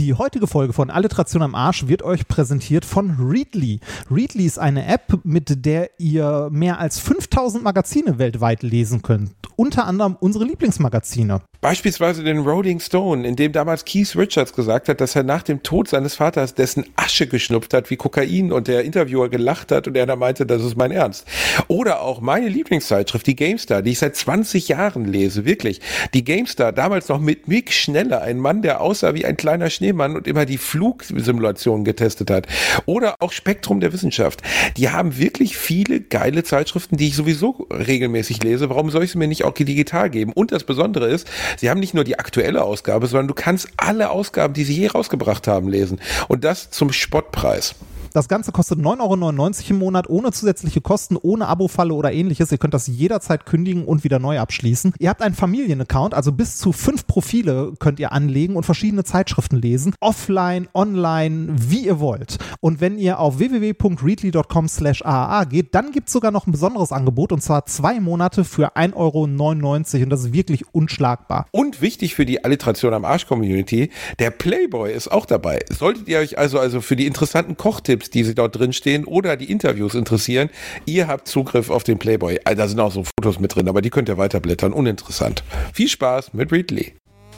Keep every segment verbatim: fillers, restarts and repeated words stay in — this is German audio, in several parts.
Die heutige Folge von Alliteration am Arsch wird euch präsentiert von Readly. Readly ist eine App, mit der ihr mehr als fünftausend Magazine weltweit lesen könnt. Unter anderem unsere Lieblingsmagazine. Beispielsweise den Rolling Stone, in dem damals Keith Richards gesagt hat, dass er nach dem Tod seines Vaters dessen Asche geschnupft hat wie Kokain und der Interviewer gelacht hat und er da meinte, das ist mein Ernst. Oder auch meine Lieblingszeitschrift, die GameStar, die ich seit zwanzig Jahren lese, wirklich. Die GameStar, damals noch mit Mick Schneller, ein Mann, der aussah wie ein kleiner Schneemann und immer die Flugsimulationen getestet hat. Oder auch Spektrum der Wissenschaft. Die haben wirklich viele geile Zeitschriften, die ich sowieso regelmäßig lese. Warum soll ich sie mir nicht auch digital geben? Und das Besondere ist, sie haben nicht nur die aktuelle Ausgabe, sondern du kannst alle Ausgaben, die sie je rausgebracht haben, lesen. Und das zum Spottpreis. Das Ganze kostet neun Euro neunundneunzig im Monat, ohne zusätzliche Kosten, ohne Abo-Falle oder ähnliches. Ihr könnt das jederzeit kündigen und wieder neu abschließen. Ihr habt einen Familienaccount, also bis zu fünf Profile könnt ihr anlegen und verschiedene Zeitschriften lesen. Offline, online, wie ihr wollt. Und wenn ihr auf w w w punkt readly punkt com slash a a geht, dann gibt es sogar noch ein besonderes Angebot, und zwar zwei Monate für ein Euro neunundneunzig, und das ist wirklich unschlagbar. Und wichtig für die Alliteration am Arsch-Community, der Playboy ist auch dabei. Solltet ihr euch also, also für die interessanten Kochtipps, die sie dort drin stehen, oder die Interviews interessieren, ihr habt Zugriff auf den Playboy. Da sind auch so Fotos mit drin, aber die könnt ihr weiterblättern. Uninteressant. Viel Spaß mit Readly.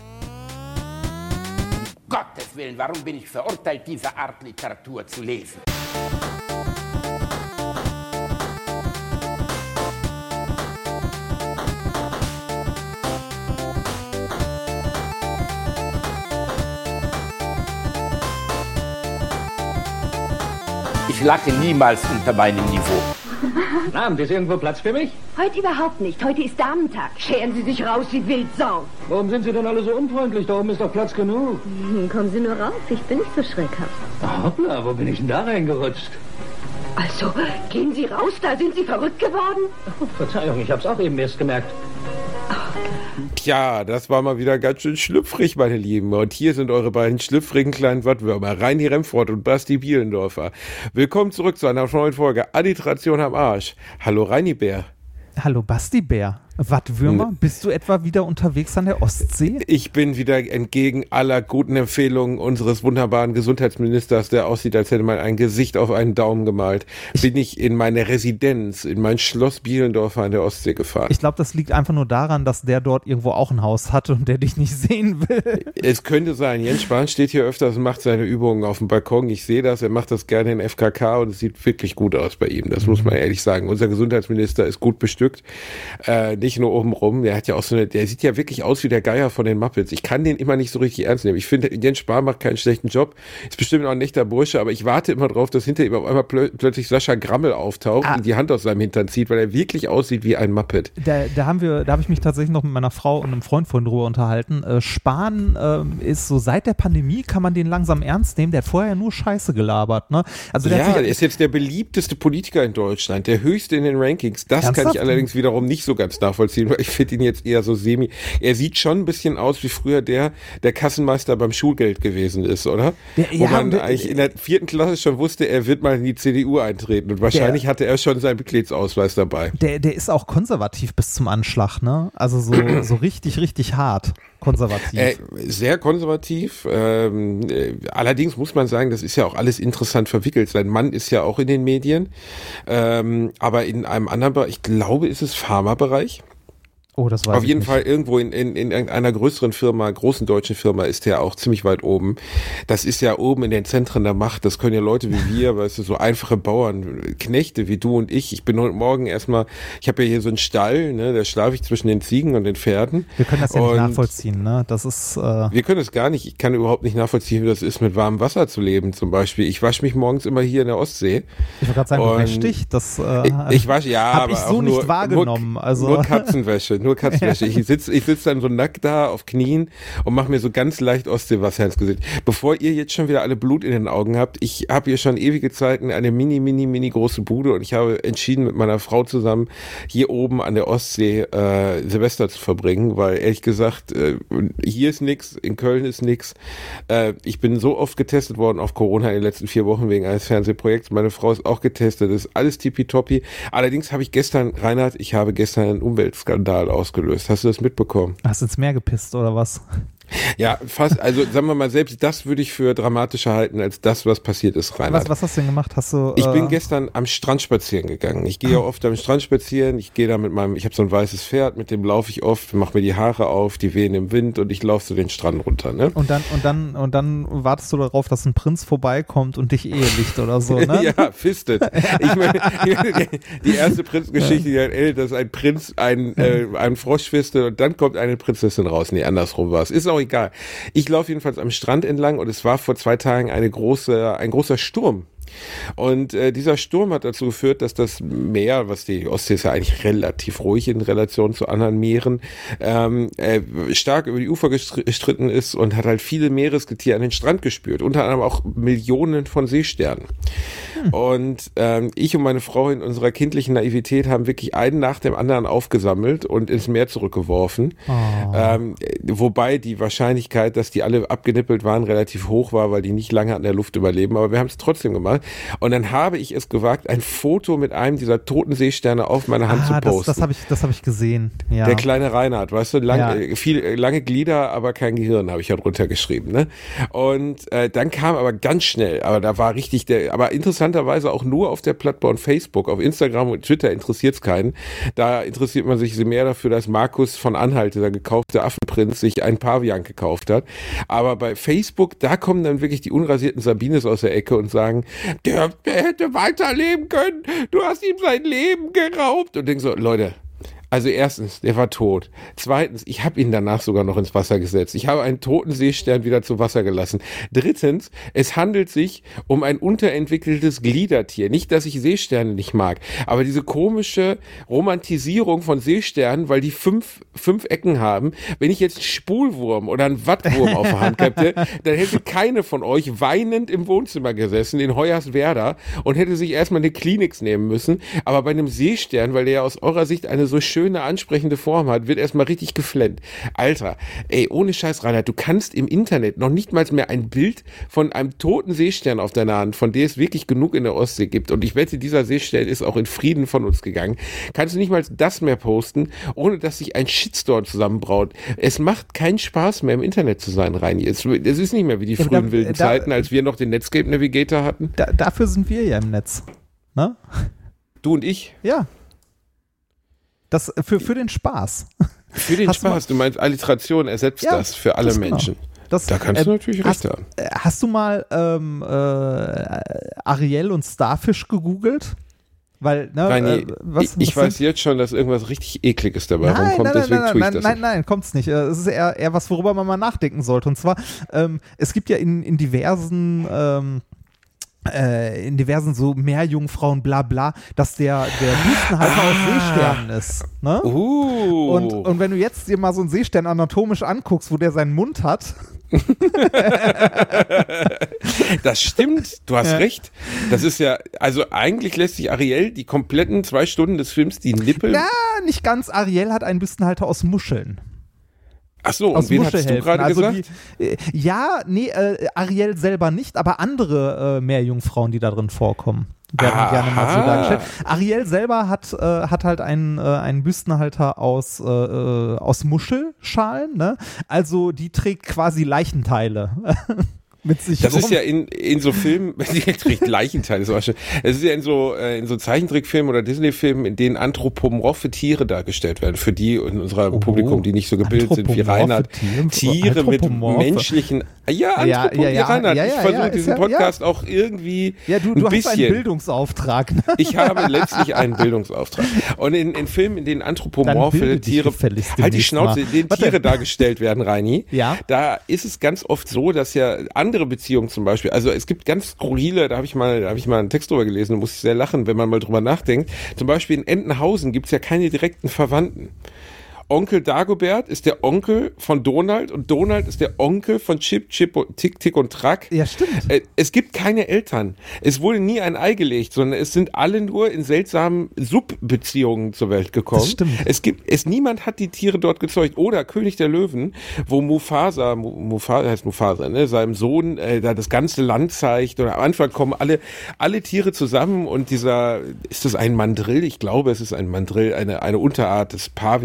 Gottes Willen, warum bin ich verurteilt, diese Art Literatur zu lesen? Ich lache niemals unter meinem Niveau. Guten Abend, ist irgendwo Platz für mich? Heute überhaupt nicht. Heute ist Damentag. Scheren Sie sich raus wie Wildsau. Warum sind Sie denn alle so unfreundlich? Da oben ist doch Platz genug. Hm, kommen Sie nur rauf. Ich bin nicht so schreckhaft. Ah, hoppla, wo bin ich denn da reingerutscht? Also, gehen Sie raus, da sind Sie verrückt geworden? Oh, Verzeihung, ich hab's auch eben erst gemerkt. Tja, das war mal wieder ganz schön schlüpfrig, meine Lieben. Und hier sind eure beiden schlüpfrigen kleinen Wattwürmer, Reini Remford und Basti Bielendorfer. Willkommen zurück zu einer neuen Folge Alliteration am Arsch. Hallo Reini Bär. Hallo Basti Bär. Wattwürmer, bist du etwa wieder unterwegs an der Ostsee? Ich bin wieder entgegen aller guten Empfehlungen unseres wunderbaren Gesundheitsministers, der aussieht, als hätte man ein Gesicht auf einen Daumen gemalt, bin ich in meine Residenz, in mein Schloss Bielendorfer an der Ostsee gefahren. Ich glaube, das liegt einfach nur daran, dass der dort irgendwo auch ein Haus hat und der dich nicht sehen will. Es könnte sein. Jens Spahn steht hier öfters und macht seine Übungen auf dem Balkon. Ich sehe das, er macht das gerne in F K K und es sieht wirklich gut aus bei ihm. Das mhm. muss man ehrlich sagen. Unser Gesundheitsminister ist gut bestückt. Äh, nicht nur oben rum, der hat ja auch so eine, der sieht ja wirklich aus wie der Geier von den Muppets. Ich kann den immer nicht so richtig ernst nehmen. Ich finde, Jens Spahn macht keinen schlechten Job, ist bestimmt auch ein echter Bursche, aber ich warte immer drauf, dass hinter ihm auf einmal plö- plötzlich Sascha Grammel auftaucht ah. und die Hand aus seinem Hintern zieht, weil er wirklich aussieht wie ein Muppet. Da, da haben wir, da habe ich mich tatsächlich noch mit meiner Frau und einem Freund vorhin drüber unterhalten. Äh, Spahn äh, ist so, seit der Pandemie kann man den langsam ernst nehmen, der hat vorher nur Scheiße gelabert, ne? Also der ja, hat sich, er ist jetzt der beliebteste Politiker in Deutschland, der höchste in den Rankings. Das ernsthaft? Kann ich allerdings wiederum nicht so ganz nachvollziehen, weil ich finde ihn jetzt eher so semi. Er sieht schon ein bisschen aus wie früher der, der Kassenmeister beim Schulgeld gewesen ist, oder? Der, Wo ja, man der, eigentlich in der vierten Klasse schon wusste, er wird mal in die C D U eintreten und wahrscheinlich der, hatte er schon seinen Mitgliedsausweis dabei. Der, der ist auch konservativ bis zum Anschlag, ne? Also so, so richtig, richtig hart. Konservativ. Äh, sehr konservativ. Ähm, äh, allerdings muss man sagen, das ist ja auch alles interessant verwickelt. Sein Mann ist ja auch in den Medien, ähm, aber in einem anderen Bereich, ich glaube, ist es Pharmabereich. Oh, das weiß Auf jeden ich Fall nicht. irgendwo in, in, in einer größeren Firma, großen deutschen Firma ist der auch ziemlich weit oben. Das ist ja oben in den Zentren der Macht. Das können ja Leute wie wir, weißt du, so einfache Bauern, Knechte wie du und ich. Ich bin heute Morgen erstmal, ich habe ja hier so einen Stall, ne, da schlafe ich zwischen den Ziegen und den Pferden. Wir können das ja und nicht nachvollziehen, ne? Das ist. Äh wir können es gar nicht. Ich kann überhaupt nicht nachvollziehen, wie das ist, mit warmem Wasser zu leben, zum Beispiel. Ich wasche mich morgens immer hier in der Ostsee. Ich wollte gerade sagen, du wäschst dich. Das äh, ich, ich wasche, ja, hab aber ich so auch nicht nur, wahrgenommen. Nur, also nur Katzenwäsche, nur Katzenwäsche. Ich sitze ich sitz dann so nackt da auf Knien und mache mir so ganz leicht Ostseewasser ins Gesicht. Bevor ihr jetzt schon wieder alle Blut in den Augen habt, ich habe hier schon ewige Zeiten eine mini, mini, mini große Bude und ich habe entschieden, mit meiner Frau zusammen hier oben an der Ostsee äh, Silvester zu verbringen, weil ehrlich gesagt, äh, hier ist nix, in Köln ist nix. Äh, ich bin so oft getestet worden auf Corona in den letzten vier Wochen wegen eines Fernsehprojekts. Meine Frau ist auch getestet, das ist alles tippitoppi. Allerdings habe ich gestern, Reinhard, ich habe gestern einen Umweltskandal ausgelöst. Hast du das mitbekommen? Hast du ins Meer gepisst oder was? Ja, fast, also sagen wir mal, selbst das würde ich für dramatischer halten, als das, was passiert ist, Reinhard. Was, was hast du denn gemacht? Hast du, ich äh, bin gestern am Strand spazieren gegangen. Ich gehe ja oft am Strand spazieren. Ich gehe da mit meinem, ich habe so ein weißes Pferd, mit dem laufe ich oft, mache mir die Haare auf, die wehen im Wind und ich laufe so den Strand runter. Ne? Und dann und dann und dann wartest du darauf, dass ein Prinz vorbeikommt und dich ehelicht oder so, ne? Ja, fistet. Ich meine, die erste Prinzgeschichte, die erzählt, dass ein Prinz einen, äh, einen Frosch fistet und dann kommt eine Prinzessin raus. Nee, andersrum war es. Ist auch egal. Ich laufe jedenfalls am Strand entlang und es war vor zwei Tagen eine große, ein großer Sturm. Und äh, dieser Sturm hat dazu geführt, dass das Meer, was die Ostsee ist ja eigentlich relativ ruhig in Relation zu anderen Meeren, ähm, äh, stark über die Ufer gestritten ist und hat halt viele Meeresgetiere an den Strand gespürt, unter anderem auch Millionen von Seesternen. Hm. Und ähm, ich und meine Frau in unserer kindlichen Naivität haben wirklich einen nach dem anderen aufgesammelt und ins Meer zurückgeworfen. Oh. Ähm, wobei die Wahrscheinlichkeit, dass die alle abgenippelt waren, relativ hoch war, weil die nicht lange an der Luft überleben. Aber wir haben es trotzdem gemacht. Und dann habe ich es gewagt, ein Foto mit einem dieser toten Seesterne auf meine Hand ah, zu posten. Das, das habe ich, das hab ich gesehen. Ja. Der kleine Reinhard, weißt du, lang, ja. äh, viel, äh, lange Glieder, aber kein Gehirn, habe ich ja drunter geschrieben. Ne? Und äh, dann kam aber ganz schnell, aber da war richtig der, aber interessanterweise auch nur auf der Plattform Facebook, auf Instagram und Twitter interessiert es keinen. Da interessiert man sich mehr dafür, dass Markus von Anhalt, der gekaufte Affenprinz, sich einen Pavian gekauft hat. Aber bei Facebook, da kommen dann wirklich die unrasierten Sabines aus der Ecke und sagen, Der, der hätte weiterleben können. Du hast ihm sein Leben geraubt. Und denk so, Leute, also erstens, der war tot. Zweitens, ich habe ihn danach sogar noch ins Wasser gesetzt. Ich habe einen toten Seestern wieder zu Wasser gelassen. Drittens, es handelt sich um ein unterentwickeltes Gliedertier. Nicht, dass ich Seesterne nicht mag, aber diese komische Romantisierung von Seesternen, weil die fünf, fünf Ecken haben. Wenn ich jetzt einen Spulwurm oder einen Wattwurm auf der Hand hätte, dann hätte keine von euch weinend im Wohnzimmer gesessen in Hoyerswerda und hätte sich erstmal eine Kleenex nehmen müssen. Aber bei einem Seestern, weil der ja aus eurer Sicht eine so schöne, ansprechende Form hat, wird erstmal richtig geflennt. Alter, ey, ohne Scheiß, Reinhard, du kannst im Internet noch nicht mal mehr ein Bild von einem toten Seestern auf deiner Hand, von dem es wirklich genug in der Ostsee gibt, und ich wette, dieser Seestern ist auch in Frieden von uns gegangen, kannst du nicht mal das mehr posten, ohne dass sich ein Shitstorm zusammenbraut. Es macht keinen Spaß mehr, im Internet zu sein, Reini. Es, es ist nicht mehr wie die ja, frühen da, wilden da, Zeiten, als wir noch den Netscape Navigator hatten. Da, dafür sind wir ja im Netz. Ne? Du und ich? Ja. Das für, für den Spaß. Für den hast Spaß, du, mal, du meinst, Alliteration ersetzt ja, das für alle das Menschen. Genau. Das, da kannst äh, du natürlich hast, recht haben. Hast du mal ähm, äh, Ariel und Starfish gegoogelt? Weil, ne, Reini, äh, was, ich, ich weiß jetzt schon, dass irgendwas richtig Ekliges dabei nein, rumkommt, nein, deswegen nein, tue ich nein, das nein, nicht. Nein, nein, kommt's nicht. Es ist eher, eher was, worüber man mal nachdenken sollte. Und zwar, ähm, es gibt ja in, in diversen ähm, Äh, in diversen so Meerjungfrauen, bla bla, dass der, der Wüstenhalter ah. aus Seesternen ist. Ne? Uh. Und, und wenn du jetzt dir mal so einen Seestern anatomisch anguckst, wo der seinen Mund hat. Das stimmt, du hast ja. recht. Das ist ja, also eigentlich lässt sich Ariel die kompletten zwei Stunden des Films die Nippel. Ja, nicht ganz. Ariel hat einen Büstenhalter aus Muscheln. Ach so, aus und wen hast du gerade also gesagt? Die, äh, ja, nee, äh, Ariel selber nicht, aber andere äh, Meerjungfrauen, die da drin vorkommen, werden Aha. gerne mal so dargestellt. Ariel selber hat, äh, hat halt einen, äh, einen Büstenhalter aus, äh, aus Muschelschalen, ne? Also die trägt quasi Leichenteile. Mit sich das rum. ist ja in, in so Filmen, die trägt Leichenteile, so schön. Es ist ja in so, äh, in so Zeichentrickfilmen oder Disney-Filmen, in denen anthropomorphe Tiere dargestellt werden. Für die in unserem oh, Publikum, die nicht so gebildet sind wie Reinhard. Tiere, Tiere mit menschlichen, ja, Anthropomorphe, ja, ja, ja, Reinhard. Ja, ja, ich versuche ja, diesen ja, Podcast ja. auch irgendwie ja, du, ein du bisschen. hast einen Bildungsauftrag. Ne? Ich habe letztlich einen Bildungsauftrag. Und in, in Filmen, in denen anthropomorphe Tiere, halt die Schnauze, in denen Tiere dargestellt werden, Reini, ja? da ist es ganz oft so, dass ja andere Beziehungen zum Beispiel, also es gibt ganz skurrile, da habe ich mal, da habe ich mal einen Text drüber gelesen und muss ich sehr lachen, wenn man mal drüber nachdenkt. Zum Beispiel in Entenhausen gibt es ja keine direkten Verwandten. Onkel Dagobert ist der Onkel von Donald und Donald ist der Onkel von Chip, Chip, und Tick, Tick und Track. Ja, stimmt. Es gibt keine Eltern. Es wurde nie ein Ei gelegt, sondern es sind alle nur in seltsamen Subbeziehungen zur Welt gekommen. Das stimmt. Es gibt, es, niemand hat die Tiere dort gezeugt. Oder König der Löwen, wo Mufasa, Mufasa heißt Mufasa, ne, seinem Sohn äh, da das ganze Land zeigt. Und am Anfang kommen alle, alle Tiere zusammen und dieser, ist das ein Mandrill? Ich glaube, es ist ein Mandrill, eine, eine Unterart des Pavians oder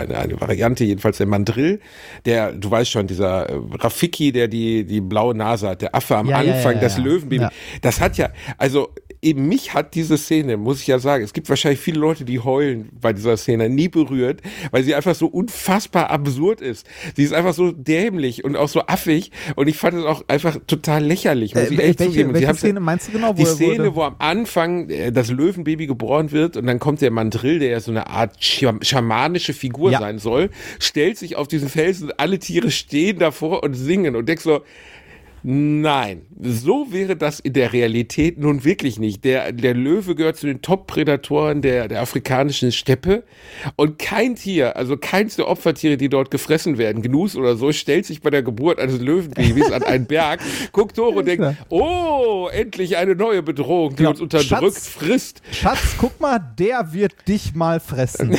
eine, eine Variante, jedenfalls der Mandrill, der, du weißt schon, dieser äh, Rafiki, der die, die blaue Nase hat, der Affe am Ja, ja, Anfang, ja, das ja. Löwenbaby, Ja. das hat ja, also eben mich hat diese Szene, muss ich ja sagen, es gibt wahrscheinlich viele Leute, die heulen bei dieser Szene, nie berührt, weil sie einfach so unfassbar absurd ist. Sie ist einfach so dämlich und auch so affig und ich fand es auch einfach total lächerlich, muss Äh, ich echt welche zugeben. Und sie welche haben- Szene meinst du genau? die wo er Szene, wurde? wo am Anfang äh, das Löwenbaby geboren wird und dann kommt der Mandrill, der ja so eine Art scham- schamanische Figur Ja. sein soll, stellt sich auf diesen Felsen und alle Tiere stehen davor und singen und denkst so, nein, so wäre das in der Realität nun wirklich nicht. Der, der Löwe gehört zu den Top-Prädatoren der, der afrikanischen Steppe und kein Tier, also keins der Opfertiere, die dort gefressen werden, Gnus oder so, stellt sich bei der Geburt eines Löwenbabys an einen Berg, guckt hoch und denkt, oh, endlich eine neue Bedrohung, die Genau. uns unterdrückt, Schatz. frisst. Schatz, guck mal, der wird dich mal fressen.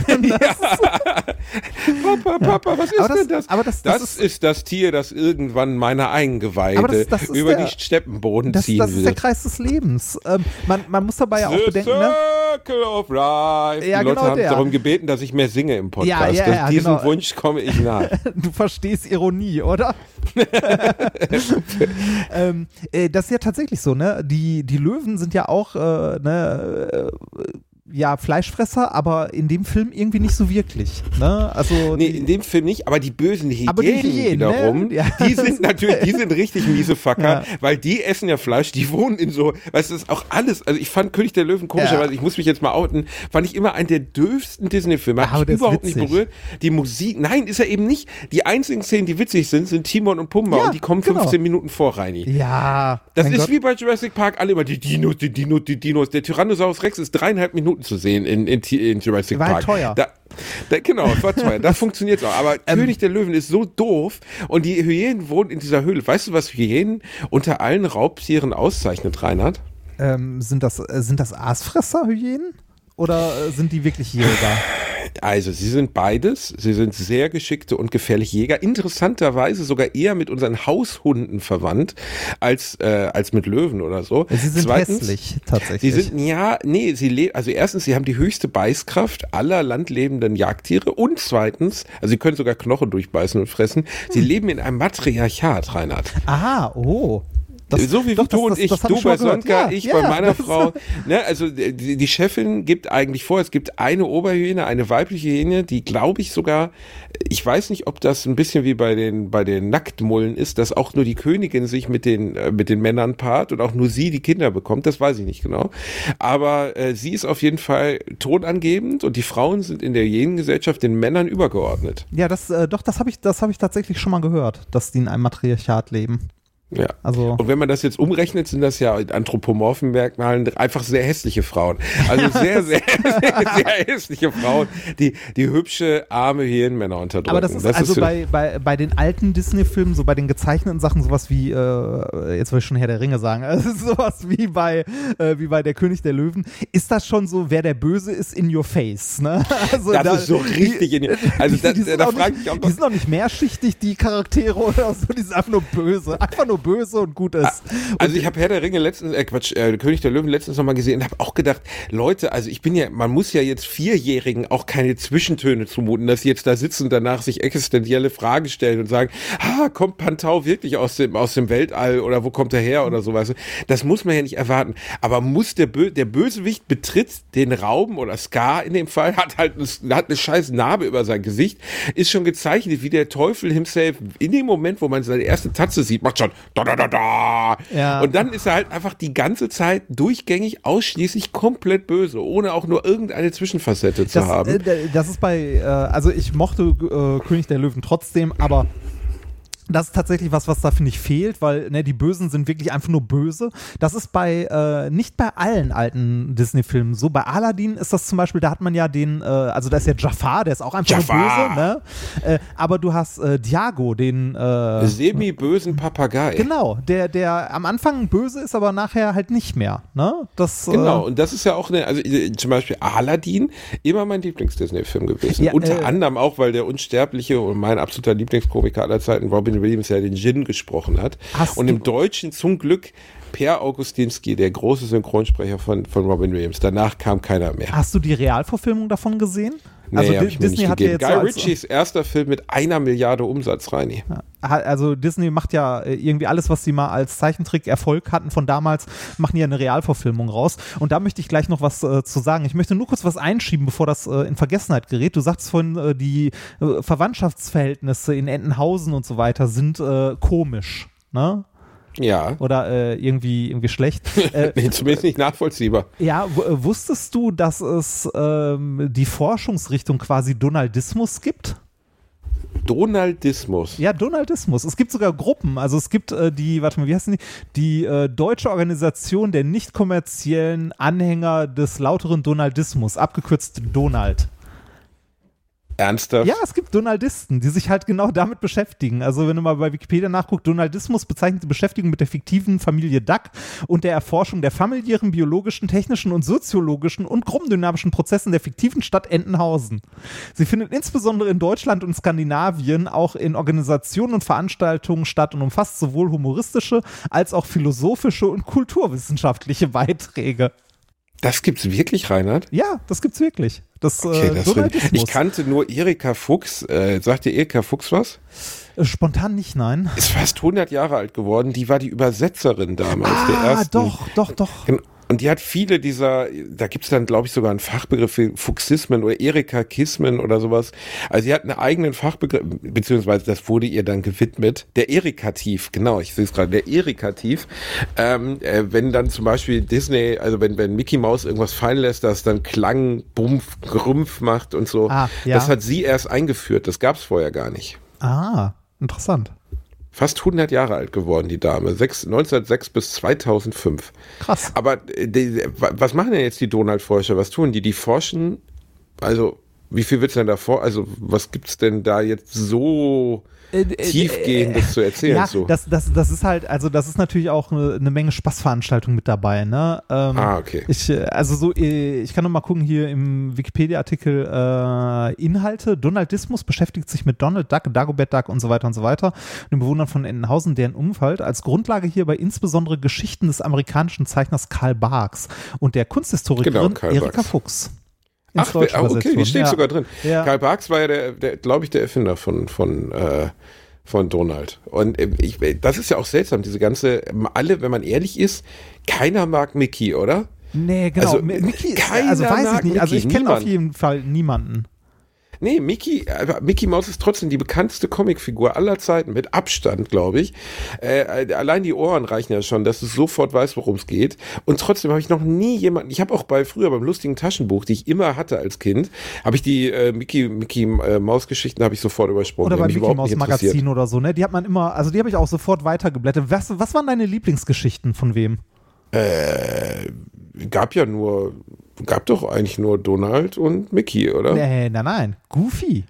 Papa, Papa, was ist Aber das- denn das? aber das- das das ist- ist das Tier, das irgendwann meine Eingeweide Aber das- das ist über der- die Steppenboden Das, ziehen das ist der wird. Kreis des Lebens. Ähm, man, man muss dabei ja auch The bedenken, ne? Circle of Life. Ja, die Leute genau haben der. darum gebeten, dass ich mehr singe im Podcast. Ja, ja, Das- ja, Diesem genau. Wunsch komme ich nach. Du verstehst Ironie, oder? ähm, äh, das ist ja tatsächlich so, ne? Die, die Löwen sind ja auch, äh, ne, äh, ja, Fleischfresser, aber in dem Film irgendwie nicht so wirklich. Ne? Also Nee, die, in dem Film nicht, aber die bösen Hyänen, Aber die Hyänen, wiederum, ne? Ja. die sind natürlich, die sind richtig miese Facker, Ja. weil die essen ja Fleisch, die wohnen in so, weißt du, das ist auch alles, also ich fand König der Löwen komischerweise, Ja. ich muss mich jetzt mal outen, fand ich immer einen der döfsten Disney-Filme, Aber hat der mich ist überhaupt nicht witzig. berührt. Die Musik, nein, ist er eben nicht. Die einzigen Szenen, die witzig sind, sind Timon und Pumba Ja, und die kommen genau. fünfzehn Minuten vor, Reini. ja, Das mein ist Gott. wie bei Jurassic Park, alle immer die Dinos, die Dinos, die Dinos. Der Tyrannosaurus Rex ist dreieinhalb Minuten zu sehen in, in, in Jurassic War halt Park. teuer. Da, da, genau, es war teuer. Da funktioniert es auch. Aber Ähm. König der Löwen ist so doof und die Hyänen wohnen in dieser Höhle. Weißt du, was Hyänen unter allen Raubtieren auszeichnet, Reinhard? Ähm, sind das, äh, sind das Aasfresser, Hyänen? Oder äh, sind die wirklich Jäger? Also, sie sind beides. Sie sind sehr geschickte und gefährliche Jäger. Interessanterweise sogar eher mit unseren Haushunden verwandt als, äh, als mit Löwen oder so. Sie sind Zweitens, hässlich, Sie tatsächlich. sind, ja, nee, sie leben, also erstens, sie haben die höchste Beißkraft aller landlebenden Jagdtiere und zweitens, also sie können sogar Knochen durchbeißen und fressen, sie Hm. leben in einem Matriarchat, Reinhard. Aha, oh. Das- so wie doch, du das- und das- ich, das hab du ich schon bei mal gehört. Sonka, Ja, ich ja, bei meiner das- Frau. Ne, also die, die Chefin gibt eigentlich vor, es gibt eine Oberhyäne, eine weibliche Hyäne, die glaube ich sogar, ich weiß nicht, ob das ein bisschen wie bei den bei den Nacktmullen ist, dass auch nur die Königin sich mit den äh, mit den Männern paart und auch nur sie die Kinder bekommt, das weiß ich nicht genau. Aber äh, sie ist auf jeden Fall tonangebend und die Frauen sind in der Hyänengesellschaft den Männern übergeordnet. Ja, das, äh, doch, das habe ich, das hab ich tatsächlich schon mal gehört, dass die in einem Matriarchat leben. Ja. Also, Und wenn man das jetzt umrechnet, sind das ja in anthropomorphen Merkmalen einfach sehr hässliche Frauen. Also sehr, sehr, sehr, sehr hässliche Frauen, die, die hübsche, arme Hyänenmänner unterdrücken. aber das ist also für- bei, bei, bei den alten Disney-Filmen, so bei den gezeichneten Sachen, sowas wie, äh, jetzt will ich schon Herr der Ringe sagen, also sowas wie bei, äh, wie bei Der König der Löwen, ist das schon so, wer der Böse ist in your face, ne? Also Das da- ist so richtig in die- also da- sind da auch frag nicht, ich auch noch- Die sind auch nicht mehrschichtig, die Charaktere oder so, die sind einfach nur böse, einfach nur böse und gut ist. Also ich habe Herr der Ringe letztens, äh Quatsch, äh, König der Löwen letztens nochmal gesehen und habe auch gedacht, Leute, also ich bin ja, man muss ja jetzt Vierjährigen auch keine Zwischentöne zumuten, dass sie jetzt da sitzen und danach sich existenzielle Fragen stellen und sagen, ah, kommt Pantau wirklich aus dem, aus dem Weltall oder wo kommt er her oder sowas. Das muss man ja nicht erwarten. Aber muss der, Bö der Bösewicht betritt den Raum oder Scar in dem Fall, hat halt eine, hat eine scheiß Narbe über sein Gesicht, ist schon gezeichnet, wie der Teufel himself in dem Moment, wo man seine erste Tatze sieht, macht schon da da da da. Ja. Und dann ist er halt einfach die ganze Zeit durchgängig ausschließlich komplett böse, ohne auch nur irgendeine Zwischenfacette zu Das, haben. äh, das ist bei, äh, also ich mochte äh, König der Löwen trotzdem, aber das ist tatsächlich was, was da, finde ich, fehlt, weil ne, die Bösen sind wirklich einfach nur böse. Das ist bei, äh, nicht bei allen alten Disney-Filmen so. Bei Aladdin ist das zum Beispiel, da hat man ja den, äh, also da ist ja Jafar, der ist auch einfach Jafar. nur böse, ne? Äh, aber du hast äh, Diago, den, äh, Semi-bösen Papagei. genau, der, der am Anfang böse ist, aber nachher halt nicht mehr, ne? Das, Genau, äh, und das ist ja auch eine, also äh, zum Beispiel Aladdin, immer mein Lieblings-Disney-Film gewesen. Ja, Unter äh, anderem auch, weil der unsterbliche und mein absoluter Lieblingskomiker aller Zeiten, Robin Williams, ja den Djinn gesprochen hat. Hast Und du- im Deutschen zum Glück Per Augustinski, der große Synchronsprecher von, von Robin Williams. Danach kam keiner mehr. Hast du die Realverfilmung davon gesehen? Nee, also hab ich mir Disney nicht hat ja gegeben. jetzt Guy so als, Ritchies erster Film mit einer Milliarde Umsatz, Reini. also Disney macht ja irgendwie alles, was sie mal als Zeichentrick-Erfolg hatten von damals, machen ja eine Realverfilmung raus. Und da möchte ich gleich noch was äh, zu sagen. Ich möchte nur kurz was einschieben, bevor das äh, in Vergessenheit gerät. Du sagst vorhin, äh, die äh, Verwandtschaftsverhältnisse in Entenhausen und so weiter sind äh, komisch, ne? Ja. Oder äh, irgendwie, irgendwie schlecht. Äh, nee, zumindest nicht nachvollziehbar. Ja, w- wusstest du, dass es ähm, die Forschungsrichtung quasi Donaldismus gibt? Donaldismus. Ja, Donaldismus. Es gibt sogar Gruppen. Also es gibt äh, die, warte mal, wie heißen die? Die äh, Deutsche Organisation der nicht kommerziellen Anhänger des lauteren Donaldismus, abgekürzt Donald. Ernsthaft? Ja, es gibt Donaldisten, die sich halt genau damit beschäftigen. Also wenn du mal bei Wikipedia nachguckst, Donaldismus bezeichnet die Beschäftigung mit der fiktiven Familie Duck und der Erforschung der familiären, biologischen, technischen und soziologischen und gruppendynamischen Prozessen der fiktiven Stadt Entenhausen. Sie findet insbesondere in Deutschland und Skandinavien auch in Organisationen und Veranstaltungen statt und umfasst sowohl humoristische als auch philosophische und kulturwissenschaftliche Beiträge. Das gibt's wirklich, Reinhard? Ja, das gibt's wirklich. Das, Okay, äh, das Donaldismus. ich kannte nur Erika Fuchs. Äh, sagt dir Erika Fuchs was? Äh, Spontan nicht, nein. Ist fast hundert Jahre alt geworden. Die war die Übersetzerin damals. Ah, der ersten. doch, doch, doch. Und die hat viele dieser, da gibt's dann, glaube ich, sogar einen Fachbegriff für Fuchsismen oder Erika-Kismen oder sowas. Also sie hat einen eigenen Fachbegriff, beziehungsweise das wurde ihr dann gewidmet. Der Erikativ, genau, ich sehe es gerade, der Erikativ. Ähm, äh, wenn dann zum Beispiel Disney, also wenn, wenn Mickey Mouse irgendwas fallen lässt, das dann Klang, Bumpf, Grumpf macht und so. Ah, ja. Das hat sie erst eingeführt, das gab's vorher gar nicht. Ah, interessant. Fast hundert Jahre alt geworden, die Dame. Sechs, neunzehnhundertsechs bis zweitausendfünf. Krass. Aber äh, die, was machen denn jetzt die Donald-Forscher? Was tun die? Die forschen, also wie viel wird's denn da vor? Also was gibt's denn da jetzt so tiefgehendes zu erzählen? Ja, so? das, das, das ist halt, also das ist natürlich auch eine, eine Menge Spaßveranstaltungen mit dabei, ne? Ähm, ah, okay. Ich, also so, ich kann noch mal gucken hier im Wikipedia-Artikel äh, Inhalte. Donaldismus beschäftigt sich mit Donald Duck, Dagobert Duck und so weiter und so weiter. Und den Bewohnern von Entenhausen, deren Umfeld. Als Grundlage hierbei insbesondere Geschichten des amerikanischen Zeichners Karl Barks und der Kunsthistorikerin Genau, Erika Barks. Fuchs. Ach, ah, okay, die steht ja. sogar drin. Ja. Karl Barks war ja der, der glaube ich, der Erfinder von, von, äh, von Donald. Und äh, ich, das ist ja auch seltsam, diese ganze, alle, wenn man ehrlich ist, keiner mag Mickey, oder? Nee, genau. Also, Mickey ist, keiner also weiß ich mag nicht. Also ich Mickey, kenne auf niemand. jeden Fall niemanden. Nee, Mickey, aber Mickey Mouse ist trotzdem die bekannteste Comicfigur aller Zeiten, mit Abstand, glaube ich. Äh, allein die Ohren reichen ja schon, dass du sofort weißt, worum es geht. Und trotzdem habe ich noch nie jemanden, ich habe auch bei früher beim lustigen Taschenbuch, die ich immer hatte als Kind, habe ich die äh, Mickey, Mickey äh, Maus Geschichten habe ich sofort übersprungen. Oder Die bei haben mich Mickey überhaupt Mouse nicht Magazin interessiert. oder so, ne? Die hat man immer, also die habe ich auch sofort weitergeblättert. Was, was waren deine Lieblingsgeschichten von wem? Äh, gab ja nur, gab doch eigentlich nur Donald und Mickey, oder? Nee, nein, nein. Goofy.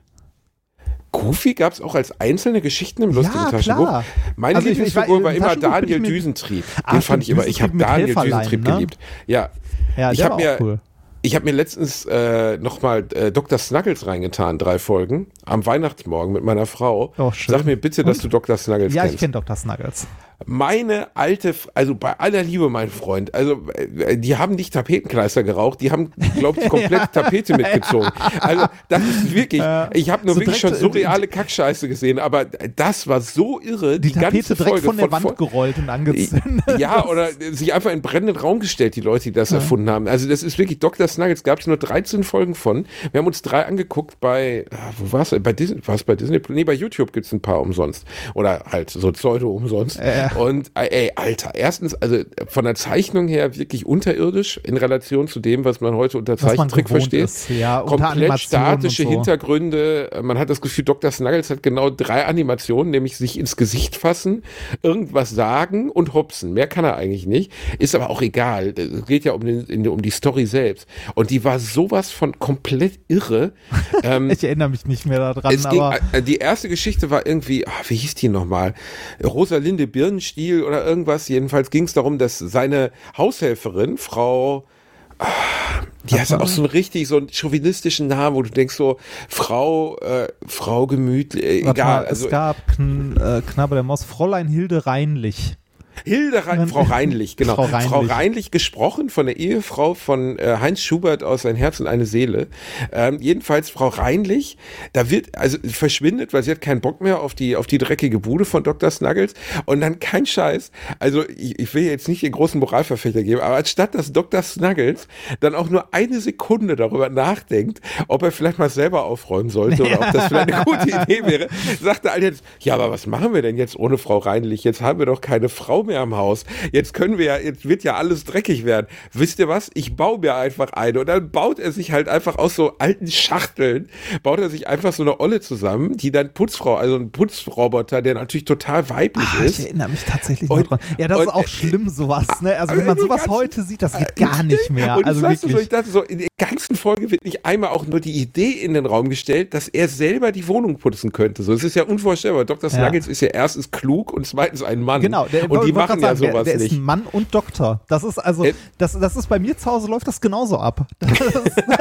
Goofy gab es auch als einzelne Geschichten im lustigen Ja, Taschenbuch. klar. Meine Also ich- ich Lieblingsfigur war- war im immer Taschenbuch bin Daniel ich mit- Düsentrieb. Ah, Den fand stimmt, ich immer, ich habe Düsentrieb mit Daniel Helferlein, Düsentrieb ne? geliebt. Ja, Ja, ich der habe war mir, auch cool. ich habe mir letztens äh, nochmal äh, Doktor Snuggles reingetan, drei Folgen, am Weihnachtsmorgen mit meiner Frau. Oh, schön. Sag mir bitte, dass du Doktor Snuggles Ja, ich kennst. kenne Doktor Snuggles. Meine alte, also bei aller Liebe, mein Freund, also äh, die haben nicht Tapetenkleister geraucht, die haben, glaube ich, komplett Tapete mitgezogen. Also das ist wirklich, ich habe nur So wirklich direkt, schon so äh, reale Kackscheiße gesehen, aber das war so irre, Die, die, Tapete ganze direkt Folge von der Wand von, gerollt und angezündet. ja, oder sich einfach in einen brennenden Raum gestellt, die Leute, die das ja. erfunden haben. Also das ist wirklich, Doktor Snuggles gab es nur dreizehn Folgen von. Wir haben uns drei angeguckt bei, wo war es? Bei Disney, war es bei Disney? Nee, bei YouTube gibt es ein paar umsonst. Oder halt so Pseudo umsonst. Äh. Und ey, Alter, erstens, also von der Zeichnung her wirklich unterirdisch in Relation zu dem, was man heute unter Zeichentrick versteht. Ist, ja, unter Komplett statische so. Hintergründe. Man hat das Gefühl, Doktor Snuggles hat genau drei Animationen, nämlich sich ins Gesicht fassen, irgendwas sagen und hopsen. Mehr kann er eigentlich nicht. Ist aber auch egal. Es geht ja um, den, um die Story selbst. Und die war sowas von komplett irre. ähm, ich erinnere mich nicht mehr daran. es ging, aber äh, die erste Geschichte war irgendwie, ach, wie hieß die nochmal? Rosalinde Birnenstiel oder irgendwas. Jedenfalls ging es darum, dass seine Haushelferin, Frau, die hat auch so einen richtig, so einen chauvinistischen Namen, wo du denkst so, Frau, äh, Frau gemütlich, äh, egal. mal, Also, es gab Kn, äh, Knabe der Maus, Fräulein Hilde Reinlich. Hilde Rein, Frau Reinlich, genau. Frau Reinlich. Frau Reinlich gesprochen von der Ehefrau von äh, Heinz Schubert aus Ein Herz und eine Seele. Ähm, jedenfalls Frau Reinlich, da wird, also verschwindet, weil sie hat keinen Bock mehr auf die auf die dreckige Bude von Doktor Snuggles und dann kein Scheiß. Also ich, ich will jetzt nicht den großen Moralverfechter geben, aber anstatt dass Doktor Snuggles dann auch nur eine Sekunde darüber nachdenkt, ob er vielleicht mal selber aufräumen sollte oder ob das vielleicht eine gute Idee wäre, sagt er halt jetzt, ja, aber was machen wir denn jetzt ohne Frau Reinlich? Jetzt haben wir doch keine Frau mehr am Haus. Jetzt können wir ja, jetzt wird ja alles dreckig werden. Wisst ihr was? Ich baue mir einfach eine. Und dann baut er sich halt einfach aus so alten Schachteln, baut er sich einfach so eine Olle zusammen, die dann Putzfrau, also ein Putzroboter, der natürlich total weiblich Ah, ist. ich erinnere mich tatsächlich Und- noch dran. Ja, das und- ist auch schlimm, sowas, ne? Also wenn man in den sowas ganzen- heute sieht, das geht gar nicht mehr. Und Also ich, so, wirklich. ich dachte so, in der ganzen Folge wird nicht einmal auch nur die Idee in den Raum gestellt, dass er selber die Wohnung putzen könnte. So, es ist ja unvorstellbar. Doktor Ja. Snuggles ist ja erstens klug und zweitens ein Mann. Genau, der, und wollte die grad machen ja sagen, der, sowas der nicht. ist ein Mann und Doktor. Das ist also, Äh, das, das ist bei mir zu Hause läuft das genauso ab. Das ist,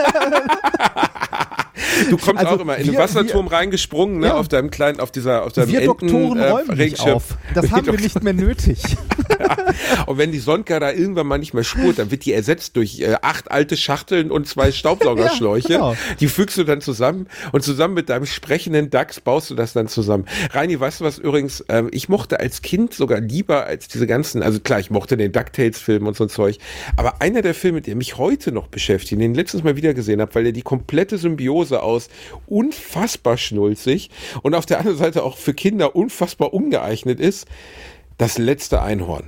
Du kommst Also auch immer in den wir- Wasserturm reingesprungen, ne, Ja. auf deinem kleinen, auf dieser, auf deinem wir Enten, Doktoren äh, räumen nicht Regenschirm. auf. Das Wir haben wir Doktoren- nicht mehr nötig. Und wenn die Sonka da irgendwann mal nicht mehr spurt, dann wird die ersetzt durch äh, acht alte Schachteln und zwei Staubsaugerschläuche. Ja, genau. Die fügst du dann zusammen und zusammen mit deinem sprechenden Dachs baust du das dann zusammen. Reini, weißt du was übrigens, ähm, ich mochte als Kind sogar lieber als diese ganzen, also klar, ich mochte den DuckTales-Film und so ein Zeug, aber einer der Filme, der mich heute noch beschäftigt, den ich letztens mal wieder gesehen habe, weil der die komplette Symbiose aus unfassbar schnulzig und auf der anderen Seite auch für Kinder unfassbar ungeeignet ist, das letzte Einhorn.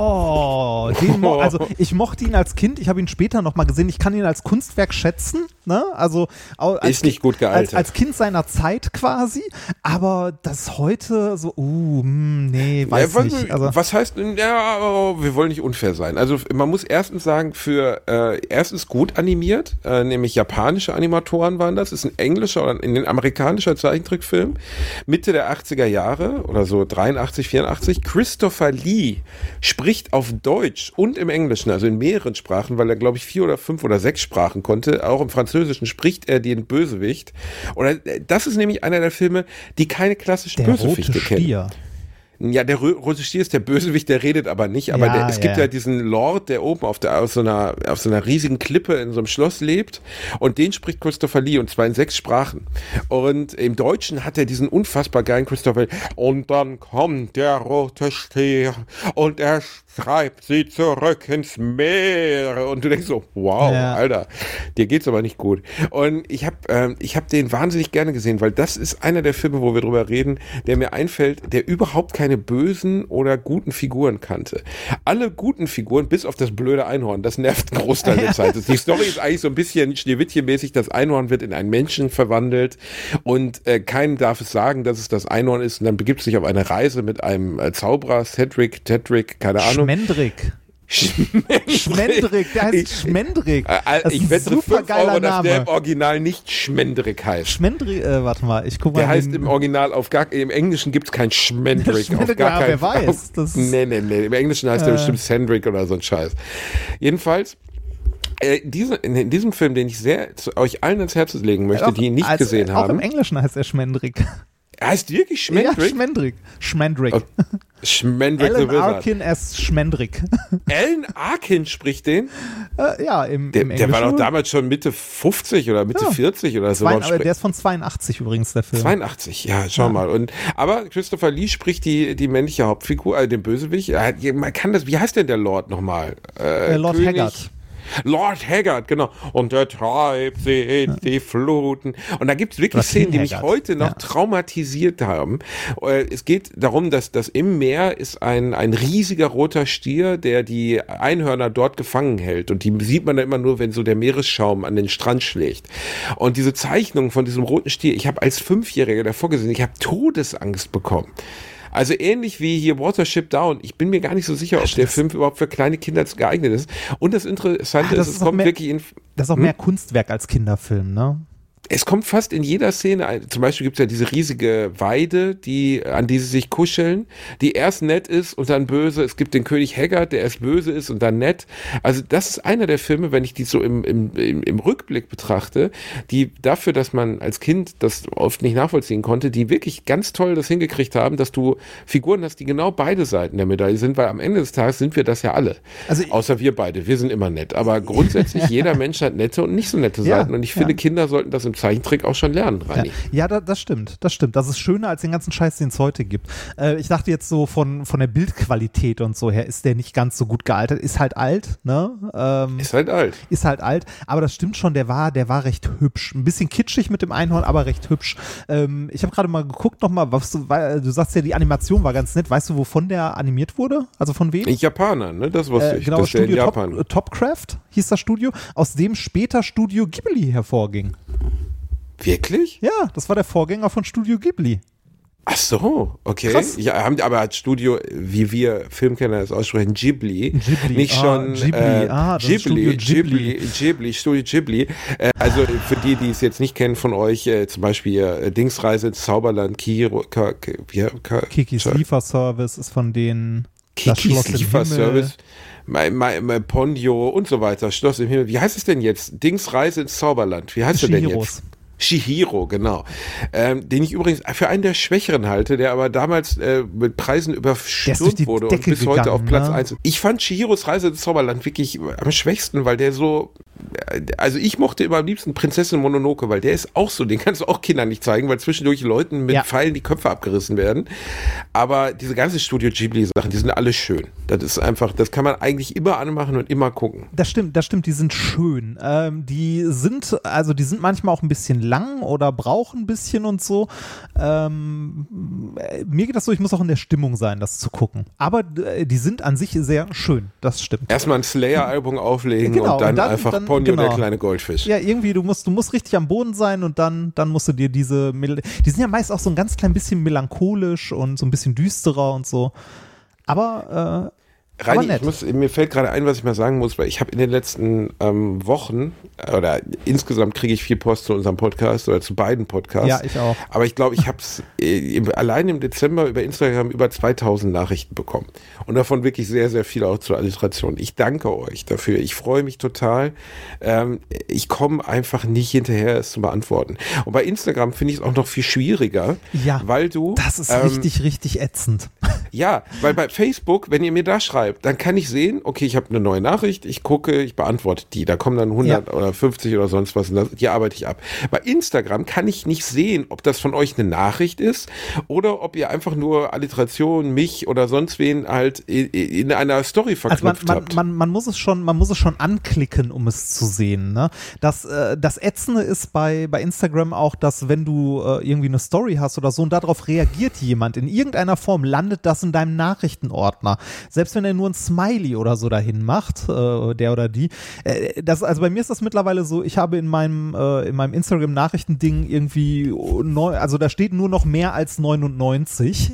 Oh, den mo also ich mochte ihn als Kind, ich habe ihn später noch mal gesehen, ich kann ihn als Kunstwerk schätzen, ne? Also au- als, Ist nicht gut gealtert. Als, als Kind seiner Zeit quasi, aber das heute so, uh, hm, nee, weiß Ja, was, nicht. Also, was heißt, ja, oh, wir wollen nicht unfair sein. Also man muss erstens sagen, für äh, erstens gut animiert, äh, nämlich japanische Animatoren waren das, ist ein englischer oder ein amerikanischer Zeichentrickfilm, Mitte der achtziger Jahre oder so dreiundachtzig, vierundachtzig. Christopher Lee spricht auf Deutsch und im Englischen, also in mehreren Sprachen, weil er glaube ich vier oder fünf oder sechs Sprachen konnte, auch im Französischen spricht er den Bösewicht. Oder das ist nämlich einer der Filme, die keine klassischen der rote Bösewichte kennen. Stier. Ja, der Rö- rote Stier ist der Bösewicht, der redet aber nicht. Aber Ja, der, es ja, gibt ja. ja diesen Lord, der oben auf, der, auf, so einer, auf so einer riesigen Klippe in so einem Schloss lebt. Und den spricht Christopher Lee, und zwar in sechs Sprachen. Und im Deutschen hat er diesen unfassbar geilen Christopher Lee. Und dann kommt der rote Stier und er treibt sie zurück ins Meer. Und du denkst so, wow, Ja. Alter, dir geht's aber nicht gut. Und ich habe ähm, ich hab den wahnsinnig gerne gesehen, weil das ist einer der Filme, wo wir drüber reden, der mir einfällt, der überhaupt keine bösen oder guten Figuren kannte. Alle guten Figuren, bis auf das blöde Einhorn, das nervt einen Großteil der Zeit. Die Story ist eigentlich so ein bisschen Schneewittchen-mäßig, das Einhorn wird in einen Menschen verwandelt und äh, keinem darf es sagen, dass es das Einhorn ist, und dann begibt es sich auf eine Reise mit einem äh, Zauberer, Cedric, Tedric, keine Ahnung. Schmendrick. Schmendrick, der heißt Ich- Schmendrick. Äh, Das ist ich ein wette super fünf geiler Euro, dass der Name. im Original nicht Schmendrick heißt. Schmendrick, äh, warte mal, ich guck mal. Der heißt den, im Original auf gar, im Englischen gibt es kein Schmendrick. Schmendrick, auf gar ja, keinen wer weiß, Auf, das- nee, nee, nee. Im Englischen heißt der Äh. bestimmt Sandrick oder so ein Scheiß. Jedenfalls, äh, diese, in, in diesem Film, den ich sehr zu euch allen ans Herz legen möchte, Auch- die ihn nicht als, gesehen auch haben. im Englischen heißt er Schmendrick. Er heißt wirklich Ja, Schmendrick? Schmendrick. Schmendrick. Oh, Schmendrick the Alan Wizard. Arkin as Schmendrick. Alan Arkin spricht den. äh, ja, im, Der, im der war doch Englischen. damals schon Mitte fünfzig oder Mitte Ja. vierzig oder so. Zwei, Warum aber spre- der ist von zweiundachtzig übrigens, der Film. zweiundachtzig, ja, schau mal. Und, aber Christopher Lee spricht die, die männliche Hauptfigur, also den Bösewicht. Er hat- Man kann das, wie heißt denn der Lord nochmal? Äh, Äh, Lord König- Haggard. Lord Haggard, genau. Und er treibt sie in die Fluten. Und da gibt es wirklich Oder Szenen, King die mich Haggard. heute noch Ja. traumatisiert haben. Äh, Es geht darum, dass, dass im Meer ist ein, ein riesiger roter Stier, der die Einhörner dort gefangen hält. Und die sieht man dann immer nur, wenn so der Meeresschaum an den Strand schlägt. Und diese Zeichnung von diesem roten Stier, ich habe als Fünfjähriger davor gesehen, ich habe Todesangst bekommen. Also ähnlich wie hier Watership Down. Ich bin mir gar nicht so sicher, ob der Film überhaupt für kleine Kinder geeignet ist. Und das Interessante Ah, das ist, ist es auch kommt mehr- wirklich in... Das ist auch mehr Kunstwerk als Kinderfilm, ne? es kommt fast in jeder Szene, ein, zum Beispiel gibt es ja diese riesige Weide, die, an die sie sich kuscheln, die erst nett ist und dann böse. Es gibt den König Haggard, der erst böse ist und dann nett. Also das ist einer der Filme, wenn ich die so im, im, im, im Rückblick betrachte, die dafür, dass man als Kind das oft nicht nachvollziehen konnte, die wirklich ganz toll das hingekriegt haben, dass du Figuren hast, die genau beide Seiten der Medaille sind, weil am Ende des Tages sind wir das ja alle. Also außer wir beide, wir sind immer nett. Aber grundsätzlich, jeder Mensch hat nette und nicht so nette Ja, Seiten und ich finde, ja. Kinder sollten das im Zeichentrick auch schon lernen, Reini. Ja, ja da, das stimmt, das stimmt. Das ist schöner als den ganzen Scheiß, den es heute gibt. Äh, ich dachte jetzt so von, von der Bildqualität und so her ist der nicht ganz so gut gealtert. Ist halt alt, ne? Ähm, Ist halt alt. Ist halt alt, aber das stimmt schon, der war, der war recht hübsch. Ein bisschen kitschig mit dem Einhorn, aber recht hübsch. Ähm, ich habe gerade mal geguckt nochmal, was du, weil, du sagst ja, die Animation war ganz nett. Weißt du, wovon der animiert wurde? Also von wem? Japaner, ne? Das wusste Äh, ich. genau, Das ist der in Studio Japan. Top, Topcraft hieß das Studio, aus dem später Studio Ghibli hervorging. Wirklich? Ja, das war der Vorgänger von Studio Ghibli. Ach so, okay. Krass. Ja, haben, aber als Studio, wie wir Filmkenner es aussprechen, Ghibli, Ghibli, nicht ah, schon Ghibli, äh, ah, das ist Ghibli, Studio Ghibli. Ghibli, Ghibli, Studio Ghibli. Äh, also für die, die es jetzt nicht kennen von euch, äh, zum Beispiel äh, Dingsreise ins Zauberland, Kiro, Ka, Ka, wie, Ka, Kikis Ka, Lieferservice ist von denen das Schloss Kikis im Lieferservice, Himmel. mein, mein, mein Ponyo und so weiter, Schloss im Himmel. Wie heißt es denn jetzt? Dingsreise ins Zauberland. Wie heißt er denn Chihiros. jetzt? Chihiro, genau. Ähm, den ich übrigens für einen der Schwächeren halte, der aber damals äh, mit Preisen Der ist durch überstürmt die wurde und Decke bis heute gegangen, auf Platz ne? eins. Ich fand Chihiros Reise ins Zauberland wirklich am schwächsten, weil der so, also ich mochte immer am liebsten Prinzessin Mononoke, weil der ist auch so, den kannst du auch Kindern nicht zeigen, weil zwischendurch Leuten mit Ja. Pfeilen die Köpfe abgerissen werden. Aber diese ganze Studio Ghibli-Sachen, die sind alle schön. Das ist einfach, das kann man eigentlich immer anmachen und immer gucken. Das stimmt, das stimmt, die sind schön. Ähm, die sind, also die sind manchmal auch ein bisschen lang oder brauchen ein bisschen und so. Ähm, mir geht das so, ich muss auch in der Stimmung sein, das zu gucken. Aber äh, die sind an sich sehr schön, das stimmt. Erstmal ein Slayer-Album auflegen Genau, und dann, und dann- einfach dann- Ponyo, genau. der kleine Goldfisch. Ja, irgendwie, du musst, du musst richtig am Boden sein und dann, dann musst du dir diese, Mel- die sind ja meist auch so ein ganz klein bisschen melancholisch und so ein bisschen düsterer und so. Aber, äh, Reini, aber nett. ich muss, mir fällt gerade ein, was ich mal sagen muss, weil ich habe in den letzten ähm, Wochen, oder insgesamt kriege ich viel Post zu unserem Podcast oder zu beiden Podcasts. Ja, ich auch. Aber ich glaube, ich habe es äh, allein im Dezember über Instagram über zweitausend Nachrichten bekommen. Und davon wirklich sehr, sehr viel auch zur Alliteration. Ich danke euch dafür. Ich freue mich total. Ähm, ich komme einfach nicht hinterher, es zu beantworten. Und bei Instagram finde ich es auch noch viel schwieriger, Ja, weil du... das ist ähm, richtig, richtig ätzend. Ja, weil bei Facebook, wenn ihr mir da schreibt, dann kann ich sehen, okay, ich habe eine neue Nachricht, ich gucke, ich beantworte die. Da kommen dann hundert Ja. oder fünfzig oder sonst was und das, die arbeite ich ab. Bei Instagram kann ich nicht sehen, ob das von euch eine Nachricht ist oder ob ihr einfach nur Alliteration, mich oder sonst wen halt in, in einer Story Also man, verknüpft man, habt. man, man muss es schon, man muss es schon anklicken, um es zu sehen. Ne? Das, äh, das Ätzende ist bei, bei Instagram auch, dass wenn du äh, irgendwie eine Story hast oder so und darauf reagiert jemand in irgendeiner Form, landet das in deinem Nachrichtenordner. Selbst wenn er nur ein Smiley oder so dahin macht, äh, der oder die. Äh, das, also bei mir ist das mittlerweile so, ich habe in meinem, äh, in meinem Instagram-Nachrichtending irgendwie, neu, also da steht nur noch mehr als neunundneunzig.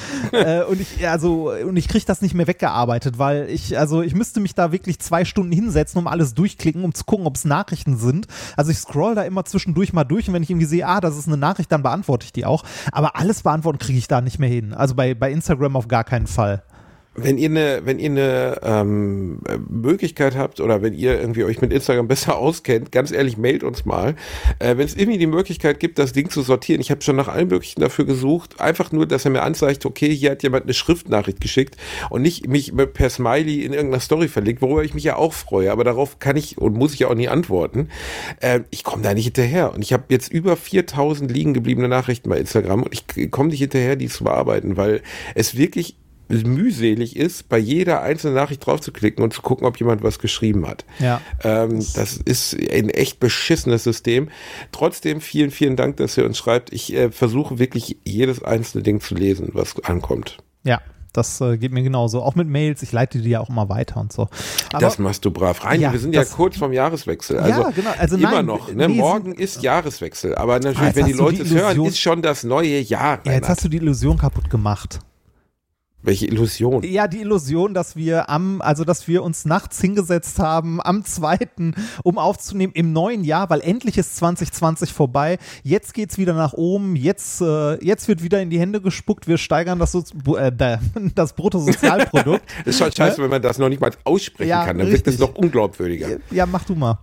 äh, und ich also und ich kriege das nicht mehr weggearbeitet, weil ich also ich müsste mich da wirklich zwei Stunden hinsetzen, um alles durchklicken, um zu gucken, ob es Nachrichten sind. Also ich scroll da immer zwischendurch mal durch und wenn ich irgendwie sehe, ah, das ist eine Nachricht, dann beantworte ich die auch. Aber alles beantworten kriege ich da nicht mehr hin. Also bei bei Instagram auf gar keinen Fall. Wenn ihr eine, wenn ihr eine ähm, Möglichkeit habt oder wenn ihr irgendwie euch mit Instagram besser auskennt, ganz ehrlich, mailt uns mal. Äh, wenn es irgendwie die Möglichkeit gibt, das Ding zu sortieren, ich habe schon nach allen möglichen dafür gesucht, einfach nur, dass er mir anzeigt, okay, hier hat jemand eine Schriftnachricht geschickt und nicht mich per Smiley in irgendeiner Story verlinkt, worüber ich mich ja auch freue, aber darauf kann ich und muss ich ja auch nie antworten. Äh, ich komme da nicht hinterher und ich habe jetzt über viertausend liegen gebliebene Nachrichten bei Instagram und ich komme nicht hinterher, die zu bearbeiten, weil es wirklich mühselig ist, bei jeder einzelnen Nachricht drauf zu klicken und zu gucken, ob jemand was geschrieben hat. Ja. Ähm, das ist ein echt beschissenes System. Trotzdem vielen, vielen Dank, dass ihr uns schreibt. Ich äh, versuche wirklich jedes einzelne Ding zu lesen, was ankommt. Ja. Das äh, geht mir genauso. Auch mit Mails, ich leite die ja auch immer weiter und so. Aber, das machst du brav. Rein, ja, wir sind ja das, kurz vom Jahreswechsel. Also, ja, genau. Also immer nein, noch. Ne? nee, Morgen sind, ist Jahreswechsel. Aber natürlich, ah, jetzt wenn die hast du Leute die es hören, Illusion- ist schon das neue Jahr. Ja, jetzt hast du die Illusion kaputt gemacht. Welche Illusion? Ja, die Illusion, dass wir am, also dass wir uns nachts hingesetzt haben, am zweiten, um aufzunehmen im neuen Jahr, weil endlich ist zwanzig zwanzig vorbei. Jetzt geht's wieder nach oben. Jetzt, äh, jetzt wird wieder in die Hände gespuckt. Wir steigern das, so, äh, das Bruttosozialprodukt. Das ist schon scheiße, wenn man das noch nicht mal aussprechen ja, kann. Dann richtig. wirkt es noch unglaubwürdiger. Ja, mach du mal.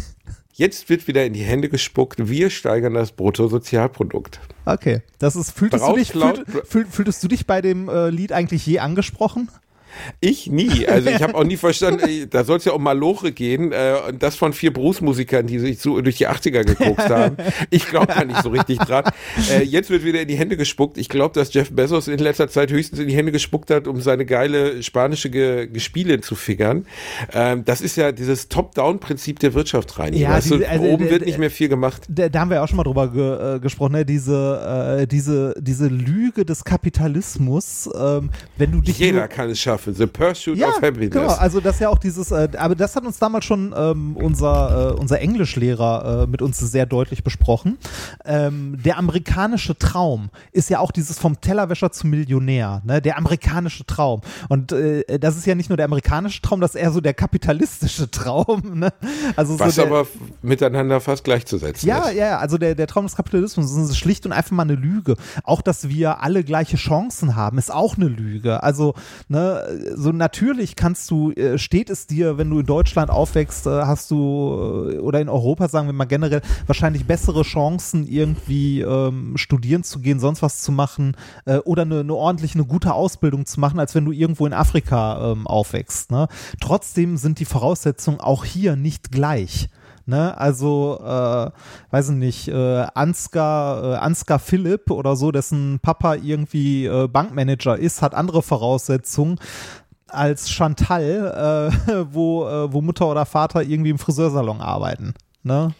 Jetzt wird wieder in die Hände gespuckt. Wir steigern das Bruttosozialprodukt. Okay, das ist, fühltest, du dich, laut, fühl, fühl, fühltest du dich bei dem äh, Lied eigentlich je angesprochen? Ich nie. Also ich habe auch nie verstanden, da soll es ja um Maloche gehen, äh, und das von vier Berufsmusikern, die sich so durch die achtziger geguckt haben. Ich glaube da nicht so richtig dran. Äh, jetzt wird wieder in die Hände gespuckt. Ich glaube, dass Jeff Bezos in letzter Zeit höchstens in die Hände gespuckt hat, um seine geile spanische Ge- Gespiele zu fingern. Ähm, das ist ja dieses Top-Down-Prinzip der Wirtschaftsreinigung. Ja, weißt du, diese, also, oben d- wird d- nicht mehr viel gemacht. Da, da haben wir auch schon mal drüber ge, äh, gesprochen, ne? diese, äh, diese, diese Lüge des Kapitalismus, ähm, wenn du dich Jeder nur, kann es schaffen. The Pursuit ja, of Happiness. Genau, also das ist ja auch dieses, äh, aber das hat uns damals schon ähm, unser, äh, unser Englischlehrer äh, mit uns sehr deutlich besprochen. Ähm, der amerikanische Traum ist ja auch dieses vom Tellerwäscher zum Millionär, ne? Der amerikanische Traum. Und äh, das ist ja nicht nur der amerikanische Traum, das ist eher so der kapitalistische Traum. Ne? Also Was so der, aber f- miteinander fast gleichzusetzen ja, ist. ja, also der, der Traum des Kapitalismus ist schlicht und einfach mal eine Lüge. Auch, dass wir alle gleiche Chancen haben, ist auch eine Lüge. Also, ne, so natürlich kannst du, äh, steht es dir, wenn du in Deutschland aufwächst, äh, hast du, äh, oder in Europa, sagen wir mal generell, wahrscheinlich bessere Chancen, irgendwie ähm, studieren zu gehen, sonst was zu machen, äh, oder eine, eine ordentliche, eine gute Ausbildung zu machen, als wenn du irgendwo in Afrika ähm, aufwächst. Ne? Trotzdem sind die Voraussetzungen auch hier nicht gleich. Ne, also, äh, weiß ich nicht, äh, Ansgar, äh, Ansgar Philipp oder so, dessen Papa irgendwie äh, Bankmanager ist, hat andere Voraussetzungen als Chantal, äh, wo, äh, wo Mutter oder Vater irgendwie im Friseursalon arbeiten. Ne?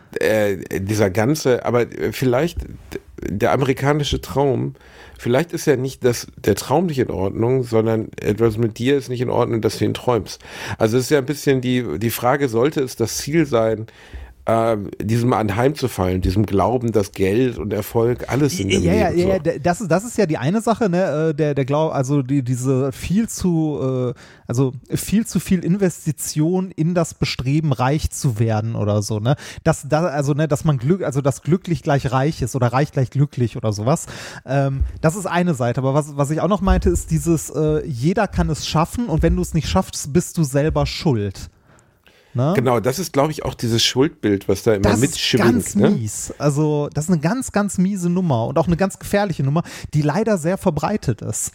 Äh, dieser ganze, aber vielleicht der amerikanische Traum, vielleicht ist ja nicht das, der Traum nicht in Ordnung, sondern etwas mit dir ist nicht in Ordnung, dass du ihn träumst. Also es ist ja ein bisschen die, die Frage, sollte es das Ziel sein, äh, diesem anheimzufallen, diesem Glauben, dass Geld und Erfolg alles in dem ja, ja, Leben ja, so. ja, das ist, das ist ja die eine Sache, ne, der, der Glaube, also die, diese viel zu, äh, also viel zu viel Investition in das Bestreben, reich zu werden oder so, ne, dass, da, also, ne, dass man Glück, also, dass glücklich gleich reich ist oder reich gleich glücklich oder sowas, ähm, das ist eine Seite, aber was, was ich auch noch meinte, ist dieses, äh, jeder kann es schaffen und wenn du es nicht schaffst, bist du selber schuld. Ne? Genau, das ist, glaube ich, auch dieses Schuldbild, was da immer Das ist mitschwingt. ganz Ne? mies. Also das ist eine ganz, ganz miese Nummer und auch eine ganz gefährliche Nummer, die leider sehr verbreitet ist.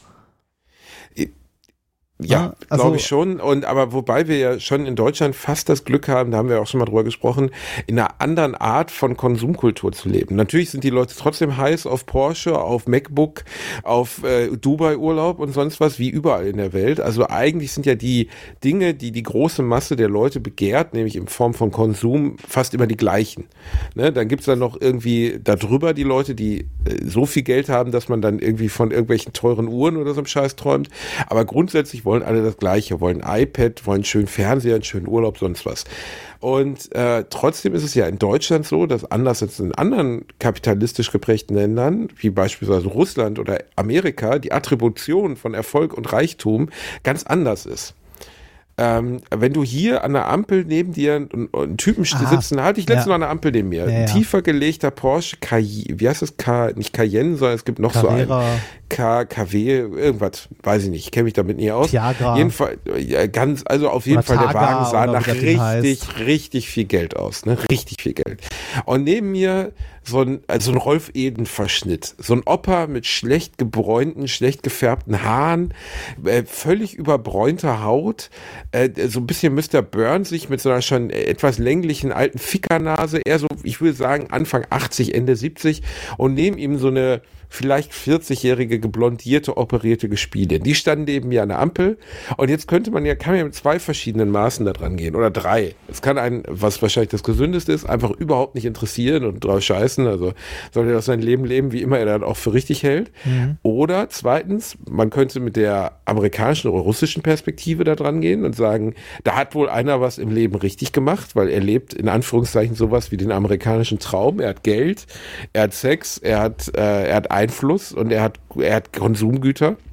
Ja, also, glaube ich schon. Und aber wobei wir ja schon in Deutschland fast das Glück haben, da haben wir auch schon mal drüber gesprochen, in einer anderen Art von Konsumkultur zu leben. Natürlich sind die Leute trotzdem heiß auf Porsche, auf MacBook, auf äh, Dubai-Urlaub und sonst was, wie überall in der Welt. Also eigentlich sind ja die Dinge, die die große Masse der Leute begehrt, nämlich in Form von Konsum, fast immer die gleichen. Ne? Dann gibt's dann noch irgendwie darüber die Leute, die äh, so viel Geld haben, dass man dann irgendwie von irgendwelchen teuren Uhren oder so einem Scheiß träumt. Aber grundsätzlich wollen alle das Gleiche, wollen ein iPad, wollen einen schönen Fernseher, einen schönen Urlaub, sonst was. Und äh, trotzdem ist es ja in Deutschland so, dass anders als in anderen kapitalistisch geprägten Ländern, wie beispielsweise Russland oder Amerika, die Attribution von Erfolg und Reichtum ganz anders ist. Ähm, wenn du hier an der Ampel neben dir einen, einen Typen Aha, sitzen, hatte ich letztens ja. noch an der Ampel neben mir, Ja, ein ja. tiefer gelegter Porsche, Cayenne, wie heißt das, K, nicht Cayenne, sondern es gibt noch Carrera. so einen, K, K W, irgendwas, weiß ich nicht, kenne mich damit nie aus. Tiagra. Jedenfalls, ja, ganz, also auf jeden Oder Fall, der Targa Wagen sah oder nach wie das Ding richtig, heißt. richtig viel Geld aus, ne, richtig viel Geld. Und neben mir so ein, also ein Rolf Eden-Verschnitt, so ein Opa mit schlecht gebräunten, schlecht gefärbten Haaren, äh, völlig überbräunter Haut, äh, so ein bisschen Mister Burns, sich mit so einer schon etwas länglichen alten Fickernase, eher so, ich würde sagen, Anfang achtzig, Ende siebzig, und neben ihm so eine vielleicht vierzigjährige geblondierte, operierte Gespielin. Die standen neben mir an der Ampel und jetzt könnte man ja, kann man ja mit zwei verschiedenen Maßen da dran gehen oder drei. Es kann einen, was wahrscheinlich das Gesündeste ist, einfach überhaupt nicht interessieren und drauf scheißen, also soll er doch sein Leben leben, wie immer er dann auch für richtig hält. Mhm. Oder zweitens, man könnte mit der amerikanischen oder russischen Perspektive da dran gehen und sagen, da hat wohl einer was im Leben richtig gemacht, weil er lebt in Anführungszeichen sowas wie den amerikanischen Traum. Er hat Geld, er hat Sex, er hat, äh, er hat Einfluss und er hat, er hat Konsumgüter.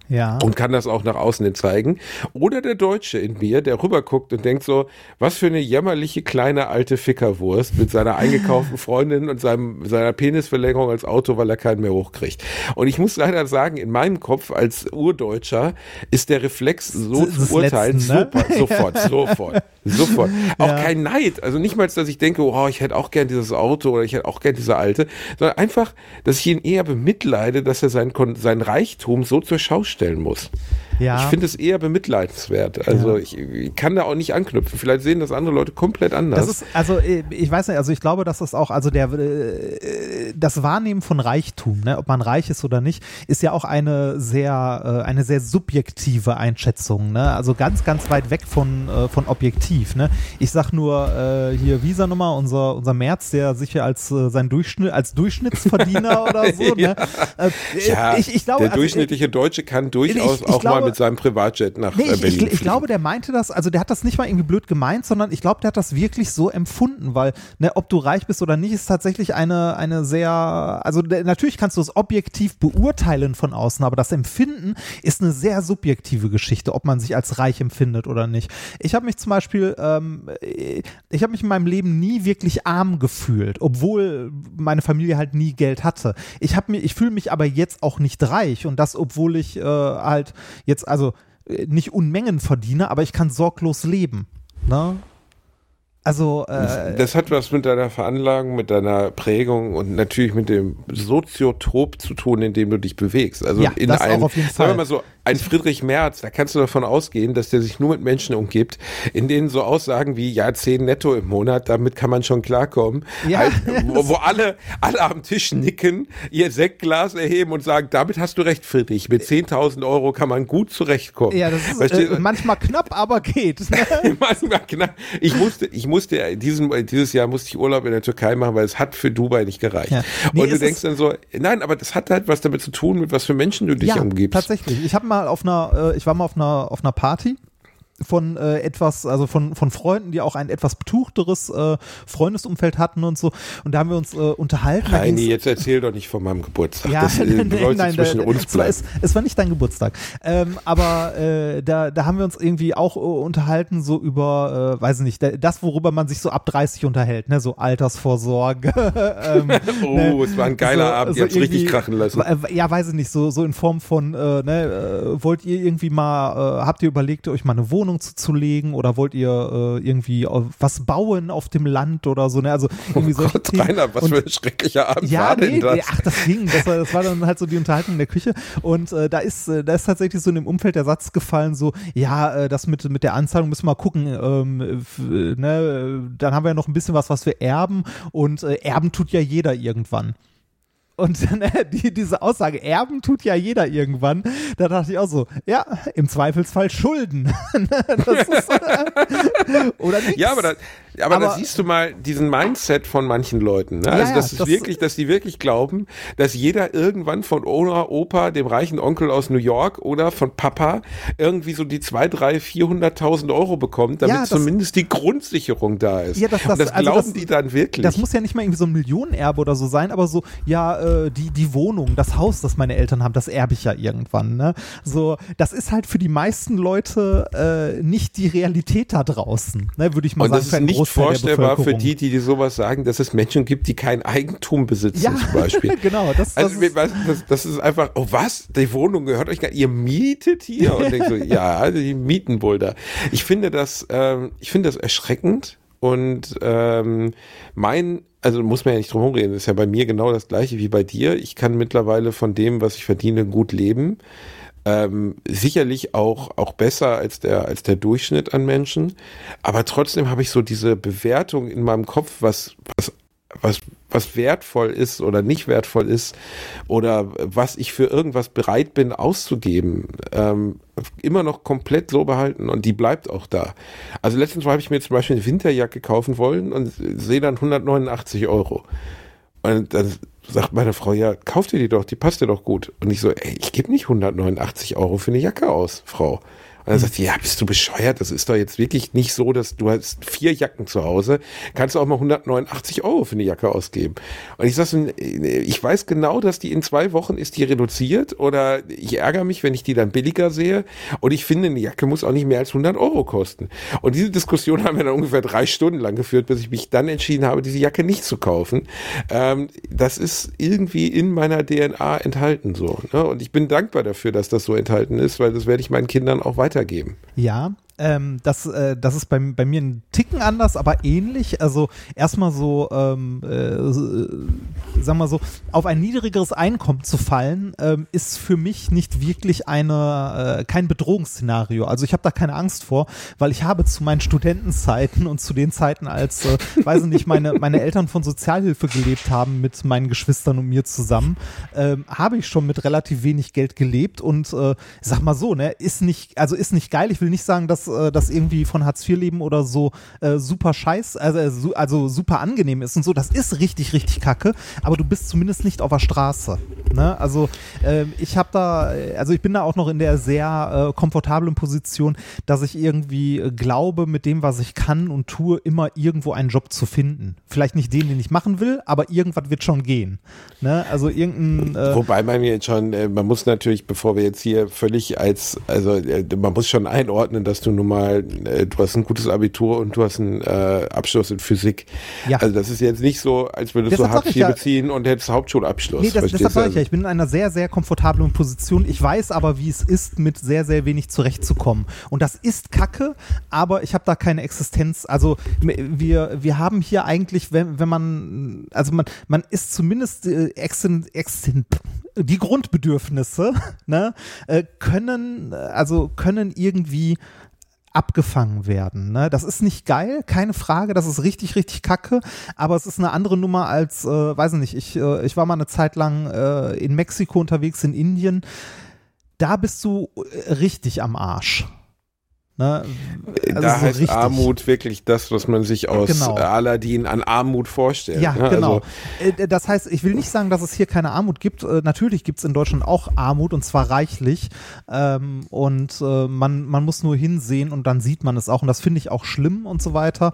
Ja. Und kann das auch nach außen hin zeigen. Oder der Deutsche in mir, der rüberguckt und denkt so, was für eine jämmerliche kleine alte Fickerwurst mit seiner eingekauften Freundin und seinem, seiner Penisverlängerung als Auto, weil er keinen mehr hochkriegt. Und ich muss leider sagen, in meinem Kopf als Urdeutscher ist der Reflex so Das zu urteilen, Letzten, ne? super, sofort, sofort, sofort. Auch Ja. kein Neid, also nicht mal, dass ich denke, oh, ich hätte auch gern dieses Auto oder ich hätte auch gern diese alte, sondern einfach, dass ich ihn eher bemitleide, dass er sein, sein Reichtum so zur Schau stellen muss. Ja. Ich finde es eher bemitleidenswert. Also Ja. ich, ich kann da auch nicht anknüpfen. Vielleicht sehen das andere Leute komplett anders. Das ist, also ich weiß nicht, also ich glaube, dass das auch, also der, äh, das Wahrnehmen von Reichtum, ne, ob man reich ist oder nicht, ist ja auch eine sehr, äh, eine sehr subjektive Einschätzung, ne, also ganz, ganz weit weg von, äh, von objektiv, ne. Ich sag nur, äh, hier Visa Nummer, unser, unser Merz, der sich ja als, äh, sein Durchschnitt, als Durchschnittsverdiener oder so, ja. ne. Äh, ja, ich, ich glaube, der also, durchschnittliche Deutsche kann durchaus ich- ich auch glaube- mal mit seinem Privatjet nach Nee, äh, ich, Berlin ich, ich fliegen. glaube, der meinte das, also der hat das nicht mal irgendwie blöd gemeint, sondern ich glaube, der hat das wirklich so empfunden, weil, ne, ob du reich bist oder nicht, ist tatsächlich eine, eine sehr, also der, natürlich kannst du es objektiv beurteilen von außen, aber das Empfinden ist eine sehr subjektive Geschichte, ob man sich als reich empfindet oder nicht. Ich habe mich zum Beispiel, ähm, ich habe mich in meinem Leben nie wirklich arm gefühlt, obwohl meine Familie halt nie Geld hatte. Ich habe mir, ich fühle mich aber jetzt auch nicht reich und das, obwohl ich äh, halt jetzt, also nicht Unmengen verdiene, aber ich kann sorglos leben. Ne? Also, äh, Das hat was mit deiner Veranlagung, mit deiner Prägung und natürlich mit dem Soziotop zu tun, in dem du dich bewegst. Also Ja, in das einem, auch auf jeden sagen wir Fall. mal so, ein Friedrich Merz, da kannst du davon ausgehen, dass der sich nur mit Menschen umgibt, in denen so Aussagen wie, ja, zehn netto im Monat, damit kann man schon klarkommen. Ja, halt, ja, wo, wo alle, alle am Tisch nicken, ihr Sektglas erheben und sagen, damit hast du recht, Friedrich, mit zehntausend Euro kann man gut zurechtkommen. ja, das ist Verstehst äh, du? manchmal knapp, aber geht. Ne? Manchmal knapp. Ich musste, ich musste, diesen, dieses Jahr musste ich Urlaub in der Türkei machen, weil es hat für Dubai nicht gereicht. Ja. Nee, und du es denkst ist- dann so, nein, aber das hat halt was damit zu tun, mit was für Menschen du dich Ja, umgibst. tatsächlich. Ich habe mal auf einer, äh, ich war mal auf einer, auf einer Party von äh, etwas, also von, von Freunden, die auch ein etwas betuchteres äh, Freundesumfeld hatten und so. Und da haben wir uns äh, unterhalten. Da Heini, ging's- jetzt erzähl doch nicht von meinem Geburtstag. Ja, das äh, nein, sollte nein, zwischen da- uns es war, bleiben. es, es war nicht dein Geburtstag. Ähm, aber äh, da, da haben wir uns irgendwie auch äh, unterhalten, so über, äh, weiß ich nicht, da- das, worüber man sich so ab dreißig unterhält, ne, so Altersvorsorge. ähm, Oh, ne, es war ein geiler so- Abend, so ihr habt's richtig irgendwie- krachen lassen. äh, Ja, weiß ich nicht, so, so in Form von, äh, ne, äh, wollt ihr irgendwie mal, äh, habt ihr überlegt, euch mal eine Wohnung zuzulegen oder wollt ihr äh, irgendwie äh, was bauen auf dem Land oder so, ne, also irgendwie Oh solche Gott, Themen. Rainer, was Und- für ein schrecklicher Abend ja, war denn nee, das? nee, ach, das ging. Das war, das war dann halt so die Unterhaltung in der Küche. Und äh, da ist, äh, da ist tatsächlich so in dem Umfeld der Satz gefallen, so, ja, äh, das mit, mit der Anzahlung müssen wir mal gucken, ähm, f- äh, ne, äh, dann haben wir ja noch ein bisschen was, was wir erben und äh, erben tut ja jeder irgendwann. Und ne, die, diese Aussage, erben tut ja jeder irgendwann, da dachte ich auch so, ja, im Zweifelsfall Schulden. Das ist, oder nichts. Ja, aber, da, aber, Aber- da siehst du mal diesen Mindset von manchen Leuten. Ne? Also ja, das ist das- wirklich, dass die wirklich glauben, dass jeder irgendwann von Oma, Opa, dem reichen Onkel aus New York oder von Papa irgendwie so die zwei, drei, vierhunderttausend Euro bekommt, damit Ja, das- zumindest die Grundsicherung da ist. Ja, das- das- Und das also glauben das- die dann wirklich. Das muss ja nicht mal irgendwie so ein Millionenerbe oder so sein, aber so, ja, äh, die, die Wohnung, das Haus, das meine Eltern haben, das erbe ich ja irgendwann, ne? So, das ist halt für die meisten Leute äh, nicht die Realität da draußen, ne? Würde ich mal Und sagen, das für ist einen nicht Großteil der vorstellbar für Bevölkerung. die, die dir sowas sagen, dass es Menschen gibt, die kein Eigentum besitzen Ja, zum Beispiel. genau, das, das Also ist, das, das, das ist einfach, oh was, die Wohnung gehört euch gar nicht, ihr mietet hier? Und denkst so, ja, die mieten wohl da. Ich finde das, ähm, ich finde das erschreckend und ähm, mein, also muss man ja nicht drum herum reden, das ist ja bei mir genau das gleiche wie bei dir. Ich kann mittlerweile von dem, was ich verdiene, gut leben. Ähm, sicherlich auch, auch besser als der, als der Durchschnitt an Menschen. Aber trotzdem habe ich so diese Bewertung in meinem Kopf, was, was, was, was wertvoll ist oder nicht wertvoll ist oder was ich für irgendwas bereit bin auszugeben, ähm, immer noch komplett so behalten und die bleibt auch da. Also letztens habe ich mir zum Beispiel eine Winterjacke kaufen wollen und sehe dann hundertneunundachtzig Euro. Und dann sagt meine Frau, ja, kauf dir die doch, die passt dir doch gut. Und ich so, ey, ich gebe nicht hundertneunundachtzig Euro für eine Jacke aus, Frau. Und dann sagt sie, ja, bist du bescheuert? Das ist doch jetzt wirklich nicht so, dass du hast vier Jacken zu Hause, kannst du auch mal hundertneunundachtzig Euro für eine Jacke ausgeben. Und ich sag so, ich weiß genau, dass die in zwei Wochen ist die reduziert oder ich ärgere mich, wenn ich die dann billiger sehe und ich finde, eine Jacke muss auch nicht mehr als hundert Euro kosten. Und diese Diskussion haben wir dann ungefähr drei Stunden lang geführt, bis ich mich dann entschieden habe, diese Jacke nicht zu kaufen. Ähm, das ist irgendwie in meiner D N A enthalten so. Ne? Und ich bin dankbar dafür, dass das so enthalten ist, weil das werde ich meinen Kindern auch weitergeben. Ja, ähm, das, äh, das ist bei, bei mir ein Ticken anders, aber ähnlich. Also erstmal so, ähm, äh, sagen wir so, auf ein niedrigeres Einkommen zu fallen, ähm, ist für mich nicht wirklich eine, äh, kein Bedrohungsszenario. Also ich habe da keine Angst vor, weil ich habe zu meinen Studentenzeiten und zu den Zeiten, als, äh, weiß ich nicht, meine, meine Eltern von Sozialhilfe gelebt haben mit meinen Geschwistern und mir zusammen, ähm, habe ich schon mit relativ wenig Geld gelebt und äh, sag mal so, ne, ist nicht, also ist nicht geil. Ich will nicht sagen, dass äh, das irgendwie von Hartz vier leben oder so äh, super scheiß, also, also super angenehm ist und so. Das ist richtig, richtig kacke, aber du bist zumindest nicht auf der Straße. Ne? Also äh, ich habe da, also ich bin da auch noch in der sehr äh, komfortablen Position, dass ich irgendwie äh, glaube, mit dem, was ich kann und tue, immer irgendwo einen Job zu finden. Vielleicht nicht den, den ich machen will, aber irgendwas wird schon gehen. Ne? Also irgendein äh, Wobei man jetzt schon, äh, man muss natürlich, bevor wir jetzt hier völlig als, also äh, man muss schon einordnen, dass du nun mal, äh, du hast ein gutes Abitur und du hast einen äh, Abschluss in Physik. Ja. Also das ist jetzt nicht so, als würdest deshalb du Hartz vier ja, beziehen und hättest Hauptschulabschluss. Nee, das, deshalb sage ich ja, ich bin in einer sehr, sehr komfortablen Position. Ich weiß aber, wie es ist, mit sehr, sehr wenig zurechtzukommen. Und das ist Kacke, aber ich habe da keine Existenz. Also wir, wir haben hier eigentlich, wenn, wenn man, also man, man ist zumindest äh, exin, exin, die Grundbedürfnisse, ne, äh, können, also können irgendwie abgefangen werden. Ne? Das ist nicht geil, keine Frage, das ist richtig, richtig kacke, aber es ist eine andere Nummer als, äh, weiß ich nicht, ich, äh, ich war mal eine Zeit lang äh, in Mexiko unterwegs, in Indien, da bist du richtig am Arsch. Ne? Also da so heißt richtig. Armut wirklich das, was man sich aus genau. Aladdin an Armut vorstellt. Ja, ne? genau. Also das heißt, ich will nicht sagen, dass es hier keine Armut gibt. Natürlich gibt es in Deutschland auch Armut und zwar reichlich. Und man, man muss nur hinsehen und dann sieht man es auch. Und das finde ich auch schlimm und so weiter.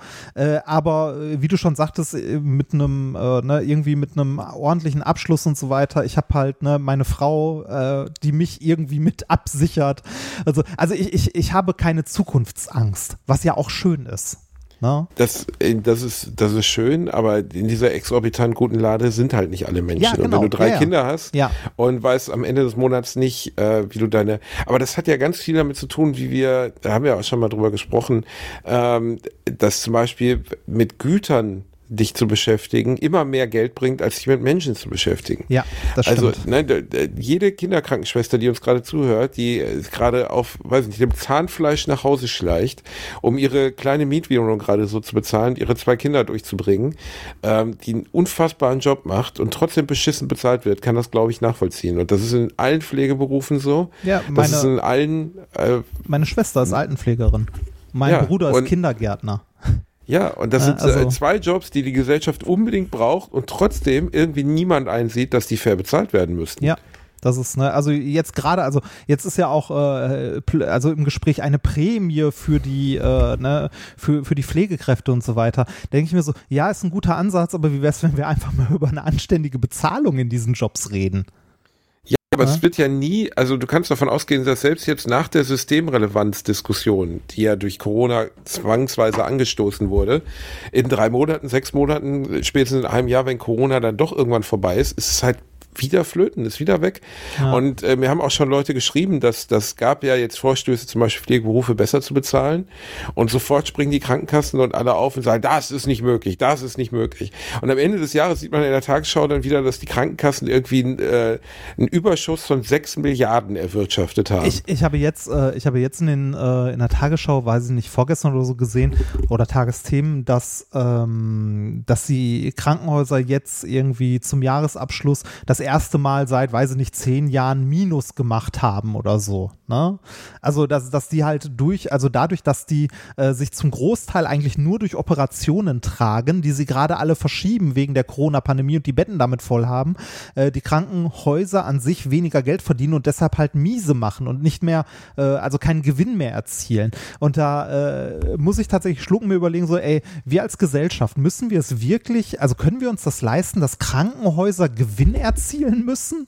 Aber wie du schon sagtest, mit einem, ne, irgendwie mit einem ordentlichen Abschluss und so weiter. Ich habe halt ne, meine Frau, die mich irgendwie mit absichert. Also, also ich, ich, ich habe keine Zukunftsangst, was ja auch schön ist. Ne? Das, das, ist, das ist schön, aber in dieser exorbitant guten Lade sind halt nicht alle Menschen. Ja, genau. Und wenn du drei ja, Kinder hast ja. und weißt am Ende des Monats nicht, äh, wie du deine, aber das hat ja ganz viel damit zu tun, wie wir, da haben wir auch schon mal drüber gesprochen, ähm, dass zum Beispiel mit Gütern dich zu beschäftigen, immer mehr Geld bringt, als sich mit Menschen zu beschäftigen. Ja, das stimmt. Also ne, d- d- jede Kinderkrankenschwester, die uns gerade zuhört, die äh, gerade auf, weiß nicht, dem Zahnfleisch nach Hause schleicht, um ihre kleine Mietwohnung gerade so zu bezahlen, ihre zwei Kinder durchzubringen, ähm, die einen unfassbaren Job macht und trotzdem beschissen bezahlt wird, kann das, glaube ich, nachvollziehen. Und das ist in allen Pflegeberufen so. Ja, meine, das ist in allen. Äh, meine Schwester ist Altenpflegerin. Mein ja, Bruder ist Kindergärtner. Ja, und das sind also, zwei Jobs, die die Gesellschaft unbedingt braucht und trotzdem irgendwie niemand einsieht, dass die fair bezahlt werden müssten. Ja, das ist, ne, also jetzt gerade, also jetzt ist ja auch, äh, also im Gespräch eine Prämie für die, äh, ne, für, für die Pflegekräfte und so weiter. Da denke ich mir so, ja, ist ein guter Ansatz, aber wie wäre es, wenn wir einfach mal über eine anständige Bezahlung in diesen Jobs reden? Aber ja. Es wird ja nie, also du kannst davon ausgehen, dass selbst jetzt nach der Systemrelevanzdiskussion, die ja durch Corona zwangsweise angestoßen wurde, in drei Monaten, sechs Monaten, spätestens in einem Jahr, wenn Corona dann doch irgendwann vorbei ist, ist es halt wieder flöten, ist wieder weg. Ja. Und äh, mir haben auch schon Leute geschrieben, dass das gab ja jetzt Vorstöße, zum Beispiel Pflegeberufe besser zu bezahlen. Und sofort springen die Krankenkassen und alle auf und sagen, das ist nicht möglich, das ist nicht möglich. Und am Ende des Jahres sieht man in der Tagesschau dann wieder, dass die Krankenkassen irgendwie äh, einen Überschuss von sechs Milliarden erwirtschaftet haben. Ich, ich habe jetzt, äh, ich habe jetzt in, den, äh, in der Tagesschau, weiß ich nicht, vorgestern oder so gesehen, oder Tagesthemen, dass, ähm, dass die Krankenhäuser jetzt irgendwie zum Jahresabschluss das erste Mal seit, weiß ich nicht, zehn Jahren Minus gemacht haben oder so. Ne? Also, dass, dass die halt durch, also dadurch, dass die äh, sich zum Großteil eigentlich nur durch Operationen tragen, die sie gerade alle verschieben wegen der Corona-Pandemie und die Betten damit voll haben, äh, die Krankenhäuser an sich weniger Geld verdienen und deshalb halt miese machen und nicht mehr, äh, also keinen Gewinn mehr erzielen. Und da äh, muss ich tatsächlich schlucken, mir überlegen, so, ey, wir als Gesellschaft, müssen wir es wirklich, also können wir uns das leisten, dass Krankenhäuser Gewinn erzielen müssen?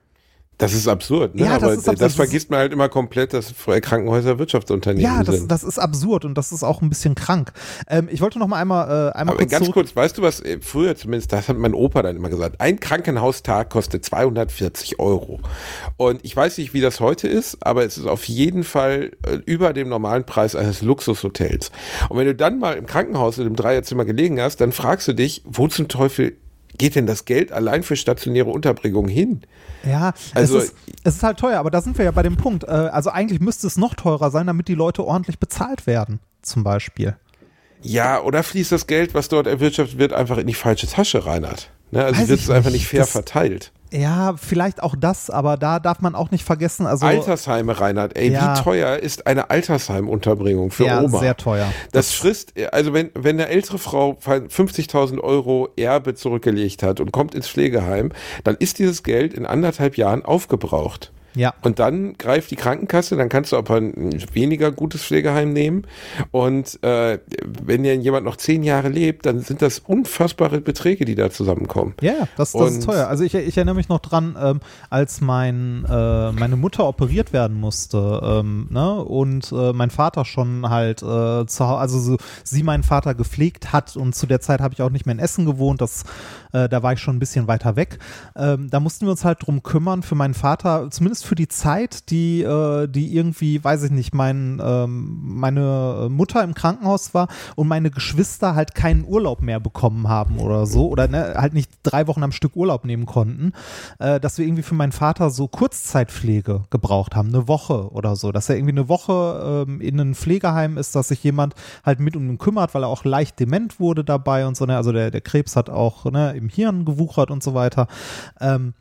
Das ist absurd, ne? Ja, das aber ist absurd. das vergisst man halt immer komplett, dass Krankenhäuser Wirtschaftsunternehmen ja, das, sind. das ist absurd und das ist auch ein bisschen krank. Ähm, ich wollte noch mal einmal, äh, einmal aber kurz ganz zurück. kurz, weißt du was, früher zumindest, das hat mein Opa dann immer gesagt, ein Krankenhaustag kostet zweihundertvierzig Euro. Und ich weiß nicht, wie das heute ist, aber es ist auf jeden Fall äh, über dem normalen Preis eines Luxushotels. Und wenn du dann mal im Krankenhaus in einem Dreierzimmer gelegen hast, dann fragst du dich, wo zum Teufel geht denn das Geld allein für stationäre Unterbringung hin? Ja, also, es, ist, es ist halt teuer, aber da sind wir ja bei dem Punkt. Äh, also eigentlich müsste es noch teurer sein, damit die Leute ordentlich bezahlt werden, zum Beispiel. Ja, oder fließt das Geld, was dort erwirtschaftet wird, einfach in die falsche Tasche, Reinhard? Ne? Also Weiß wird ich es einfach nicht. nicht fair Das- verteilt. Ja, vielleicht auch das, aber da darf man auch nicht vergessen, also Altersheime, Reinhard, ey, Ja. wie teuer ist eine Altersheimunterbringung für ja, Oma? sehr teuer. Das frisst, also wenn, wenn eine ältere Frau fünfzigtausend Euro Erbe zurückgelegt hat und kommt ins Pflegeheim, dann ist dieses Geld in anderthalb Jahren aufgebraucht. Ja. Und dann greift die Krankenkasse, dann kannst du aber ein weniger gutes Pflegeheim nehmen. Und äh, wenn ja jemand noch zehn Jahre lebt, dann sind das unfassbare Beträge, die da zusammenkommen. Ja, ja, das, das Und- ist teuer. Also ich, ich erinnere mich noch dran, ähm, als mein, äh, meine Mutter operiert werden musste, ähm, ne, und äh, mein Vater schon halt äh, zu Hause, also so, sie meinen Vater gepflegt hat und zu der Zeit habe ich auch nicht mehr in Essen gewohnt, das, äh, da war ich schon ein bisschen weiter weg. Ähm, da mussten wir uns halt drum kümmern für meinen Vater, zumindest für die Zeit, die, äh, die irgendwie, weiß ich nicht, mein, ähm, meine Mutter im Krankenhaus war und meine Geschwister halt keinen Urlaub mehr bekommen haben oder so oder ne, halt nicht drei Wochen am Stück Urlaub nehmen konnten, äh, dass wir irgendwie für meinen Vater so Kurzzeitpflege gebraucht haben, eine Woche oder so, dass er irgendwie eine Woche ähm, in einem Pflegeheim ist, dass sich jemand halt mit um ihn kümmert, weil er auch leicht dement wurde dabei und so, ne, also der, der Krebs hat auch ne, im Hirn gewuchert und so weiter. Ähm,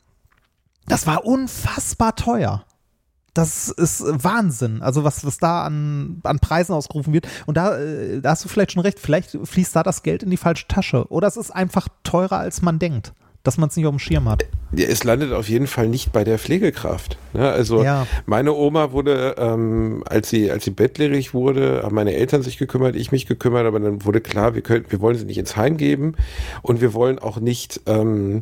Das war unfassbar teuer. Das ist Wahnsinn. Also was, was da an, an Preisen ausgerufen wird. Und da, äh, da hast du vielleicht schon recht. Vielleicht fließt da das Geld in die falsche Tasche. Oder es ist einfach teurer, als man denkt. Dass man es nicht auf dem Schirm hat. Ja, es landet auf jeden Fall nicht bei der Pflegekraft. Ne? Also Ja. meine Oma wurde, ähm, als sie als sie bettlägerig wurde, haben meine Eltern sich gekümmert, ich mich gekümmert, aber dann wurde klar, wir können, wir wollen sie nicht ins Heim geben und wir wollen auch nicht ähm,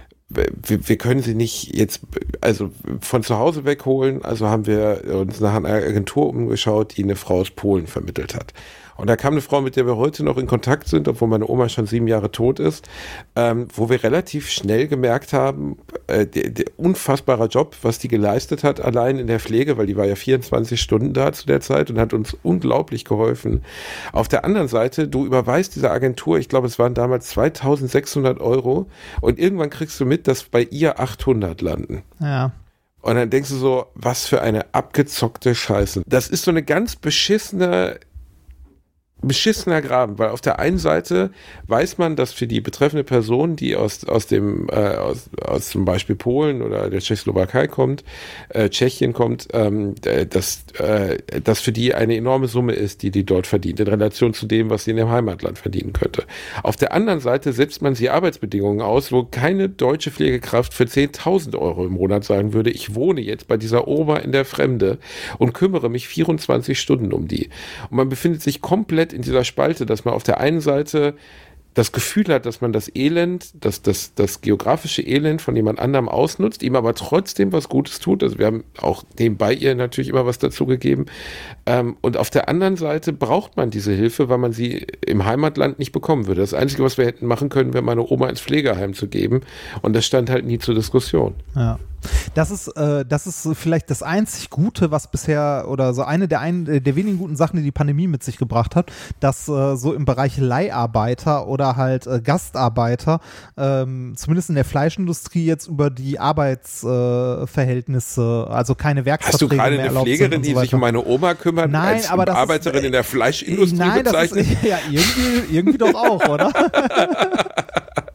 Wir, wir können sie nicht jetzt also von zu Hause wegholen, also haben wir uns nach einer Agentur umgeschaut, die eine Frau aus Polen vermittelt hat. Und da kam eine Frau, mit der wir heute noch in Kontakt sind, obwohl meine Oma schon sieben Jahre tot ist, ähm, wo wir relativ schnell gemerkt haben, äh, der, der unfassbare Job, was die geleistet hat, allein in der Pflege, weil die war ja vierundzwanzig Stunden da zu der Zeit und hat uns unglaublich geholfen. Auf der anderen Seite, du überweist dieser Agentur, ich glaube, es waren damals zweitausendsechshundert Euro und irgendwann kriegst du mit, dass bei ihr achthundert landen. Ja. Und dann denkst du so, was für eine abgezockte Scheiße. Das ist so eine ganz beschissene beschissener Graben, weil auf der einen Seite weiß man, dass für die betreffende Person, die aus aus dem äh, aus, aus zum Beispiel Polen oder der Tschechoslowakei kommt, äh, Tschechien kommt, ähm, dass äh, das für die eine enorme Summe ist, die die dort verdient, in Relation zu dem, was sie in ihrem Heimatland verdienen könnte. Auf der anderen Seite setzt man sie Arbeitsbedingungen aus, wo keine deutsche Pflegekraft für zehntausend Euro im Monat sagen würde, ich wohne jetzt bei dieser Oma in der Fremde und kümmere mich vierundzwanzig Stunden um die. Und man befindet sich komplett in dieser Spalte, dass man auf der einen Seite das Gefühl hat, dass man das Elend, das, das, das geografische Elend von jemand anderem ausnutzt, ihm aber trotzdem was Gutes tut. Also wir haben auch nebenbei ihr natürlich immer was dazu gegeben. Ähm, und auf der anderen Seite braucht man diese Hilfe, weil man sie im Heimatland nicht bekommen würde. Das Einzige, was wir hätten machen können, wäre meine Oma ins Pflegeheim zu geben. Und das stand halt nie zur Diskussion. Ja. Das ist, äh, das ist vielleicht das einzig Gute, was bisher, oder so eine der, ein, der wenigen guten Sachen, die die Pandemie mit sich gebracht hat, dass äh, so im Bereich Leiharbeiter oder halt äh, Gastarbeiter, ähm, zumindest in der Fleischindustrie, jetzt über die Arbeitsverhältnisse, äh, also keine Werksverträge mehr erlaubt sind. Hast du gerade eine Pflegerin, die so sich um meine Oma kümmert, Nein, als aber das Arbeiterin ist, äh, in der Fleischindustrie nein, bezeichnet? Das ist, ja, irgendwie, irgendwie doch auch, oder?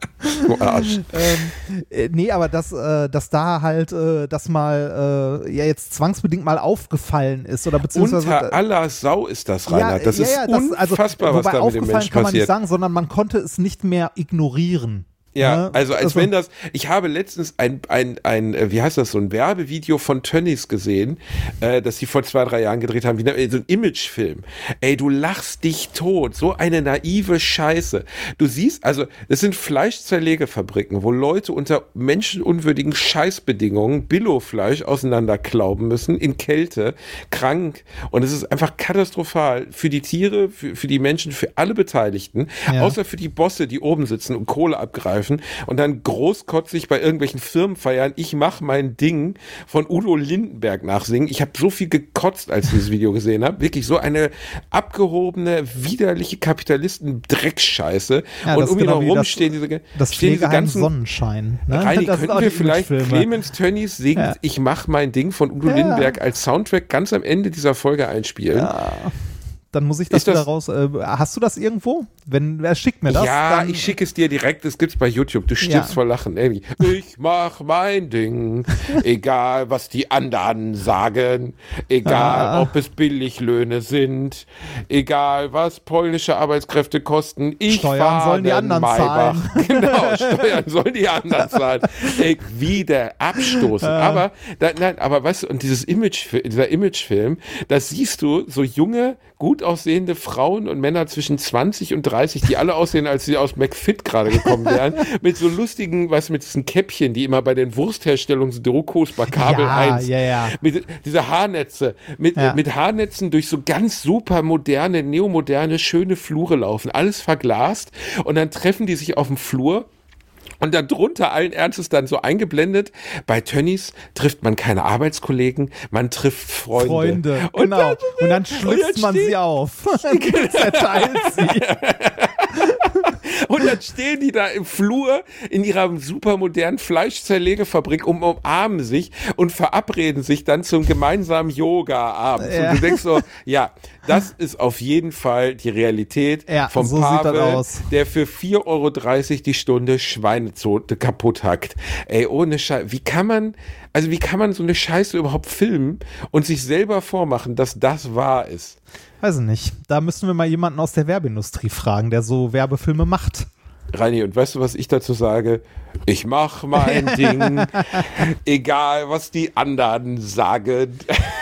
Arsch. ähm, äh, nee, aber dass, äh, dass da halt äh, das mal äh, ja jetzt zwangsbedingt mal aufgefallen ist oder beziehungsweise unter aller Sau ist das, Reinhard. Das ja, ist ja, das, unfassbar, also, was da mit dem Menschen kann man nicht passiert. sagen, sondern man konnte es nicht mehr ignorieren. Ja, ne? also als also, wenn das, ich habe letztens ein, ein, ein, wie heißt das, so ein Werbevideo von Tönnies gesehen, äh, das sie vor zwei, drei Jahren gedreht haben, wie so ein Imagefilm. Ey, du lachst dich tot, so eine naive Scheiße. Du siehst, also das sind Fleischzerlegefabriken, wo Leute unter menschenunwürdigen Scheißbedingungen Billo-Fleisch auseinanderklauben müssen, in Kälte, krank, und es ist einfach katastrophal für die Tiere, für, für die Menschen, für alle Beteiligten, ja. außer für die Bosse, die oben sitzen und Kohle abgreifen und dann großkotzig bei irgendwelchen Firmenfeiern, ich mach mein Ding, von Udo Lindenberg nachsingen. Ich habe so viel gekotzt, als ich dieses Video gesehen habe. Wirklich so eine abgehobene, widerliche Kapitalisten-Dreckscheiße. Ja, und um ihn genau herum das, stehen diese, das stehen diese ganzen Sonnenschein. Ne? Reini, das könnten wir vielleicht Clemens Tönnies singt ja. Ich mach mein Ding von Udo ja. Lindenberg als Soundtrack ganz am Ende dieser Folge einspielen? Ja. Dann muss ich das, das wieder raus. Äh, hast du das irgendwo? Wenn, wer schickt mir das? Ja, dann, ich schicke es dir direkt. Das gibt's bei YouTube. Du stirbst ja. vor Lachen. Ey, ich mach mein Ding. Egal, was die anderen sagen. Egal, ah. ob es Billiglöhne sind. Egal, was polnische Arbeitskräfte kosten. Ich Steuern sollen die anderen Maybach. zahlen. Genau, Steuern sollen die anderen zahlen. Ey, wieder abstoßen. Ah. Aber, da, nein, aber weißt du, und dieses Image, dieser Imagefilm, da siehst du so junge, gut aussehende Frauen und Männer zwischen zwanzig und dreißig, die alle aussehen, als sie aus McFit gerade gekommen wären, mit so lustigen, was mit diesen Käppchen, die immer bei den Wurstherstellungsdrokos bei Kabel ja, eins, ja, ja. mit diese Haarnetze, mit, ja. mit Haarnetzen durch so ganz super moderne, neomoderne, schöne Flure laufen, alles verglast, und dann treffen die sich auf dem Flur. Und darunter allen Ernstes dann so eingeblendet, bei Tönnies trifft man keine Arbeitskollegen, man trifft Freunde. Freunde, und genau. Dann, und dann schlitzt und man sie auf. Und zerteilt sie. Und dann stehen die da im Flur in ihrer supermodernen Fleischzerlegefabrik und umarmen sich und verabreden sich dann zum gemeinsamen Yoga-Abend. Ja. Und du denkst so, ja, das ist auf jeden Fall die Realität ja, vom so Pavel, sieht das aus. der für vier Euro dreißig die Stunde Schweinezote kaputt hackt. Ey, ohne Scheiße. Wie kann man, also wie kann man so eine Scheiße überhaupt filmen und sich selber vormachen, dass das wahr ist? Weiß ich nicht. Da müssen wir mal jemanden aus der Werbeindustrie fragen, der so Werbefilme macht. Reini, und weißt du, was ich dazu sage? Ich mach mein Ding, egal was die anderen sagen.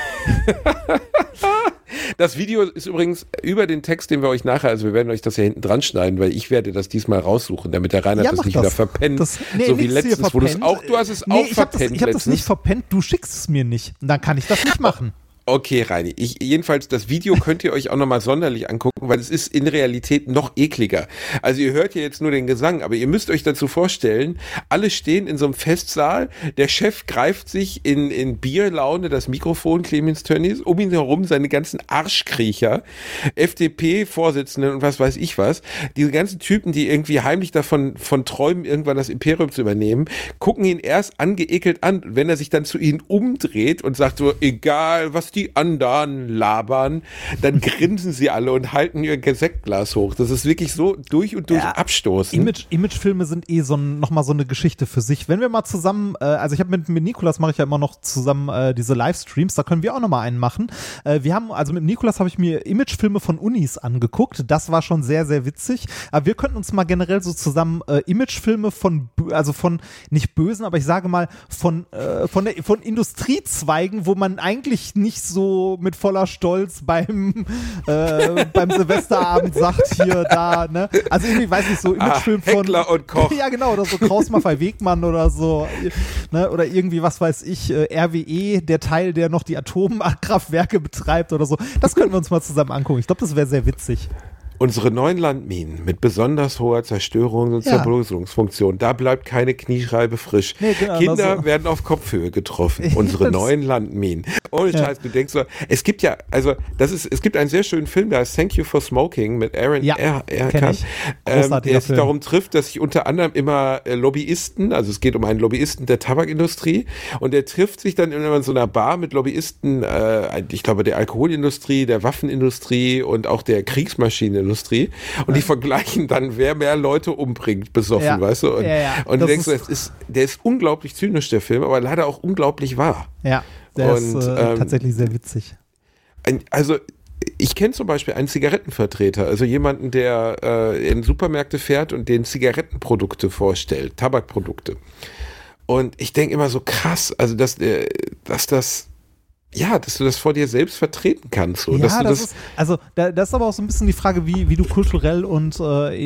Das Video ist übrigens über den Text, den wir euch nachher, also wir werden euch das ja hinten dran schneiden, weil ich werde das diesmal raussuchen, damit der Reinhard ja, das nicht das. wieder verpennt. Das, nee, so wie letztens, wo du es auch, du hast es nee, auch ich verpennt hab das, Ich habe das nicht letztens. verpennt, du schickst es mir nicht. Und dann kann ich das nicht machen. Okay, Reini, ich, jedenfalls das Video könnt ihr euch auch nochmal sonderlich angucken, weil es ist in Realität noch ekliger. Also ihr hört ja jetzt nur den Gesang, aber ihr müsst euch dazu vorstellen, alle stehen in so einem Festsaal, der Chef greift sich in, in Bierlaune das Mikrofon, Clemens Tönnies, um ihn herum seine ganzen Arschkriecher, F D P-Vorsitzenden und was weiß ich was, diese ganzen Typen, die irgendwie heimlich davon von träumen, irgendwann das Imperium zu übernehmen, gucken ihn erst angeekelt an, wenn er sich dann zu ihnen umdreht und sagt so, egal was die anderen labern, dann grinsen sie alle und halten ihr Sektglas hoch. Das ist wirklich so durch und durch Ja, abstoßen. Image, Imagefilme sind eh so ein, nochmal so eine Geschichte für sich. Wenn wir mal zusammen, äh, also ich habe mit, mit Nikolas mache ich ja immer noch zusammen äh, diese Livestreams, da können wir auch nochmal einen machen. Äh, wir haben, also mit Nikolas habe ich mir Imagefilme von Unis angeguckt. Das war schon sehr, sehr witzig. Aber wir könnten uns mal generell so zusammen äh, Imagefilme von, also von, nicht bösen, aber ich sage mal, von, äh, von, der, von Industriezweigen, wo man eigentlich nicht so mit voller Stolz beim, äh, beim Silvesterabend sagt, hier, da, ne? Also irgendwie, weiß ich, so Imagefilm ah, von Heckler und Koch. Ja, genau, oder so Kraus Maffei Wegmann oder so, ne? Oder irgendwie, was weiß ich, äh, R W E, der Teil, der noch die Atomkraftwerke betreibt oder so. Das könnten wir uns mal zusammen angucken. Ich glaube, das wäre sehr witzig. Unsere neuen Landminen mit besonders hoher Zerstörungs- und Ja. Zerbröselungsfunktion, da bleibt keine Kniescheibe frisch. Nee, genau, Kinder also- werden auf Kopfhöhe getroffen. Unsere Das- neuen Landminen. Ohne Ja. Scheiß, du denkst so, es gibt ja, also das ist, es gibt einen sehr schönen Film, der heißt Thank You for Smoking mit Aaron Ja, er, kenn Eckhart, ich. ähm, Großartiger der sich Film. darum trifft, dass sich unter anderem immer äh, Lobbyisten, also es geht um einen Lobbyisten der Tabakindustrie, und der trifft sich dann immer in so einer Bar mit Lobbyisten, äh, ich glaube der Alkoholindustrie, der Waffenindustrie und auch der Kriegsmaschinenindustrie Tabakindustrie und die vergleichen dann, wer mehr Leute umbringt, besoffen, ja. weißt du? Und, ja, ja. und du denkst, ist, das ist, der ist unglaublich zynisch, der Film, aber leider auch unglaublich wahr. Ja, der und, ist äh, ähm, tatsächlich sehr witzig. Ein, also ich kenne zum Beispiel einen Zigarettenvertreter, also jemanden, der äh, in Supermärkte fährt und den Zigarettenprodukte vorstellt, Tabakprodukte. Und ich denke immer so krass, also dass, äh, dass das ja, dass du das vor dir selbst vertreten kannst. So. Ja, dass du das, das ist, also da, das ist aber auch so ein bisschen die Frage, wie, wie du kulturell und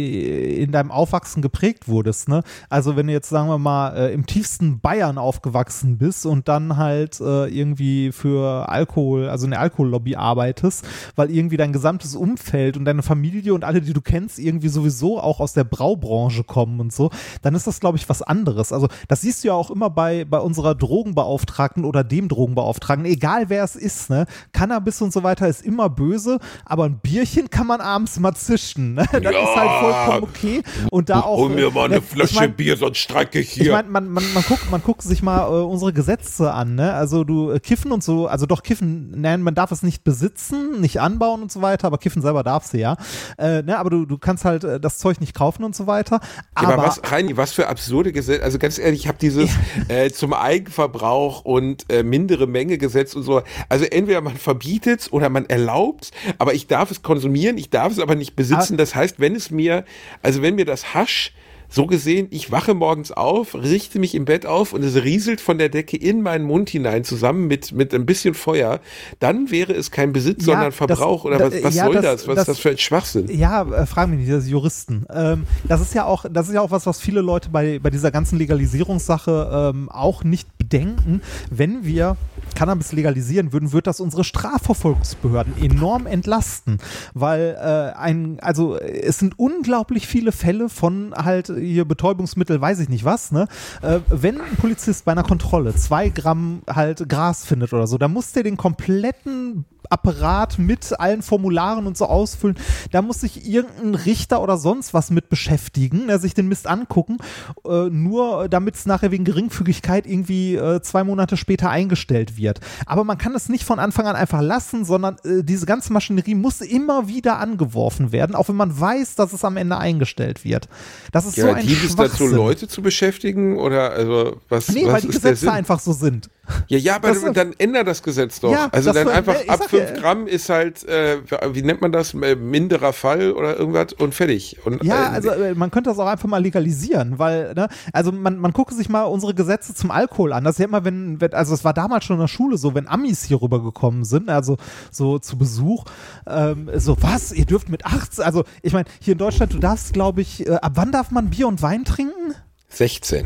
äh, in deinem Aufwachsen geprägt wurdest. Ne? Also wenn du jetzt, sagen wir mal, äh, im tiefsten Bayern aufgewachsen bist und dann halt äh, irgendwie für Alkohol, also in der Alkohollobby arbeitest, weil irgendwie dein gesamtes Umfeld und deine Familie und alle, die du kennst, irgendwie sowieso auch aus der Braubranche kommen und so, dann ist das, glaube ich, was anderes. Also das siehst du ja auch immer bei, bei unserer Drogenbeauftragten oder dem Drogenbeauftragten, egal wer es ist, ne? Cannabis und so weiter ist immer böse, aber ein Bierchen kann man abends mal zischen, ne? Das ja. ist halt vollkommen okay. Und da auch. Hol mir mal eine ne, Flasche ich mein, Bier, sonst streike ich hier. Ich meine, man, man, man, guckt, man guckt sich mal äh, unsere Gesetze an, ne? Also du äh, kiffen und so, also doch kiffen, nein, man darf es nicht besitzen, nicht anbauen und so weiter, aber kiffen selber darfst du ja. Äh, ne? Aber du, du kannst halt äh, das Zeug nicht kaufen und so weiter. Aber, ja, aber was, Reini, was für absurde Gesetze, also ganz ehrlich, ich habe dieses ja. äh, zum Eigenverbrauch und äh, mindere Menge Gesetz und so. Also entweder man verbietet es oder man erlaubt, aber ich darf es konsumieren, ich darf es aber nicht besitzen. Das heißt, wenn es mir, also wenn mir das Hasch, so gesehen, ich wache morgens auf, richte mich im Bett auf und es rieselt von der Decke in meinen Mund hinein, zusammen mit, mit ein bisschen Feuer, dann wäre es kein Besitz, ja, sondern Verbrauch. Das, oder was, was ja, soll das? das? Was das, ist das für ein Schwachsinn? Ja, äh, fragen mich nicht, das ist Juristen. Ähm, das ist ja auch, das ist ja auch was, was viele Leute bei, bei dieser ganzen Legalisierungssache ähm, auch nicht bedenken. Wenn wir Cannabis legalisieren würden, würde das unsere Strafverfolgungsbehörden enorm entlasten, weil äh, ein, also es sind unglaublich viele Fälle von halt hier Betäubungsmittel, weiß ich nicht was, ne? Äh, wenn ein Polizist bei einer Kontrolle zwei Gramm halt Gras findet oder so, dann muss der den kompletten Apparat mit allen Formularen und so ausfüllen. Da muss sich irgendein Richter oder sonst was mit beschäftigen, der sich den Mist angucken, äh, nur damit es nachher wegen Geringfügigkeit irgendwie äh, zwei Monate später eingestellt wird. Aber man kann es nicht von Anfang an einfach lassen, sondern äh, diese ganze Maschinerie muss immer wieder angeworfen werden, auch wenn man weiß, dass es am Ende eingestellt wird. Das ist ja, so ein Schwachsinn. Dient es dazu, Leute zu beschäftigen oder also was? Nee, was weil die Gesetze einfach so sind. Ja, ja, aber das, dann ändert das Gesetz doch. Ja, also dann einfach ne, ab fünf ja, Gramm ist halt, äh, wie nennt man das, minderer Fall oder irgendwas und fertig. Und, ja, äh, also man könnte das auch einfach mal legalisieren, weil, ne, also man, man gucke sich mal unsere Gesetze zum Alkohol an. Das ist ja immer, wenn, wenn also es war damals schon in der Schule so, wenn Amis hier rübergekommen sind, also so zu Besuch, ähm, so was, ihr dürft mit achtzehn, also ich meine, hier in Deutschland, du darfst, glaube ich, äh, ab wann darf man Bier und Wein trinken? sechzehn.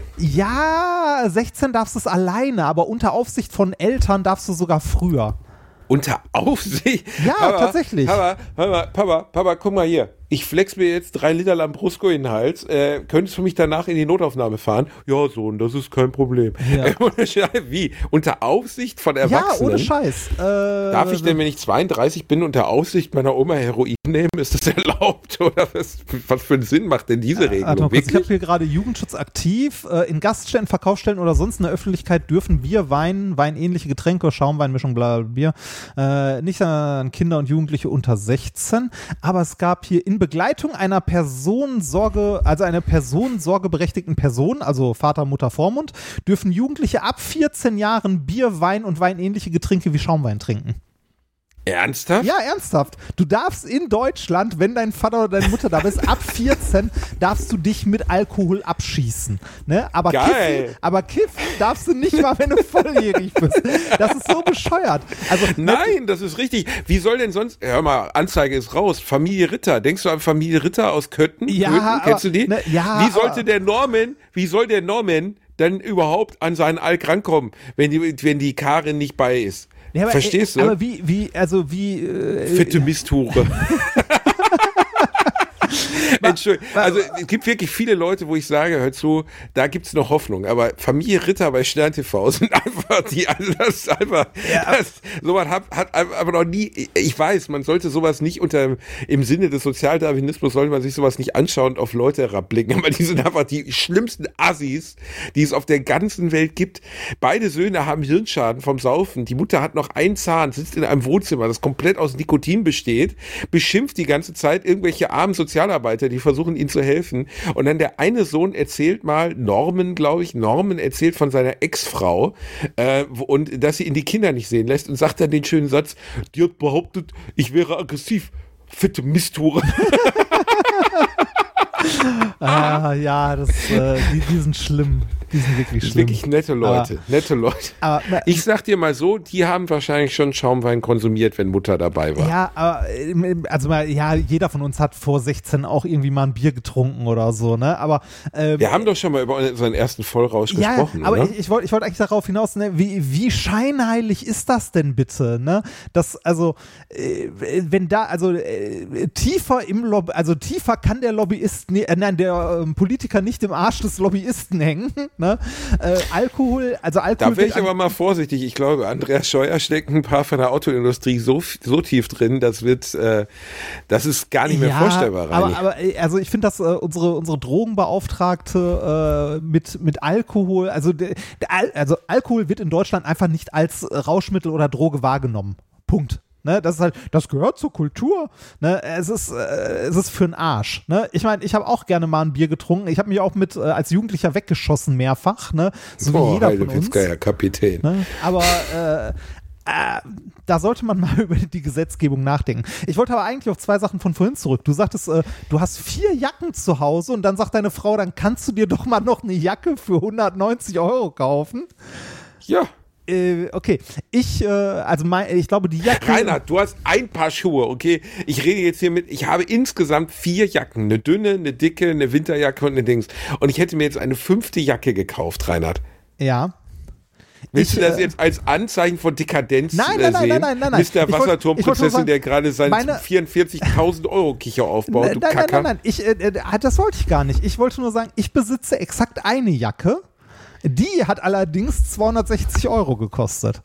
Ja, sechzehn darfst du es alleine, aber unter Aufsicht von Eltern darfst du sogar früher. Unter Aufsicht? Ja, Papa, tatsächlich. Papa, Papa, Papa, Papa, guck mal hier. Ich flex mir jetzt drei Liter Lambrusco in den Hals. Äh, könntest du mich danach in die Notaufnahme fahren? Ja, Sohn, das ist kein Problem. Ja. Wie? Unter Aufsicht von Erwachsenen? Ja, ohne Scheiß. Äh, Darf ich denn, wenn ich zweiunddreißig bin, unter Aufsicht meiner Oma Heroin nehmen? Ist das erlaubt? Oder was, was für einen Sinn macht denn diese Regelung? Äh, kurz, ich habe hier gerade Jugendschutz aktiv. Äh, in Gaststätten, Verkaufsstellen oder sonst in der Öffentlichkeit dürfen Bier, Wein, weinähnliche Getränke, Schaumweinmischung, bla, bla, Bier, äh, nicht an Kinder und Jugendliche unter sechzehn. Aber es gab hier in Begleitung einer Personensorge, also einer personensorgeberechtigten Person, also Vater, Mutter, Vormund, dürfen Jugendliche ab vierzehn Jahren Bier, Wein und weinähnliche Getränke wie Schaumwein trinken. Ernsthaft? Ja, ernsthaft. Du darfst in Deutschland, wenn dein Vater oder deine Mutter da bist, ab vierzehn darfst du dich mit Alkohol abschießen. Ne? Aber, Geil. Kiffen, aber kiffen darfst du nicht mal, wenn du volljährig bist. Das ist so bescheuert. Also, Nein, das ist richtig. Wie soll denn sonst, hör mal, Anzeige ist raus, Familie Ritter. Denkst du an Familie Ritter aus Köthen? Ja, Köthen? aber, Kennst du die? Ne, ja, wie sollte der Norman, wie soll der Norman denn überhaupt an seinen Alk rankommen, wenn die, wenn die Karin nicht bei ist? Ja, aber, Verstehst äh, du? Aber wie, wie, also wie... Äh, Fette Misthure. Entschuldigung. Also es gibt wirklich viele Leute, wo ich sage, hör zu, da gibt's noch Hoffnung. Aber Familie Ritter bei Stern T V sind einfach die, also das ist einfach, Ja. das, sowas hat, hat aber noch nie, ich weiß, man sollte sowas nicht unter, im Sinne des Sozialdarwinismus sollte man sich sowas nicht anschauen und auf Leute herabblicken, aber die sind einfach die schlimmsten Assis, die es auf der ganzen Welt gibt. Beide Söhne haben Hirnschaden vom Saufen. Die Mutter hat noch einen Zahn, sitzt in einem Wohnzimmer, das komplett aus Nikotin besteht, beschimpft die ganze Zeit irgendwelche armen Sozialarbeiter, die versuchen ihnen zu helfen. Und dann der eine Sohn erzählt mal, Norman, glaube ich, Norman erzählt von seiner Ex-Frau äh, und dass sie ihn die Kinder nicht sehen lässt und sagt dann den schönen Satz, die hat behauptet, ich wäre aggressiv. Fette Misthure. Ah, ja, das, äh, die, die sind schlimm. Die sind wirklich schlimm. Wirklich nette Leute, aber, nette Leute. Aber, ich sag dir mal so, die haben wahrscheinlich schon Schaumwein konsumiert, wenn Mutter dabei war. Ja, aber also mal, ja, jeder von uns hat vor sechzehn auch irgendwie mal ein Bier getrunken oder so, ne? Aber ähm, wir haben doch schon mal über unseren ersten Vollrausch ja, gesprochen, aber oder? ich, ich wollte ich wollt eigentlich darauf hinaus, ne, wie, wie scheinheilig ist das denn bitte, ne? Das, also, äh, wenn da, also äh, tiefer im Lobby, also tiefer kann der Lobbyist, ne, äh, nein, der äh, Politiker nicht im Arsch des Lobbyisten hängen, ne? Äh, Alkohol, also Alkohol. Da wäre ich aber mal vorsichtig. Ich glaube, Andreas Scheuer steckt ein paar von der Autoindustrie so, so tief drin, das wird, äh, das ist gar nicht mehr ja, vorstellbar. Aber, aber also ich finde, dass äh, unsere, unsere Drogenbeauftragte äh, mit, mit Alkohol, also, de, de, also Alkohol wird in Deutschland einfach nicht als Rauschmittel oder Droge wahrgenommen. Punkt. Ne, das ist halt, das gehört zur Kultur. Ne, es ist, äh, es ist für den Arsch. Ne? Ich meine, ich habe auch gerne mal ein Bier getrunken. Ich habe mich auch mit äh, als Jugendlicher weggeschossen mehrfach. Ne, so oh, wie jeder von uns. Herr Kapitän. Ne? Aber äh, äh, da sollte man mal über die Gesetzgebung nachdenken. Ich wollte aber eigentlich auf zwei Sachen von vorhin zurück. Du sagtest, äh, du hast vier Jacken zu Hause und dann sagt deine Frau, dann kannst du dir doch mal noch eine Jacke für hundertneunzig Euro kaufen. Ja. Äh, okay, ich, äh, also mein, ich glaube, die Jacke. Reinhard, du hast ein Paar Schuhe, okay? Ich rede jetzt hier mit, ich habe insgesamt vier Jacken. Eine dünne, eine dicke, eine Winterjacke und eine Dings. Und ich hätte mir jetzt eine fünfte Jacke gekauft, Reinhard. Ja. Willst ich, du das äh, jetzt als Anzeichen von Dekadenz nein, äh, nein, nein, sehen? nein, nein, nein, nein. Mister Ich wollt- Wasserturmprinzessin, ich wollte nur der gerade seinen meine- vierundvierzigtausend Euro Kicher aufbaut, du nein, nein, Kacker. nein, nein, ich, äh, das wollte ich gar nicht. Ich wollte nur sagen, ich besitze exakt eine Jacke. Die hat allerdings zweihundertsechzig Euro gekostet.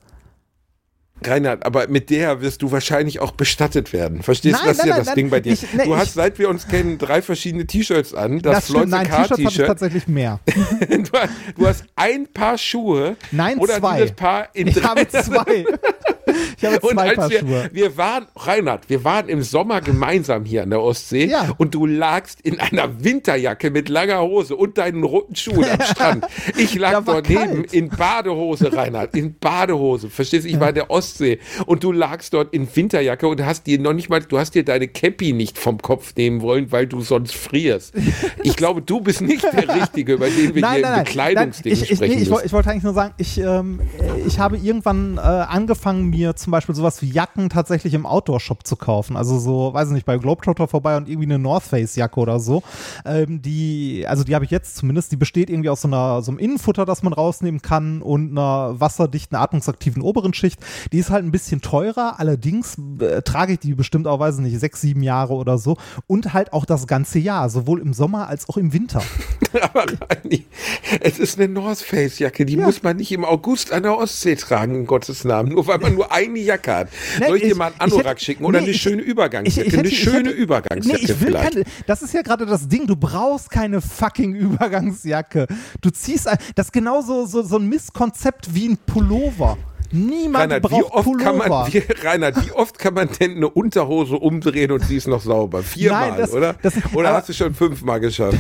Reinhard, aber mit der wirst du wahrscheinlich auch bestattet werden. Verstehst Nein, du, das ist nein, ja nein, das nein, Ding bei dir. ich- ne, du hast, ich- seit wir uns kennen, drei verschiedene T-Shirts an. Das, Das stimmt, nein, Floyd T-Shirts habe ich K-T-Shirt. tatsächlich mehr. du, hast, du hast ein Paar Schuhe. Nein, oder zwei. dieses Paar in Ich drei. habe zwei. Ich habe Und zwei als Paar wir, Schuhe. wir waren, Reinhard, wir waren im Sommer gemeinsam hier an der Ostsee Ja. und du lagst in einer Winterjacke mit langer Hose und deinen roten Schuhen am Strand. Ich lag Ja, war dort neben kalt. in Badehose, Reinhard, in Badehose. Verstehst du, ich war in der Ostsee und du lagst dort in Winterjacke und hast dir noch nicht mal, du hast dir deine Cappy nicht vom Kopf nehmen wollen, weil du sonst frierst. Ich glaube, du bist nicht der Richtige, über den wir Nein, hier nein, im nein. Bekleidungsding Nein, ich, ich, sprechen nee, ich, müssen. woll- ich wollte eigentlich nur sagen, ich, ähm, äh, ich habe irgendwann äh, angefangen, mir zum Beispiel sowas wie Jacken tatsächlich im Outdoor-Shop zu kaufen. Also so, weiß ich nicht, bei Globetrotter vorbei und irgendwie eine North Face-Jacke oder so. Ähm, die, also die habe ich jetzt zumindest, die besteht irgendwie aus so, einer, so einem Innenfutter, das man rausnehmen kann und einer wasserdichten, atmungsaktiven oberen Schicht. Die ist halt ein bisschen teurer, allerdings äh, trage ich die bestimmt auch, weiß ich nicht, sechs, sieben Jahre oder so und halt auch das ganze Jahr, sowohl im Sommer als auch im Winter. Aber Reini, es ist eine North Face Jacke, die Ja. muss man nicht im August an der Ostsee tragen, in Gottes Namen, nur weil man nur eine Jacke hat. Nee, Soll ich, dir ich- mal einen ich Anorak hätte- schicken oder nee, eine ich- schöne Übergangsjacke? Ich- ich hätte- eine ich schöne hätte- Übergangsjacke Nee, ich will vielleicht. keine, das ist ja gerade das Ding, du brauchst keine fucking Übergangsjacke. Du ziehst, ein, das ist genauso so, so ein Misskonzept wie ein Pullover. Niemand Reinhard, wie braucht oft, kann Pullover. man, wie, Reinhard, wie oft kann man denn eine Unterhose umdrehen und sie ist noch sauber? Viermal, Nein, das- oder? das- oder aber- hast du schon fünfmal geschafft?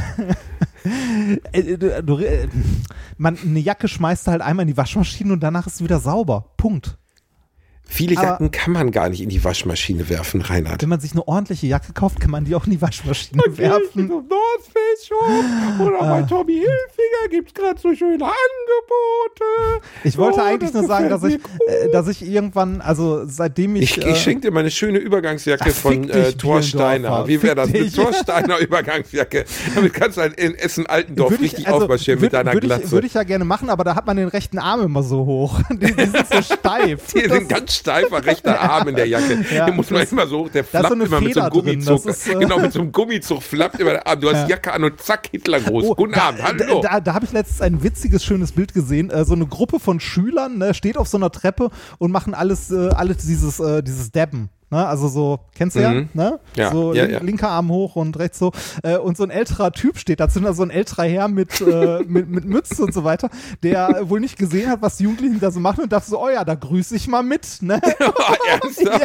Äh, du, du, äh, man, eine Jacke schmeißt du halt einmal in die Waschmaschine und danach ist sie wieder sauber. Punkt. Viele Aber- Jacken kann man gar nicht in die Waschmaschine werfen, Reinhard. Wenn man sich eine ordentliche Jacke kauft, kann man die auch in die Waschmaschine werfen. North Face Shop oder bei Tommy Hilfiger gibt's gerade so schöne Angebote. Ich wollte Oh, eigentlich das nur sagen, dass gefällt ich, mir äh, dass ich irgendwann, also seitdem ich. Ich, äh, ich schenke dir mal eine schöne Übergangsjacke Ach, von fick äh, dich, Thor Bielendorfer. Steiner. Wie wäre das? Fick Eine dich. Thor Steiner Übergangsjacke. Damit kannst du halt in Essen-Altendorf Würde ich- richtig also, aufmarschieren würd- mit deiner würde ich, Glatze. Würde ich ja gerne machen, aber da hat man den rechten Arm immer so hoch. Die, die sind so steif. Die Das- sind ganz steifer rechter Arm in der Jacke. Ja, den muss man das- immer so, der da ist so flappt eine immer mit so einem Feder drin, Gummizug. das ist, äh, genau, mit so einem Gummizug flappt immer der Arm. Du hast Ja. Jacke an und zack, Hitler groß. Oh, Guten da, Abend, hallo. Da, da, da habe ich letztens ein witziges, schönes Bild gesehen. Äh, so eine Gruppe von Schülern ne, steht auf so einer Treppe und machen alles, äh, alles dieses, äh, dieses Dabben. Ne? Also so, kennst du ja? Mhm. Ne? Ja, so ja, lin- ja. linker Arm hoch und rechts so. Äh, und so ein älterer Typ steht dazu, so ein älterer Herr mit, äh, mit, mit Mütze und so weiter, der wohl nicht gesehen hat, was die Jugendlichen da so machen und dachte so, oh ja, da grüße ich mal mit. Ne? Ernsthaft?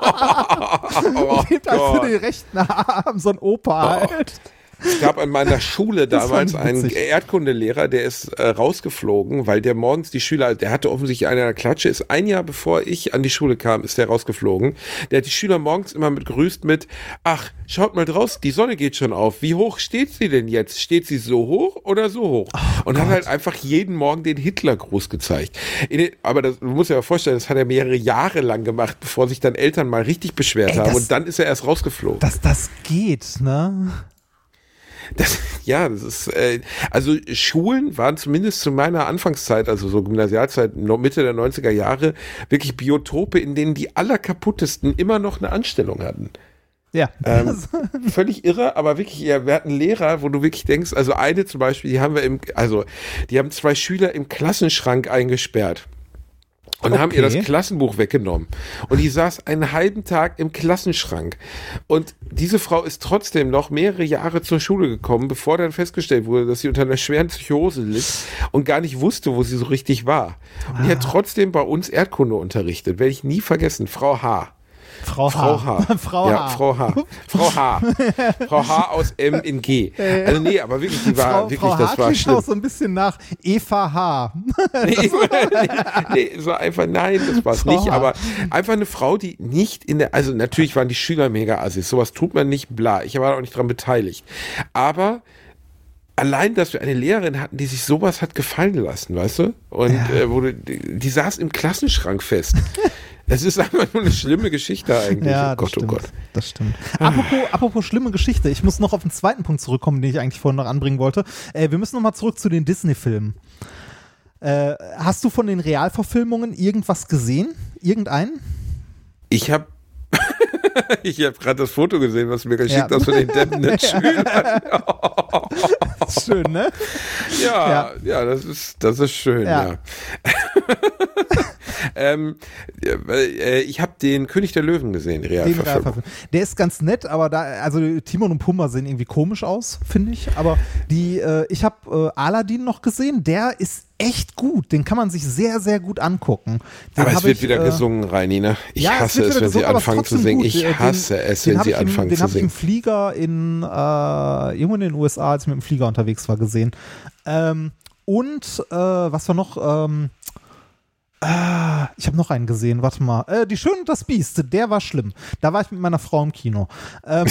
Ja. Oh Und hebt halt für Gott. den rechten Arm so ein Opa halt. Es gab an meiner Schule Das damals fand ich einen witzig. Erdkundelehrer, der ist äh, rausgeflogen, weil der morgens die Schüler, der hatte offensichtlich eine in der Klatsche, ist ein Jahr bevor ich an die Schule kam, ist der rausgeflogen. Der hat die Schüler morgens immer mit grüßt mit, ach, schaut mal draußen, die Sonne geht schon auf. Wie hoch steht sie denn jetzt? Steht sie so hoch oder so hoch? Oh Und hat halt einfach jeden Morgen den Hitlergruß gezeigt. In den, aber das, du musst dir ja vorstellen, das hat er mehrere Jahre lang gemacht, bevor sich dann Eltern mal richtig beschwert Ey, haben. das- Und dann ist er erst rausgeflogen. Dass das geht, ne? Das, ja, das ist, äh, also Schulen waren zumindest zu meiner Anfangszeit, also so Gymnasialzeit, no, Mitte der neunziger Jahre, wirklich Biotope, in denen die allerkaputtesten immer noch eine Anstellung hatten. Ja. Ähm, völlig irre, aber wirklich, ja, wir hatten Lehrer, wo du wirklich denkst, also eine zum Beispiel, die haben wir im, also die haben zwei Schüler im Klassenschrank eingesperrt. Und haben ihr das Okay. Klassenbuch weggenommen. Und die saß einen halben Tag im Klassenschrank. Und diese Frau ist trotzdem noch mehrere Jahre zur Schule gekommen, bevor dann festgestellt wurde, dass sie unter einer schweren Psychose litt und gar nicht wusste, wo sie so richtig war. Und die hat trotzdem bei uns Erdkunde unterrichtet. Werde ich nie vergessen. Frau H. Frau H. Frau H. Frau ja, H. Frau H. Frau H. Frau H. aus M in G. Also nee, aber wirklich, die war Frau, wirklich, Frau das H. war klingt schlimm. auch so ein bisschen nach Eva H. Nee, nee, nee, so einfach, nein, das war es Frau nicht, H. aber einfach eine Frau, die nicht in der, also natürlich waren die Schüler mega assis, sowas tut man nicht, bla, ich war auch nicht dran beteiligt, aber allein, dass wir eine Lehrerin hatten, die sich sowas hat gefallen lassen, weißt du, und Ja. äh, wurde, die, die saß im Klassenschrank fest. Es ist einfach nur eine schlimme Geschichte eigentlich. Ja, oh das Gott, stimmt. oh Gott. Das stimmt. Apropos, apropos schlimme Geschichte, ich muss noch auf den zweiten Punkt zurückkommen, den ich eigentlich vorhin noch anbringen wollte. Äh, wir müssen noch mal zurück zu den Disney-Filmen. Äh, hast du von den Realverfilmungen irgendwas gesehen? Irgendeinen? Ich habe ich habe gerade das Foto gesehen, was du mir geschickt Ja. hast von den dämmenden Schülern. Das ist schön, ne? Ja, Ja. ja, das ist, das ist schön, Ja. ja. ähm, ja, weil, äh, ich habe den König der Löwen gesehen, die Den Realverfilmung. Realverfilmung. Der ist ganz nett, aber da, also Timon und Pumba sehen irgendwie komisch aus, finde ich. Aber die, äh, ich habe äh, Aladdin noch gesehen, der ist echt gut. Den kann man sich sehr, sehr gut angucken. Den Aber es hab wird ich, wieder äh, gesungen, Reini, ne? Ich ja, hasse wird es, wieder wenn sie gesungen, aber es ist anfangen zu trotzdem singen. gut. Ich Den- hasse es, den wenn hab sie ich im, anfangen den zu hab ich im singen. Flieger in, äh, irgendwo in den U S A, als ich mit dem Flieger unterwegs war, gesehen. Ähm, und, äh, was war noch? Ähm, äh, ich habe noch einen gesehen, warte mal. Äh, Die Schöne und das Biest, der war schlimm. Da war ich mit meiner Frau im Kino. Ähm,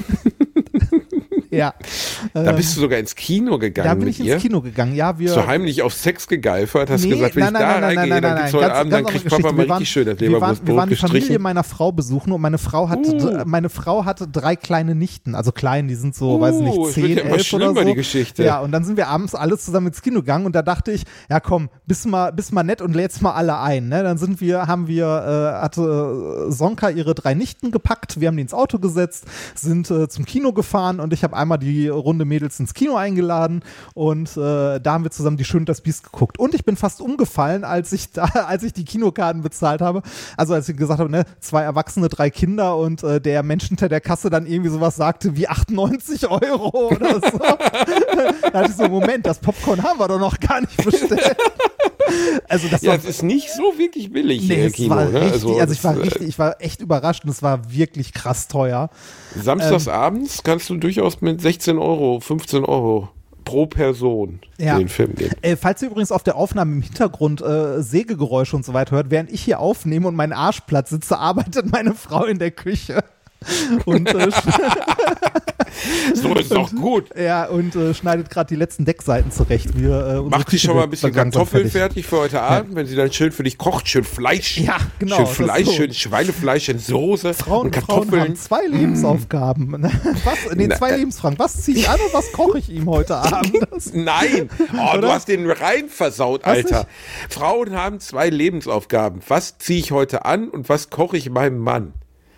ja. Da Ähm, bist du sogar ins Kino gegangen da bin mit ich ins ihr. Kino gegangen, ja, wir... So heimlich auf Sex gegeifert, hast Nee, gesagt, wenn nein, ich da nein, nein, nein, reingehe, nein, dann nein, gibt's nein, heute ganz- Abend, dann ganz kriegt andere Papa mal Geschichte. richtig schön das wir waren, wir Leberwurstbrot waren die Familie gestrichen. meiner Frau besuchen und meine Frau hatte, Uh. meine Frau hatte drei kleine Nichten, also klein, die sind so, Uh, weiß nicht, es wird zehn, ja immer elf oder schlimmer, so. die Geschichte. Ja, und dann sind wir abends alle zusammen ins Kino gegangen und da dachte ich, ja komm, bist mal, bist mal nett und lädst mal alle ein. Ne? Dann sind wir, haben wir, äh, hatte Sonka ihre drei Nichten gepackt, wir haben die ins Auto gesetzt, sind äh, zum Kino gefahren und ich habe einmal die Runde Mädels ins Kino eingeladen und äh, da haben wir zusammen die Schön und das Biest geguckt. Und ich bin fast umgefallen, als ich da, als ich die Kinokarten bezahlt habe. Also als ich gesagt habe, ne, zwei Erwachsene, drei Kinder und äh, der Mensch hinter der Kasse dann irgendwie sowas sagte wie achtundneunzig Euro oder so. Da hatte ich so, Moment, das Popcorn haben wir doch noch gar nicht bestellt. Also das Ja, war es ist nicht so wirklich billig Nee, hier es Kino, war ne? richtig, also, das, ich war äh, richtig, ich war echt überrascht und es war wirklich krass teuer. Samstags abends kannst du durchaus mit sechzehn Euro, fünfzehn Euro pro Person Ja. in den Film gehen. Äh, falls ihr übrigens auf der Aufnahme im Hintergrund äh, Sägegeräusche und so weiter hört, während ich hier aufnehme und meinen Arschplatz sitze, arbeitet meine Frau in der Küche. Und äh, So ist doch gut. Ja, und äh, schneidet gerade die letzten Deckseiten zurecht. Wir, äh, Macht sie schon mal ein bisschen Kartoffeln fertig für heute Abend, ja. wenn sie dann schön für dich kocht, schön Fleisch. Ja, genau. Schön Fleisch, so. schön Schweinefleisch in Soße Frauen, und Kartoffeln. Frauen haben zwei Lebensaufgaben. Was? Nee, zwei Lebensfragen. Was ziehe ich an und was koche ich ihm heute Abend? Nein, oh, du hast den rein versaut, Was Alter. nicht? Frauen haben zwei Lebensaufgaben. Was ziehe ich heute an und was koche ich meinem Mann?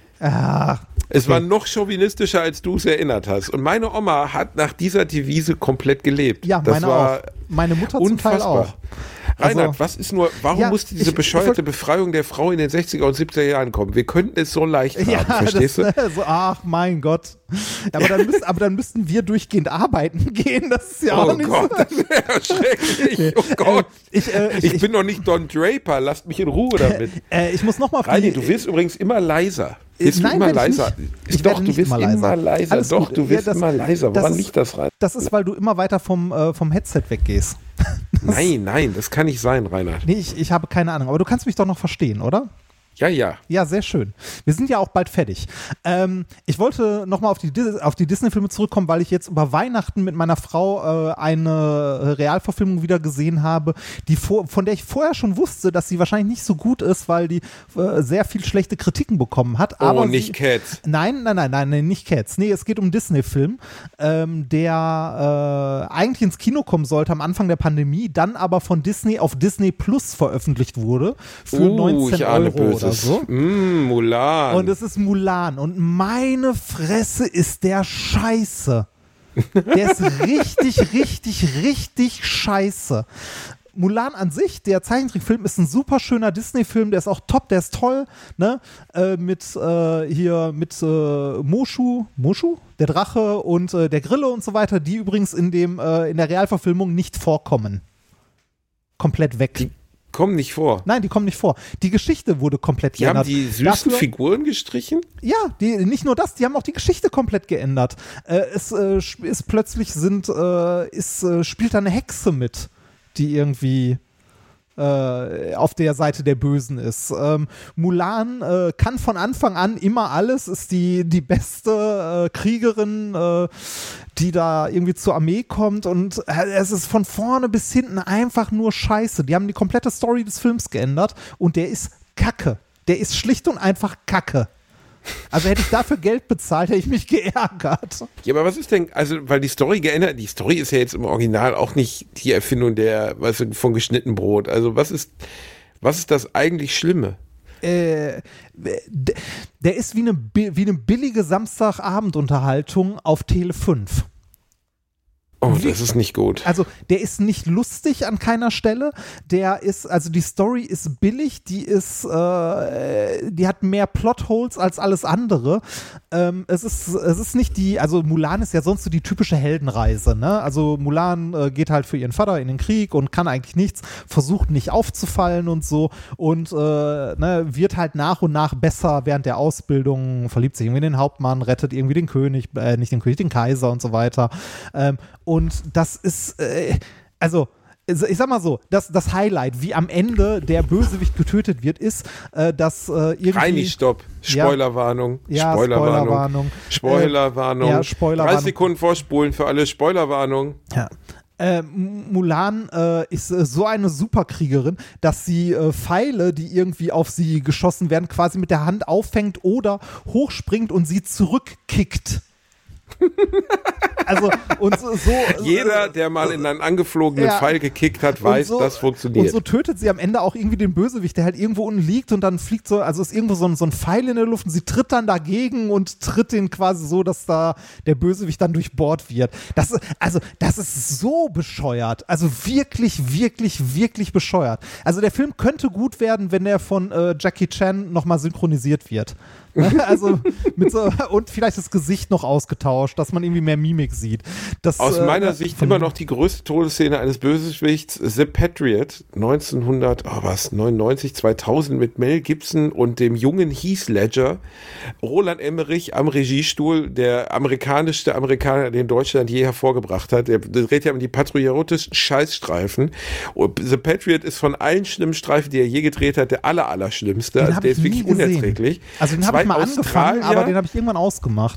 Ah, Es okay. war noch chauvinistischer, als du es erinnert hast. Und meine Oma hat nach dieser Devise komplett gelebt. Ja, das meine war auch. Meine Mutter unfassbar. zum Teil auch. Reinhard, Also, was ist nur, warum ja, musste diese ich- bescheuerte ich wollt- Befreiung der Frau in den sechziger und siebziger Jahren kommen? Wir könnten es so leicht haben, Ja, verstehst das, du? so, ach mein Gott. Aber dann, müssen, aber dann müssten wir durchgehend arbeiten gehen. Das ist ja auch Oh nicht Gott, so. das wäre schrecklich. Oh Gott. Ich, äh, ich, Ich ich, bin doch nicht Don Draper, lasst mich in Ruhe damit. äh, ich muss nochmal auf Reini, die... du wirst übrigens immer leiser. Wirst Nein, du immer werde ich leiser? nicht. Ich Doch, werde du nicht wirst immer leiser. immer leiser. Alles Doch, gut. du wirst Ja, das- immer leiser. das Woran ist- liegt das, Rein? Das ist, weil du immer weiter vom, äh, vom Headset weggehst. Nein, nein, das kann nicht sein, Reinhard. Nee, ich, ich habe keine Ahnung. Aber du kannst mich doch noch verstehen, oder? Ja, ja. Ja, sehr schön. Wir sind ja auch bald fertig. Ähm, ich wollte nochmal auf die, Dis- auf die Disney-Filme zurückkommen, weil ich jetzt über Weihnachten mit meiner Frau äh, eine Realverfilmung wieder gesehen habe, die vor, von der ich vorher schon wusste, dass sie wahrscheinlich nicht so gut ist, weil die äh, sehr viel schlechte Kritiken bekommen hat. Aber Oh, nicht sie, Cats. Nein, nein, nein, nein, nein, nicht Cats. Nee, es geht um einen Disney-Film, ähm, der äh, eigentlich ins Kino kommen sollte am Anfang der Pandemie, dann aber von Disney auf Disney Plus veröffentlicht wurde für Uh, neunzehn ich ahne Euro oder Böses. so. Mm, Mulan. Und es ist Mulan. Und meine Fresse ist der scheiße. Der ist richtig, richtig, richtig scheiße. Mulan an sich, der Zeichentrickfilm, ist ein super schöner Disney-Film, der ist auch top, der ist toll, ne? Äh, mit äh, hier, mit äh, Moshu, Moshu? Der Drache und äh, der Grille und so weiter, die übrigens in dem, äh, in der Realverfilmung nicht vorkommen. Komplett weg. Die kommen nicht vor. Nein, die kommen nicht vor. Die Geschichte wurde komplett Die haben geändert. die süßen Dafür- Figuren gestrichen? Ja, die, nicht nur das, die haben auch die Geschichte komplett geändert. Äh, es äh, sp- ist plötzlich sind, äh, ist, äh, spielt da eine Hexe mit, die irgendwie äh, auf der Seite der Bösen ist. Ähm, Mulan äh, kann von Anfang an immer alles, ist die, die beste äh, Kriegerin, äh, die da irgendwie zur Armee kommt und äh, es ist von vorne bis hinten einfach nur Scheiße. Die haben die komplette Story des Films geändert und der ist Kacke. Der ist schlicht und einfach Kacke. Also hätte ich dafür Geld bezahlt, hätte ich mich geärgert. Ja, aber was ist denn, also, weil die Story geändert, die Story ist ja jetzt im Original auch nicht die Erfindung der, weißt du, von geschnitten Brot. Also was ist, was ist das eigentlich Schlimme? Äh, d- der ist wie eine, bi- wie eine billige Samstagabendunterhaltung auf Tele fünf. Oh, das ist nicht gut. Also der ist nicht lustig an keiner Stelle. Der ist, also die Story ist billig, die ist, äh, die hat mehr Plotholes als alles andere. Ähm, es ist, es ist nicht die, also Mulan ist ja sonst so die typische Heldenreise, ne? Also Mulan äh, geht halt für ihren Vater in den Krieg und kann eigentlich nichts, versucht nicht aufzufallen und so und äh, ne, wird halt nach und nach besser während der Ausbildung, verliebt sich irgendwie in den Hauptmann, rettet irgendwie den König, äh, nicht den König, den Kaiser und so weiter. Ähm, Und das ist, äh, also, ich sag mal so, das, das Highlight, wie am Ende der Bösewicht getötet wird, ist, äh, dass äh, irgendwie... Reini, stopp. Spoilerwarnung. Ja, Spoilerwarnung. Spoilerwarnung. Spoilerwarnung. Äh, ja, Spoilerwarnung. dreißig Sekunden vorspulen für alle. Spoilerwarnung. Ja. Äh, Mulan äh, ist äh, so eine Superkriegerin, dass sie äh, Pfeile, die irgendwie auf sie geschossen werden, quasi mit der Hand auffängt oder hochspringt und sie zurückkickt. Also, und so. so Jeder, der mal in einen angeflogenen Ja. Pfeil gekickt hat, Und weiß, so, das funktioniert. Und so tötet sie am Ende auch irgendwie den Bösewicht, der halt irgendwo unten liegt und dann fliegt so, also ist irgendwo so ein, so ein Pfeil in der Luft und sie tritt dann dagegen und tritt den quasi so, dass da der Bösewicht dann durchbohrt wird. Das ist, also, das ist so bescheuert. Also wirklich, wirklich, wirklich bescheuert. Also der Film könnte gut werden, wenn der von äh, Jackie Chan nochmal synchronisiert wird. Also mit so, und vielleicht das Gesicht noch ausgetauscht, dass man irgendwie mehr Mimik sieht. Das, Aus äh, meiner Sicht von- immer noch die größte Todesszene eines Bösewichts, The Patriot, neunzehnhundertneunundneunzig, zweitausend mit Mel Gibson und dem jungen Heath Ledger, Roland Emmerich am Regiestuhl, der amerikanischste Amerikaner, den Deutschland je hervorgebracht hat. Der dreht ja um die patriotischen Scheißstreifen. Und The Patriot ist von allen schlimmen Streifen, die er je gedreht hat, der aller, allerschlimmste. Den Also hab der ich ist wirklich nie gesehen. unerträglich. Also den habe Zwei ich mal angefangen, Australier, aber den habe ich irgendwann ausgemacht.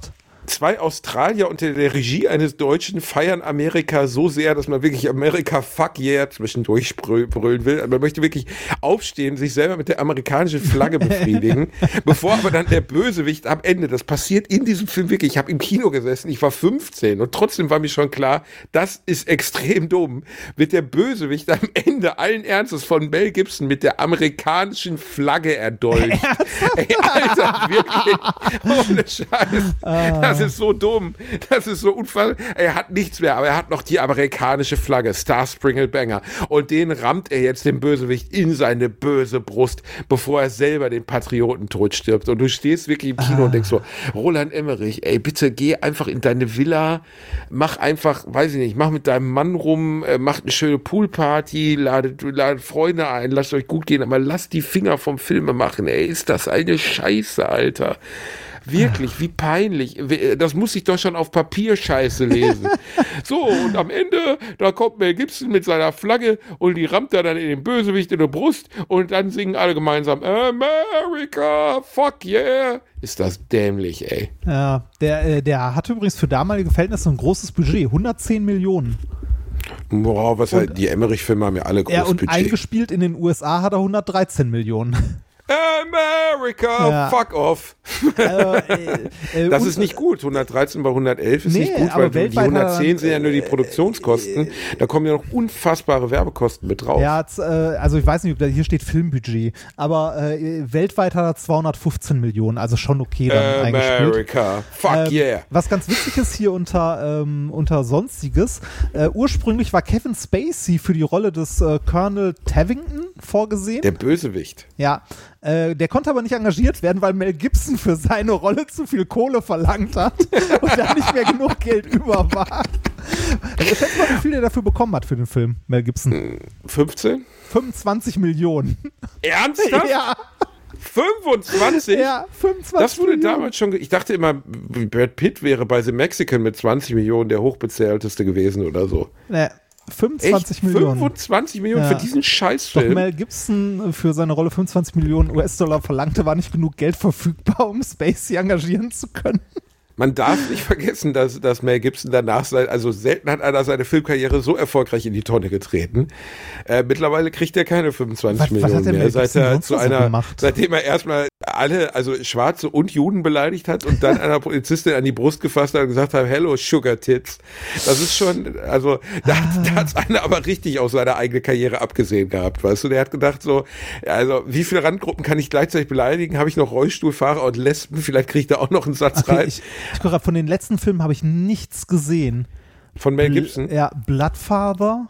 zwei Australier unter der Regie eines Deutschen feiern Amerika so sehr, dass man wirklich Amerika fuck yeah zwischendurch brüllen will. Man möchte wirklich aufstehen, sich selber mit der amerikanischen Flagge befriedigen, bevor aber dann der Bösewicht am Ende, das passiert in diesem Film wirklich, ich habe im Kino gesessen, ich war fünfzehn und trotzdem war mir schon klar, das ist extrem dumm, wird der Bösewicht am Ende allen Ernstes von Mel Gibson mit der amerikanischen Flagge erdolcht. Ey, Alter, wirklich, ohne Scheiß. Ah. Das ist so dumm, das ist so unfassbar. Er hat nichts mehr, aber er hat noch die amerikanische Flagge, Star Spangled Banner, und den rammt er jetzt dem Bösewicht in seine böse Brust, bevor er selber den Patrioten tot stirbt. Und du stehst wirklich im Kino ah. und denkst so, Roland Emmerich, ey, bitte geh einfach in deine Villa, mach einfach, weiß ich nicht, mach mit deinem Mann rum, äh, mach eine schöne Poolparty, ladet, ladet Freunde ein, lasst euch gut gehen, aber lasst die Finger vom Filme machen, ey, ist das eine Scheiße, Alter. Wirklich, wie peinlich. Das muss ich doch schon auf Papier scheiße lesen. So, und am Ende, da kommt Mel Gibson mit seiner Flagge und die rammt er dann in den Bösewicht in die Brust und dann singen alle gemeinsam America, fuck yeah. Ist das dämlich, ey. Ja, der, der hatte übrigens für damalige Verhältnisse ein großes Budget, hundertzehn Millionen. Boah, was und, halt, die Emmerich-Filme haben ja alle großes ja, und Budget. Eingespielt in den U S A hat er hundertdreizehn Millionen. America, ja. Fuck off. Also, äh, äh, das ist nicht gut. hundertdreizehn bei hundertelf ist nee, nicht gut, weil die hundertzehn sind ja nur die Produktionskosten. Äh, da kommen ja noch unfassbare Werbekosten mit drauf. Ja, also ich weiß nicht, hier steht Filmbudget, aber äh, weltweit hat er zweihundertfünfzehn Millionen, also schon okay dann eingespielt. America, fuck ähm, yeah. Was ganz witzig ist hier unter, ähm, unter Sonstiges, äh, ursprünglich war Kevin Spacey für die Rolle des äh, Colonel Tavington vorgesehen. Der Bösewicht. Ja, Äh, der konnte aber nicht engagiert werden, weil Mel Gibson für seine Rolle zu viel Kohle verlangt hat und da nicht mehr genug Geld über war. Also schätzt mal, wie viel der dafür bekommen hat für den Film, Mel Gibson. fünfzehn? fünfundzwanzig Millionen. Ernsthaft? Ja. fünfundzwanzig? Ja, fünfundzwanzig Das wurde Millionen. damals schon, ich dachte immer, Brad Pitt wäre bei The Mexican mit zwanzig Millionen der hochbezahlteste gewesen oder so. Nee. fünfundzwanzig Echt? Millionen. fünfundzwanzig Millionen ja. für diesen Scheißfilm? Doch Mel Gibson für seine Rolle fünfundzwanzig Millionen U S-Dollar verlangte, war nicht genug Geld verfügbar, um Spacey engagieren zu können. Man darf nicht vergessen, dass, dass Mel Gibson danach, sein, also selten hat einer seine Filmkarriere so erfolgreich in die Tonne getreten. Äh, mittlerweile kriegt er keine fünfundzwanzig was, Millionen was hat der mehr, Mel seit Gibson er zu einer, so seitdem er erstmal alle, also Schwarze und Juden beleidigt hat und dann einer Polizistin an die Brust gefasst hat und gesagt hat, hello Sugar Tits. Das ist schon, also da, ah. da hat es einer aber richtig aus seiner eigenen Karriere abgesehen gehabt, weißt du, der hat gedacht so, also wie viele Randgruppen kann ich gleichzeitig beleidigen, habe ich noch Rollstuhlfahrer und Lesben, vielleicht kriege ich da auch noch einen Satz okay, rein. Ich, ich gucke gerade, von den letzten Filmen habe ich nichts gesehen. Von Mel Gibson? Bl- ja, Bloodfather,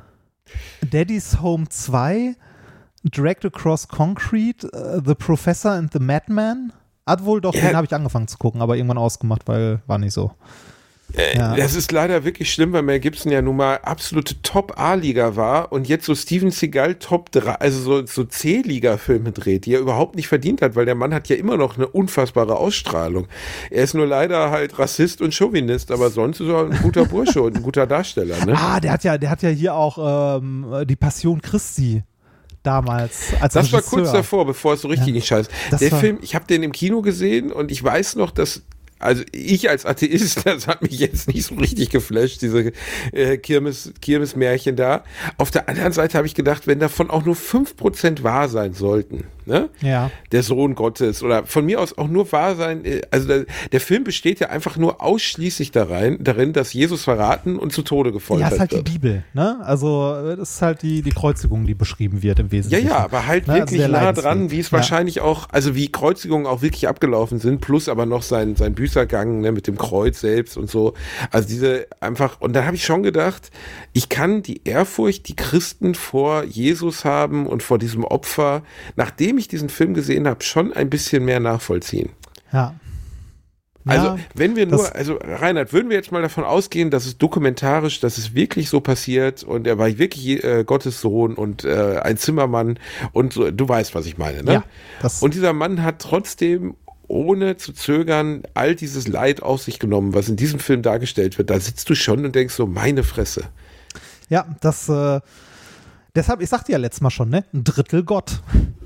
Daddy's Home zwei, Dragged Across Concrete, uh, The Professor and the Madman. Hat wohl doch, ja. Den habe ich angefangen zu gucken, aber irgendwann ausgemacht, weil war nicht so. Äh, ja. Das ist leider wirklich schlimm, weil Mel Gibson ja nun mal absolute Top-A-Liga war und jetzt so Steven Seagal Top drei, also so, so C-Liga-Filme dreht, die er überhaupt nicht verdient hat, weil der Mann hat ja immer noch eine unfassbare Ausstrahlung. Er ist nur leider halt Rassist und Chauvinist, aber sonst ist er ein guter Bursche und ein guter Darsteller. Ne? Ah, der hat ja, der hat ja hier auch ähm, die Passion Christi damals als Das Regisseur. war kurz davor, bevor es so richtig ja, in Scheiß. Der Film, ich habe den im Kino gesehen und ich weiß noch, dass also ich als Atheist, das hat mich jetzt nicht so richtig geflasht, diese äh, Kirmes, Kirmesmärchen da. Auf der anderen Seite habe ich gedacht, wenn davon auch nur fünf Prozent wahr sein sollten, ne? Ja. Der Sohn Gottes oder von mir aus auch nur wahr sein, äh, also der, der Film besteht ja einfach nur ausschließlich darin, darin, dass Jesus verraten und zu Tode gefoltert wird. Ja, ist halt wird. die Bibel, ne? Also das ist halt die, die Kreuzigung, die beschrieben wird im Wesentlichen. Ja, ja, aber halt ne? wirklich also nah dran, wie es ja. wahrscheinlich auch, also wie Kreuzigungen auch wirklich abgelaufen sind, plus aber noch sein, sein Büßergang, ne, mit dem Kreuz selbst und so. Also diese einfach, und da habe ich schon gedacht, ich kann die Ehrfurcht, die Christen vor Jesus haben und vor diesem Opfer, nachdem ich diesen Film gesehen habe, schon ein bisschen mehr nachvollziehen. Ja. Also, ja, wenn wir nur, also Reinhard, würden wir jetzt mal davon ausgehen, dass es dokumentarisch, dass es wirklich so passiert und er war wirklich äh, Gottes Sohn und äh, ein Zimmermann und so, du weißt, was ich meine, ne? Ja, das und dieser Mann hat trotzdem ohne zu zögern all dieses Leid auf sich genommen, was in diesem Film dargestellt wird. Da sitzt du schon und denkst so, meine Fresse. Ja, das, äh, deshalb, ich sagte ja letztes Mal schon, ne, ein Drittel Gott.